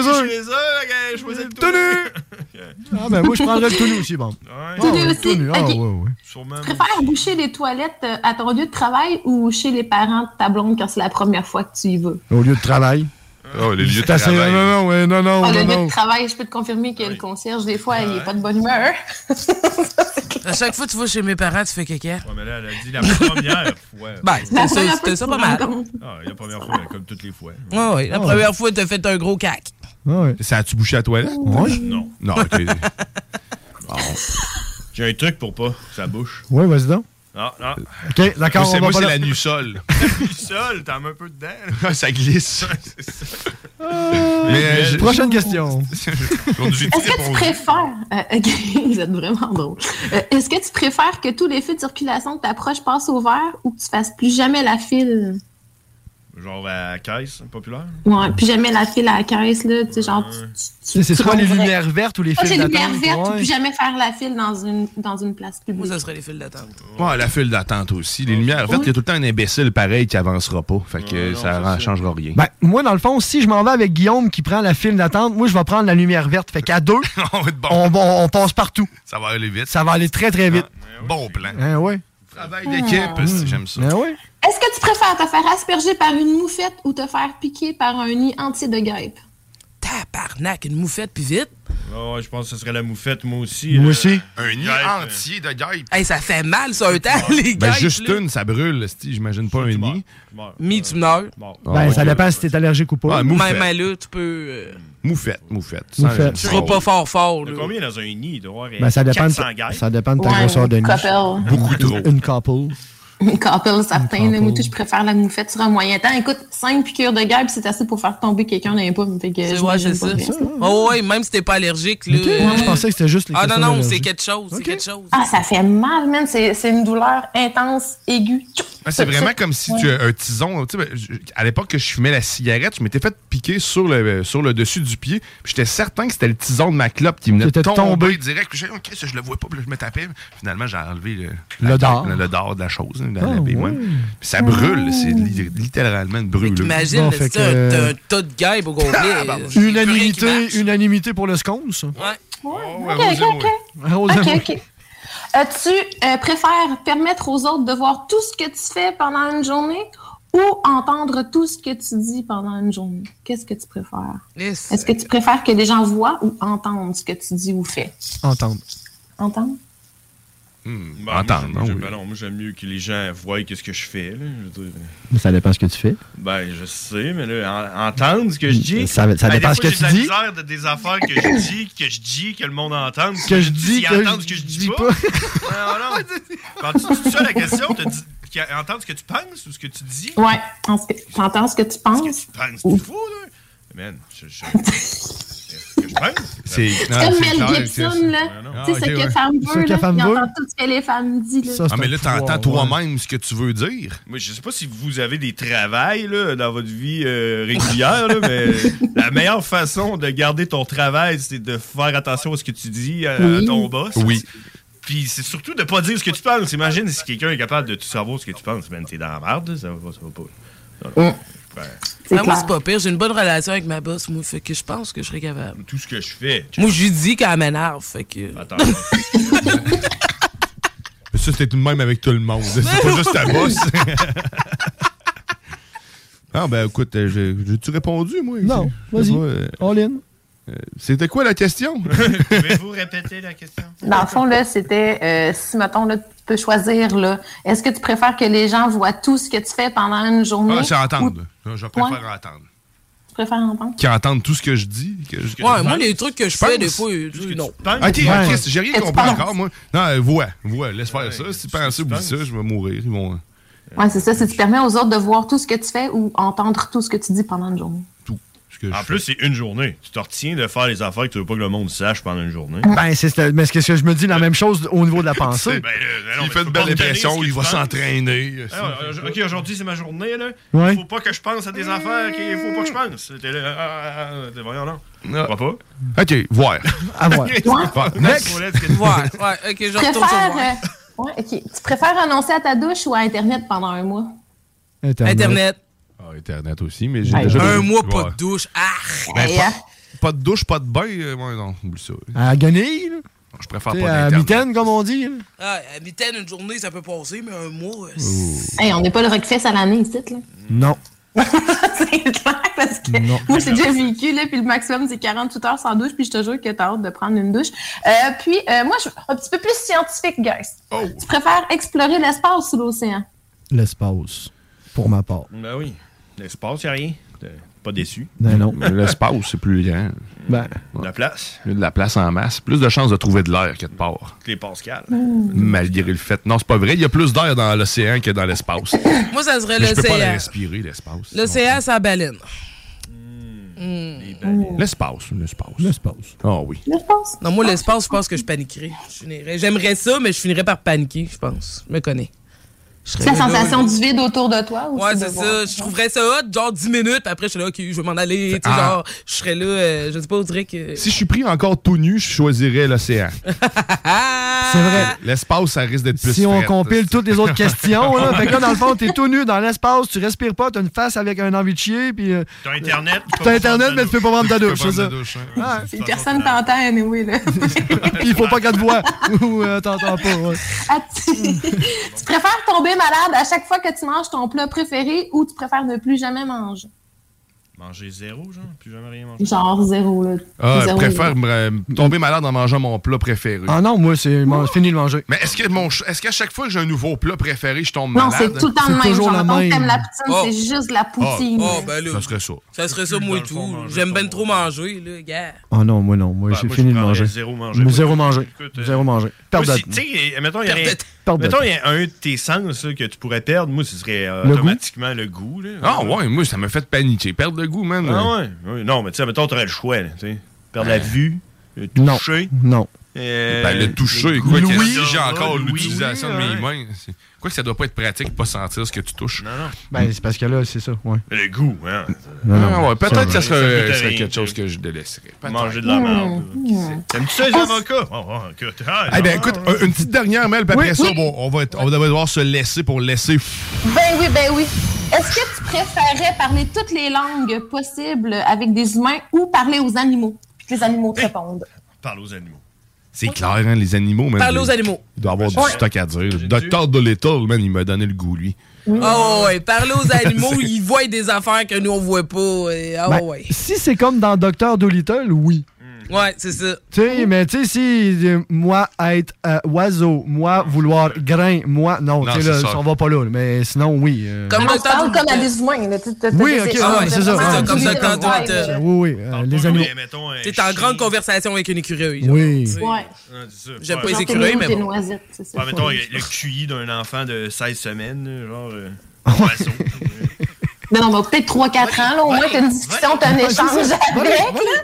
Je choisis le tout nu. Ah, ben moi, je prendrais le tout nu aussi, bon. Tout nu aussi. Tout nu. Tu préfères boucher les toilettes à ton lieu de travail ou chez les parents de ta blonde quand c'est la première fois que tu y vas? Au lieu de travail. Les lieux de travail. Non. Le lieu de travail, je peux te confirmer que le concierge, des fois, il n'est pas de bonne humeur. À chaque fois que tu vas chez mes parents, tu fais caca. Ouais, mais là, elle a dit la première fois. Ben, c'était ça pas mal. La première fois, comme toutes les fois. Oui, la première fois, t'as fait un gros cac. Ça a-tu bouché la toilette? Oui. Non. Non, ok. J'ai un truc pour pas que ça bouche. Oui, vas-y donc. Non. OK, d'accord. Moi, c'est la nuit-sol. La nuit-sol, t'en mets un peu dedans. Ça glisse. Prochaine question. Est-ce que tu préfères... vous êtes vraiment drôle. Est-ce que tu préfères que tous les feux de circulation de ta proche passent au vert ou que tu fasses plus jamais la file? Genre à la caisse populaire? Ouais, plus jamais la file à la caisse, là. Tu sais, genre, c'est soit les lumières vertes ou les files d'attente? Les lumières vertes, plus jamais faire la file dans une place publique. Moi, ça serait les files d'attente. Ouais, la file d'attente aussi. Les lumières vertes, il y a tout le temps un imbécile pareil qui avancera pas. Fait que ça ne changera rien. Ben, moi, dans le fond, si je m'en vais avec Guillaume qui prend la file d'attente, moi, je vais prendre la lumière verte. Fait qu'à deux, on passe partout. Ça va aller vite. Ça va aller très, très vite. Bon plan. Ouais. Travail d'équipe, j'aime ça. Ouais. Est-ce que tu préfères te faire asperger par une moufette ou te faire piquer par un nid entier de guêpes? Tabarnak, une moufette, puis vite. Ouais, je pense que ce serait la moufette, moi aussi. Moi aussi. Un nid entier de guêpes. Hey, ça fait mal, ça, un temps, les guêpes. Ben, juste une, ça brûle, j'imagine pas un nid. Tu meurs. Ben, ça dépend si t'es allergique ou pas. Même là, tu peux... Moufette. Tu seras pas fort. T'as combien dans un nid? Ben, ça dépend de ta grosseur de nid. Beaucoup trop. Une couple. Une couple, certain. Moi, je préfère la moufette sur un moyen temps. Écoute, 5 piqûres de guêpes, c'est assez pour faire tomber quelqu'un dans les pommes. C'est ça. Oh, ouais, même si t'es pas allergique. Là, je pensais que c'était juste les questions non, c'est quelque chose. Ah, ça fait mal, man. C'est une douleur intense, aiguë. C'est vraiment comme si tu as un tison. Tu sais, à l'époque que je fumais la cigarette, je m'étais fait piquer sur le dessus du pied. Puis j'étais certain que c'était le tison de ma clope qui venait de tomber direct. Puis j'ai dit, OK, ça, je le vois pas. Puis je me tapais. Finalement, j'ai enlevé l'odeur de la chose. Puis ça brûle. C'est littéralement une brûleuse. Imagine, c'est un tas de guêpes au complet. Unanimité pour le sconce. OK. Tu préfères permettre aux autres de voir tout ce que tu fais pendant une journée ou entendre tout ce que tu dis pendant une journée? Qu'est-ce que tu préfères? Est-ce que tu préfères que les gens voient ou entendent ce que tu dis ou fais? Entendre. Entendre? Entendre, non? Moi, j'aime mieux que les gens voient ce que je fais. Là, je veux dire. Mais ça dépend ce que tu fais. Ben, je sais, mais là, entendre ce que je dis. Ça dépend ce que tu dis. J'ai la misère des affaires que je dis, que le monde entende. Que je dis, ils entendent ce que je dis pas. Non. Quand tu dis ça, la question, tu dis entendre ce que tu penses ou ce que tu dis? Ouais, t'entends ce que tu penses. Ce que tu penses, c'est fou, là. Man, c'est comme Mel Gibson, là. Tu sais, ce que femme veut, là. Il entend tout ce que les femmes disent, là. Mais là, t'entends toi-même ce que tu veux dire. Moi, je sais pas si vous avez des travails, là, dans votre vie régulière, là, mais la meilleure façon de garder ton travail, c'est de faire attention à ce que tu dis à ton boss. Oui. Puis c'est surtout de pas dire ce que tu penses. Imagine si quelqu'un est capable de tout savoir ce que tu penses. Ben, t'es dans la merde, ça va pas. Moi, c'est pas pire. J'ai une bonne relation avec ma boss, moi. Fait que je pense que je serais capable. Tout ce que je fais. Moi, je lui dis qu'elle m'énerve. Fait que. Attends. Mais ça, c'était tout de même avec tout le monde. C'est pas juste ta boss. Ah, ben écoute, j'ai-tu répondu, moi? Non, vas-y. All in. C'était quoi la question? Pouvez-vous répéter la question? Dans le fond, là, c'était si, mettons, là, tu peux choisir, là, est-ce que tu préfères que les gens voient tout ce que tu fais pendant une journée? Ah, c'est entendre. Je préfère entendre. Tu préfères entendre? Qui entendent tout ce que je dis. Moi, les trucs que je fais, des fois, non. OK, j'ai rien compris encore, moi. Non, vois, laisse faire ça. Si tu penses, oublie ça, je vais mourir. Ils vont... Ouais, c'est ça. Si tu permets aux autres de voir tout ce que tu fais ou entendre tout ce que tu dis pendant une journée. Tout. En plus, c'est une journée. Tu te retiens de faire les affaires que tu veux pas que le monde sache pendant une journée. Ben, mais ce que je me dis, la même chose au niveau de la pensée. Il fait une belle impression, il va s'entraîner. OK, aujourd'hui, c'est ma journée. Là. Ouais. Il faut pas que je pense à des affaires qu'il faut pas que je pense. Voyons, non. Crois pas? OK, voir. À voir. Next. Voir. Ouais, OK, je retourne sur voir. OK. Tu préfères renoncer à ta douche ou à Internet pendant un mois? Internet. Internet aussi, mais j'ai déjà... Un mois, pas de douche. Pas de douche, pas de bain. Non, oublie ça. À guenille, là? Je préfère pas d'Internet. À mitaine, comme on dit. À mitaine, une journée, ça peut passer, mais un mois... On n'est pas le Rockfest à l'année, ici, là. Non. C'est clair, parce que moi, j'ai déjà vécu, là, puis le maximum, c'est 48 heures sans douche, puis je te jure que t'as hâte de prendre une douche. Puis, moi, je suis un petit peu plus scientifique, guys. Tu préfères explorer l'espace ou l'océan? L'espace, pour ma part. Ben oui. L'espace, il n'y a rien. Pas déçu. Ben non. L'espace, c'est plus grand. Ben. La place. Il y a de la place en masse. Plus de chances de trouver de l'air quelque part. Que les Pascal. Malgré le fait. Non, c'est pas vrai. Il y a plus d'air dans l'océan que dans l'espace. Moi, ça serait l'océan. Je peux pas l'océan. respirer, l'espace. L'océan, c'est la baleine. L'espace. Ah oui. L'espace? Non, moi, l'espace, je pense que je paniquerais. J'aimerais ça, mais je finirais par paniquer, je pense. Je me connais. C'est la sensation du vide autour de toi? Ouais, c'est ça. Je trouverais ça hot, genre 10 minutes, puis après, je suis là, OK, je vais m'en aller. Tu sais, genre, je serais là, je sais pas, on dirait que... Si je suis pris encore tout nu, je choisirais l'océan. C'est vrai. L'espace, ça risque d'être plus Si on frette. compile toutes les autres questions, là, fait que là, dans le fond, t'es tout nu dans l'espace, tu respires pas, t'as une face avec un envie de chier, puis... T'as Internet. T'as Internet, mais tu peux pas prendre ta douche, c'est ça. Si personne t'entend, anyway, là. Puis il faut pas qu'elle te voie. Ou t'entends pas, ouais. Tu préfères tomber malade à chaque fois que tu manges ton plat préféré ou tu préfères ne plus jamais manger? Manger zéro, genre? Plus jamais rien manger? Genre zéro, là. Je préfère tomber malade en mangeant mon plat préféré. Ah non, moi, c'est fini de manger. Mais est-ce qu'à chaque fois que j'ai un nouveau plat préféré, je tombe malade? Non, c'est tout le temps le même. toujours Genre, la quand même. t'aimes la poutine, c'est juste de la poutine. Ben là. Ça serait ça. Ça serait ça, moi et tout. J'aime ben trop manger, là, gars. Ah non, moi, non. Moi, j'ai fini de manger. Zéro manger. Zéro manger. Zéro manger. Perdre de... Tu sais, mettons, il y a un de tes sens là, que tu pourrais perdre. Moi, ce serait automatiquement le goût. Là. Ah ouais, moi, ça me fait paniquer. Perdre le goût, man. Ah ouais. Non, mais tu sais, mettons, tu aurais le choix. Perdre la vue, toucher. Non. Le toucher, quoi que si j'ai encore Louis, l'utilisation de mes mains. Quoi que ça doit pas être pratique de pas sentir ce que tu touches. Non. Ben, c'est parce que là, c'est ça, ouais. Le goût, hein. Ouais, peut-être que ça serait rien, quelque chose que je délaisserais. Manger de la merde. T'aimes-tu ça, les avocats? Eh bien, écoute, une petite dernière, Mel, puis après ça, bon, on va devoir se laisser pour laisser. Ben oui. Est-ce que tu préférerais parler toutes les langues possibles avec des humains ou parler aux animaux? Puis que les animaux te répondent. Parle aux animaux. C'est clair, hein, les animaux, man. Parle aux animaux. Il doit avoir du stock à dire. Le docteur Dolittle, man, il m'a donné le goût, lui. Oh, ouais, parler aux animaux, ils voient des affaires que nous, on voit pas. Ouais. Si c'est comme dans Docteur Dolittle, oui. Ouais, c'est ça. Tu sais, mais tu sais, si moi être oiseau, moi vouloir grain, moi, non, tu sais, là, ça va pas là. Mais sinon, oui. Comme parle comme à des humains. Oui, ok, c'est ça. Comme Docteur Dolittle. Oui, les animaux. T'es en grande conversation avec une écureuil. Oui. J'aime pas les écureuils, mais bon. Mettons, le QI d'un enfant de 16 semaines, genre, oiseau. Non, mais peut-être 3-4 ans, là, au moins, t'as une discussion, t'as un échange avec.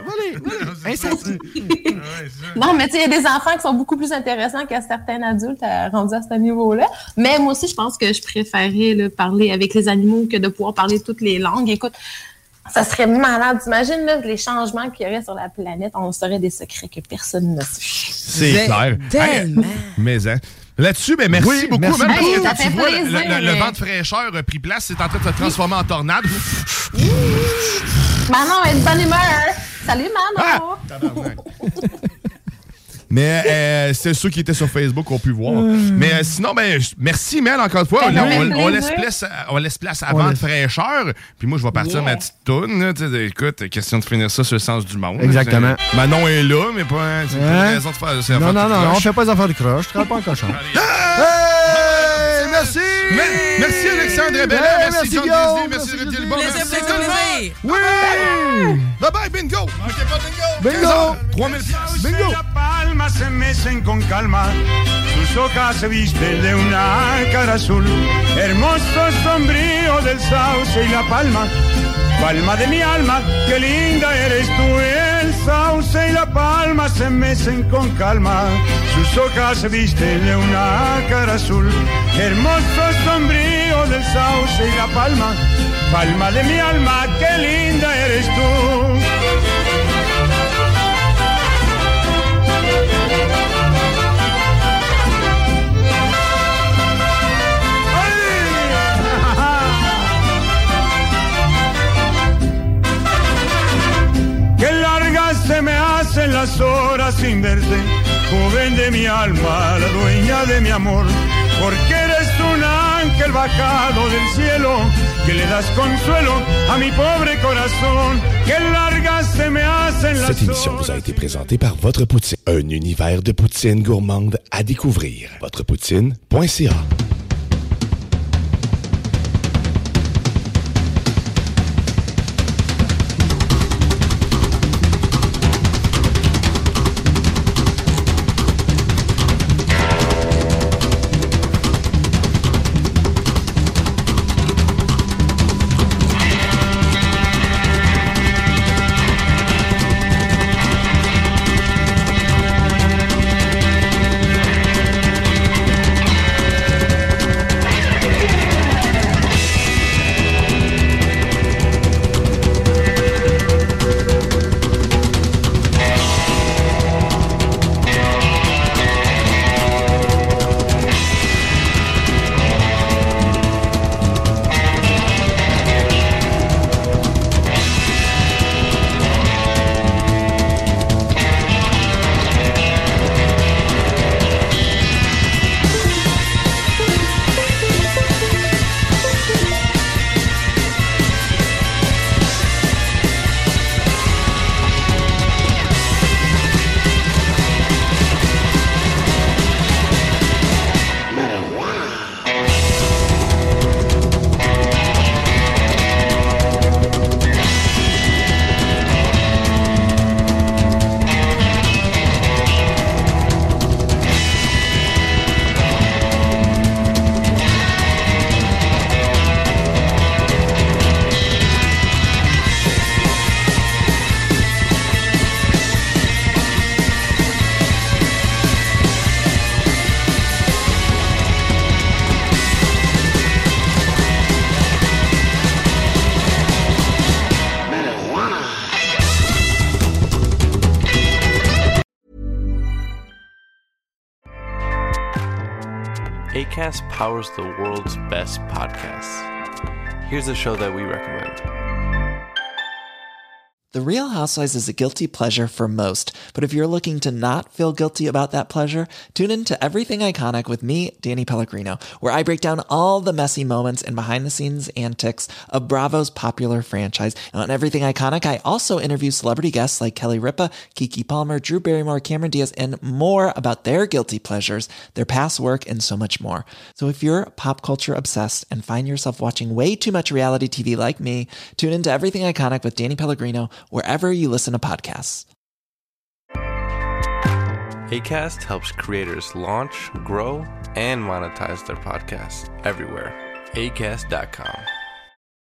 Non, mais tu sais, il y a des enfants qui sont beaucoup plus intéressants qu'à certains adultes rendus à ce niveau-là. Mais moi aussi, je pense que je préférais là, parler avec les animaux que de pouvoir parler toutes les langues. Écoute, ça serait malade. T'imagines là, les changements qu'il y aurait sur la planète, on saurait des secrets que personne ne sait. C'est clair. Mais, hein. Là-dessus, ben merci beaucoup. Merci. Même Hey, parce ça que tu fait vois, plaisir. le vent de fraîcheur a pris place, c'est en train de se transformer en tornade. Manon est de bonne humeur. Salut, Manon. Mais c'est ceux qui étaient sur Facebook ont pu voir. Mais sinon, ben merci, Mel, encore une fois. On laisse place à vent de fraîcheur. Puis moi, je vais partir ma petite toune. Écoute, question de finir ça sur le sens du monde. Exactement. Manon est là, mais pas une raison de faire ça. Non, on fait pas des affaires de croche. Je travaille pas en cochon. Merci! Merci Alexandre Rebella, merci John Disney, merci Rudy Lebon, merci Colin. Oui! Bye bye, bingo! Manquez pas bingo! Bingo! 3000 Bingo! La palma se mecen con calma, sus hojas se visten de una cara azul, hermoso sombrío del sauce y la palma, palma de mi alma, qué linda eres tú, el sauce y la palma se mecen con calma, sus hojas se visten de una cara azul, hermoso sombrío del sauce y la palma, palma de mi alma, qué linda eres tú. Qué largas se me hacen las horas sin verte, joven de mi alma, la dueña de mi amor, porque eres un ángel bajado del cielo, que le das consuelo a mi pobre corazón. Qué largas se me hacen las horas. Cette émission vous a été présentée par Votre Poutine, un univers de poutine gourmande à découvrir. Votrepoutine.ca. ACAST powers the world's best podcasts. Here's a show that we recommend. The Real Housewives is a guilty pleasure for most, but if you're looking to not feel guilty about that pleasure, tune in to Everything Iconic with me, Danny Pellegrino, where I break down all the messy moments and behind-the-scenes antics of Bravo's popular franchise. And on Everything Iconic, I also interview celebrity guests like Kelly Ripa, Keke Palmer, Drew Barrymore, Cameron Diaz, and more about their guilty pleasures, their past work, and so much more. So if you're pop culture obsessed and find yourself watching way too much reality TV like me, tune into Everything Iconic with Danny Pellegrino, wherever you listen to podcasts. ACAST helps creators launch, grow, and monetize their podcasts everywhere. ACAST.com.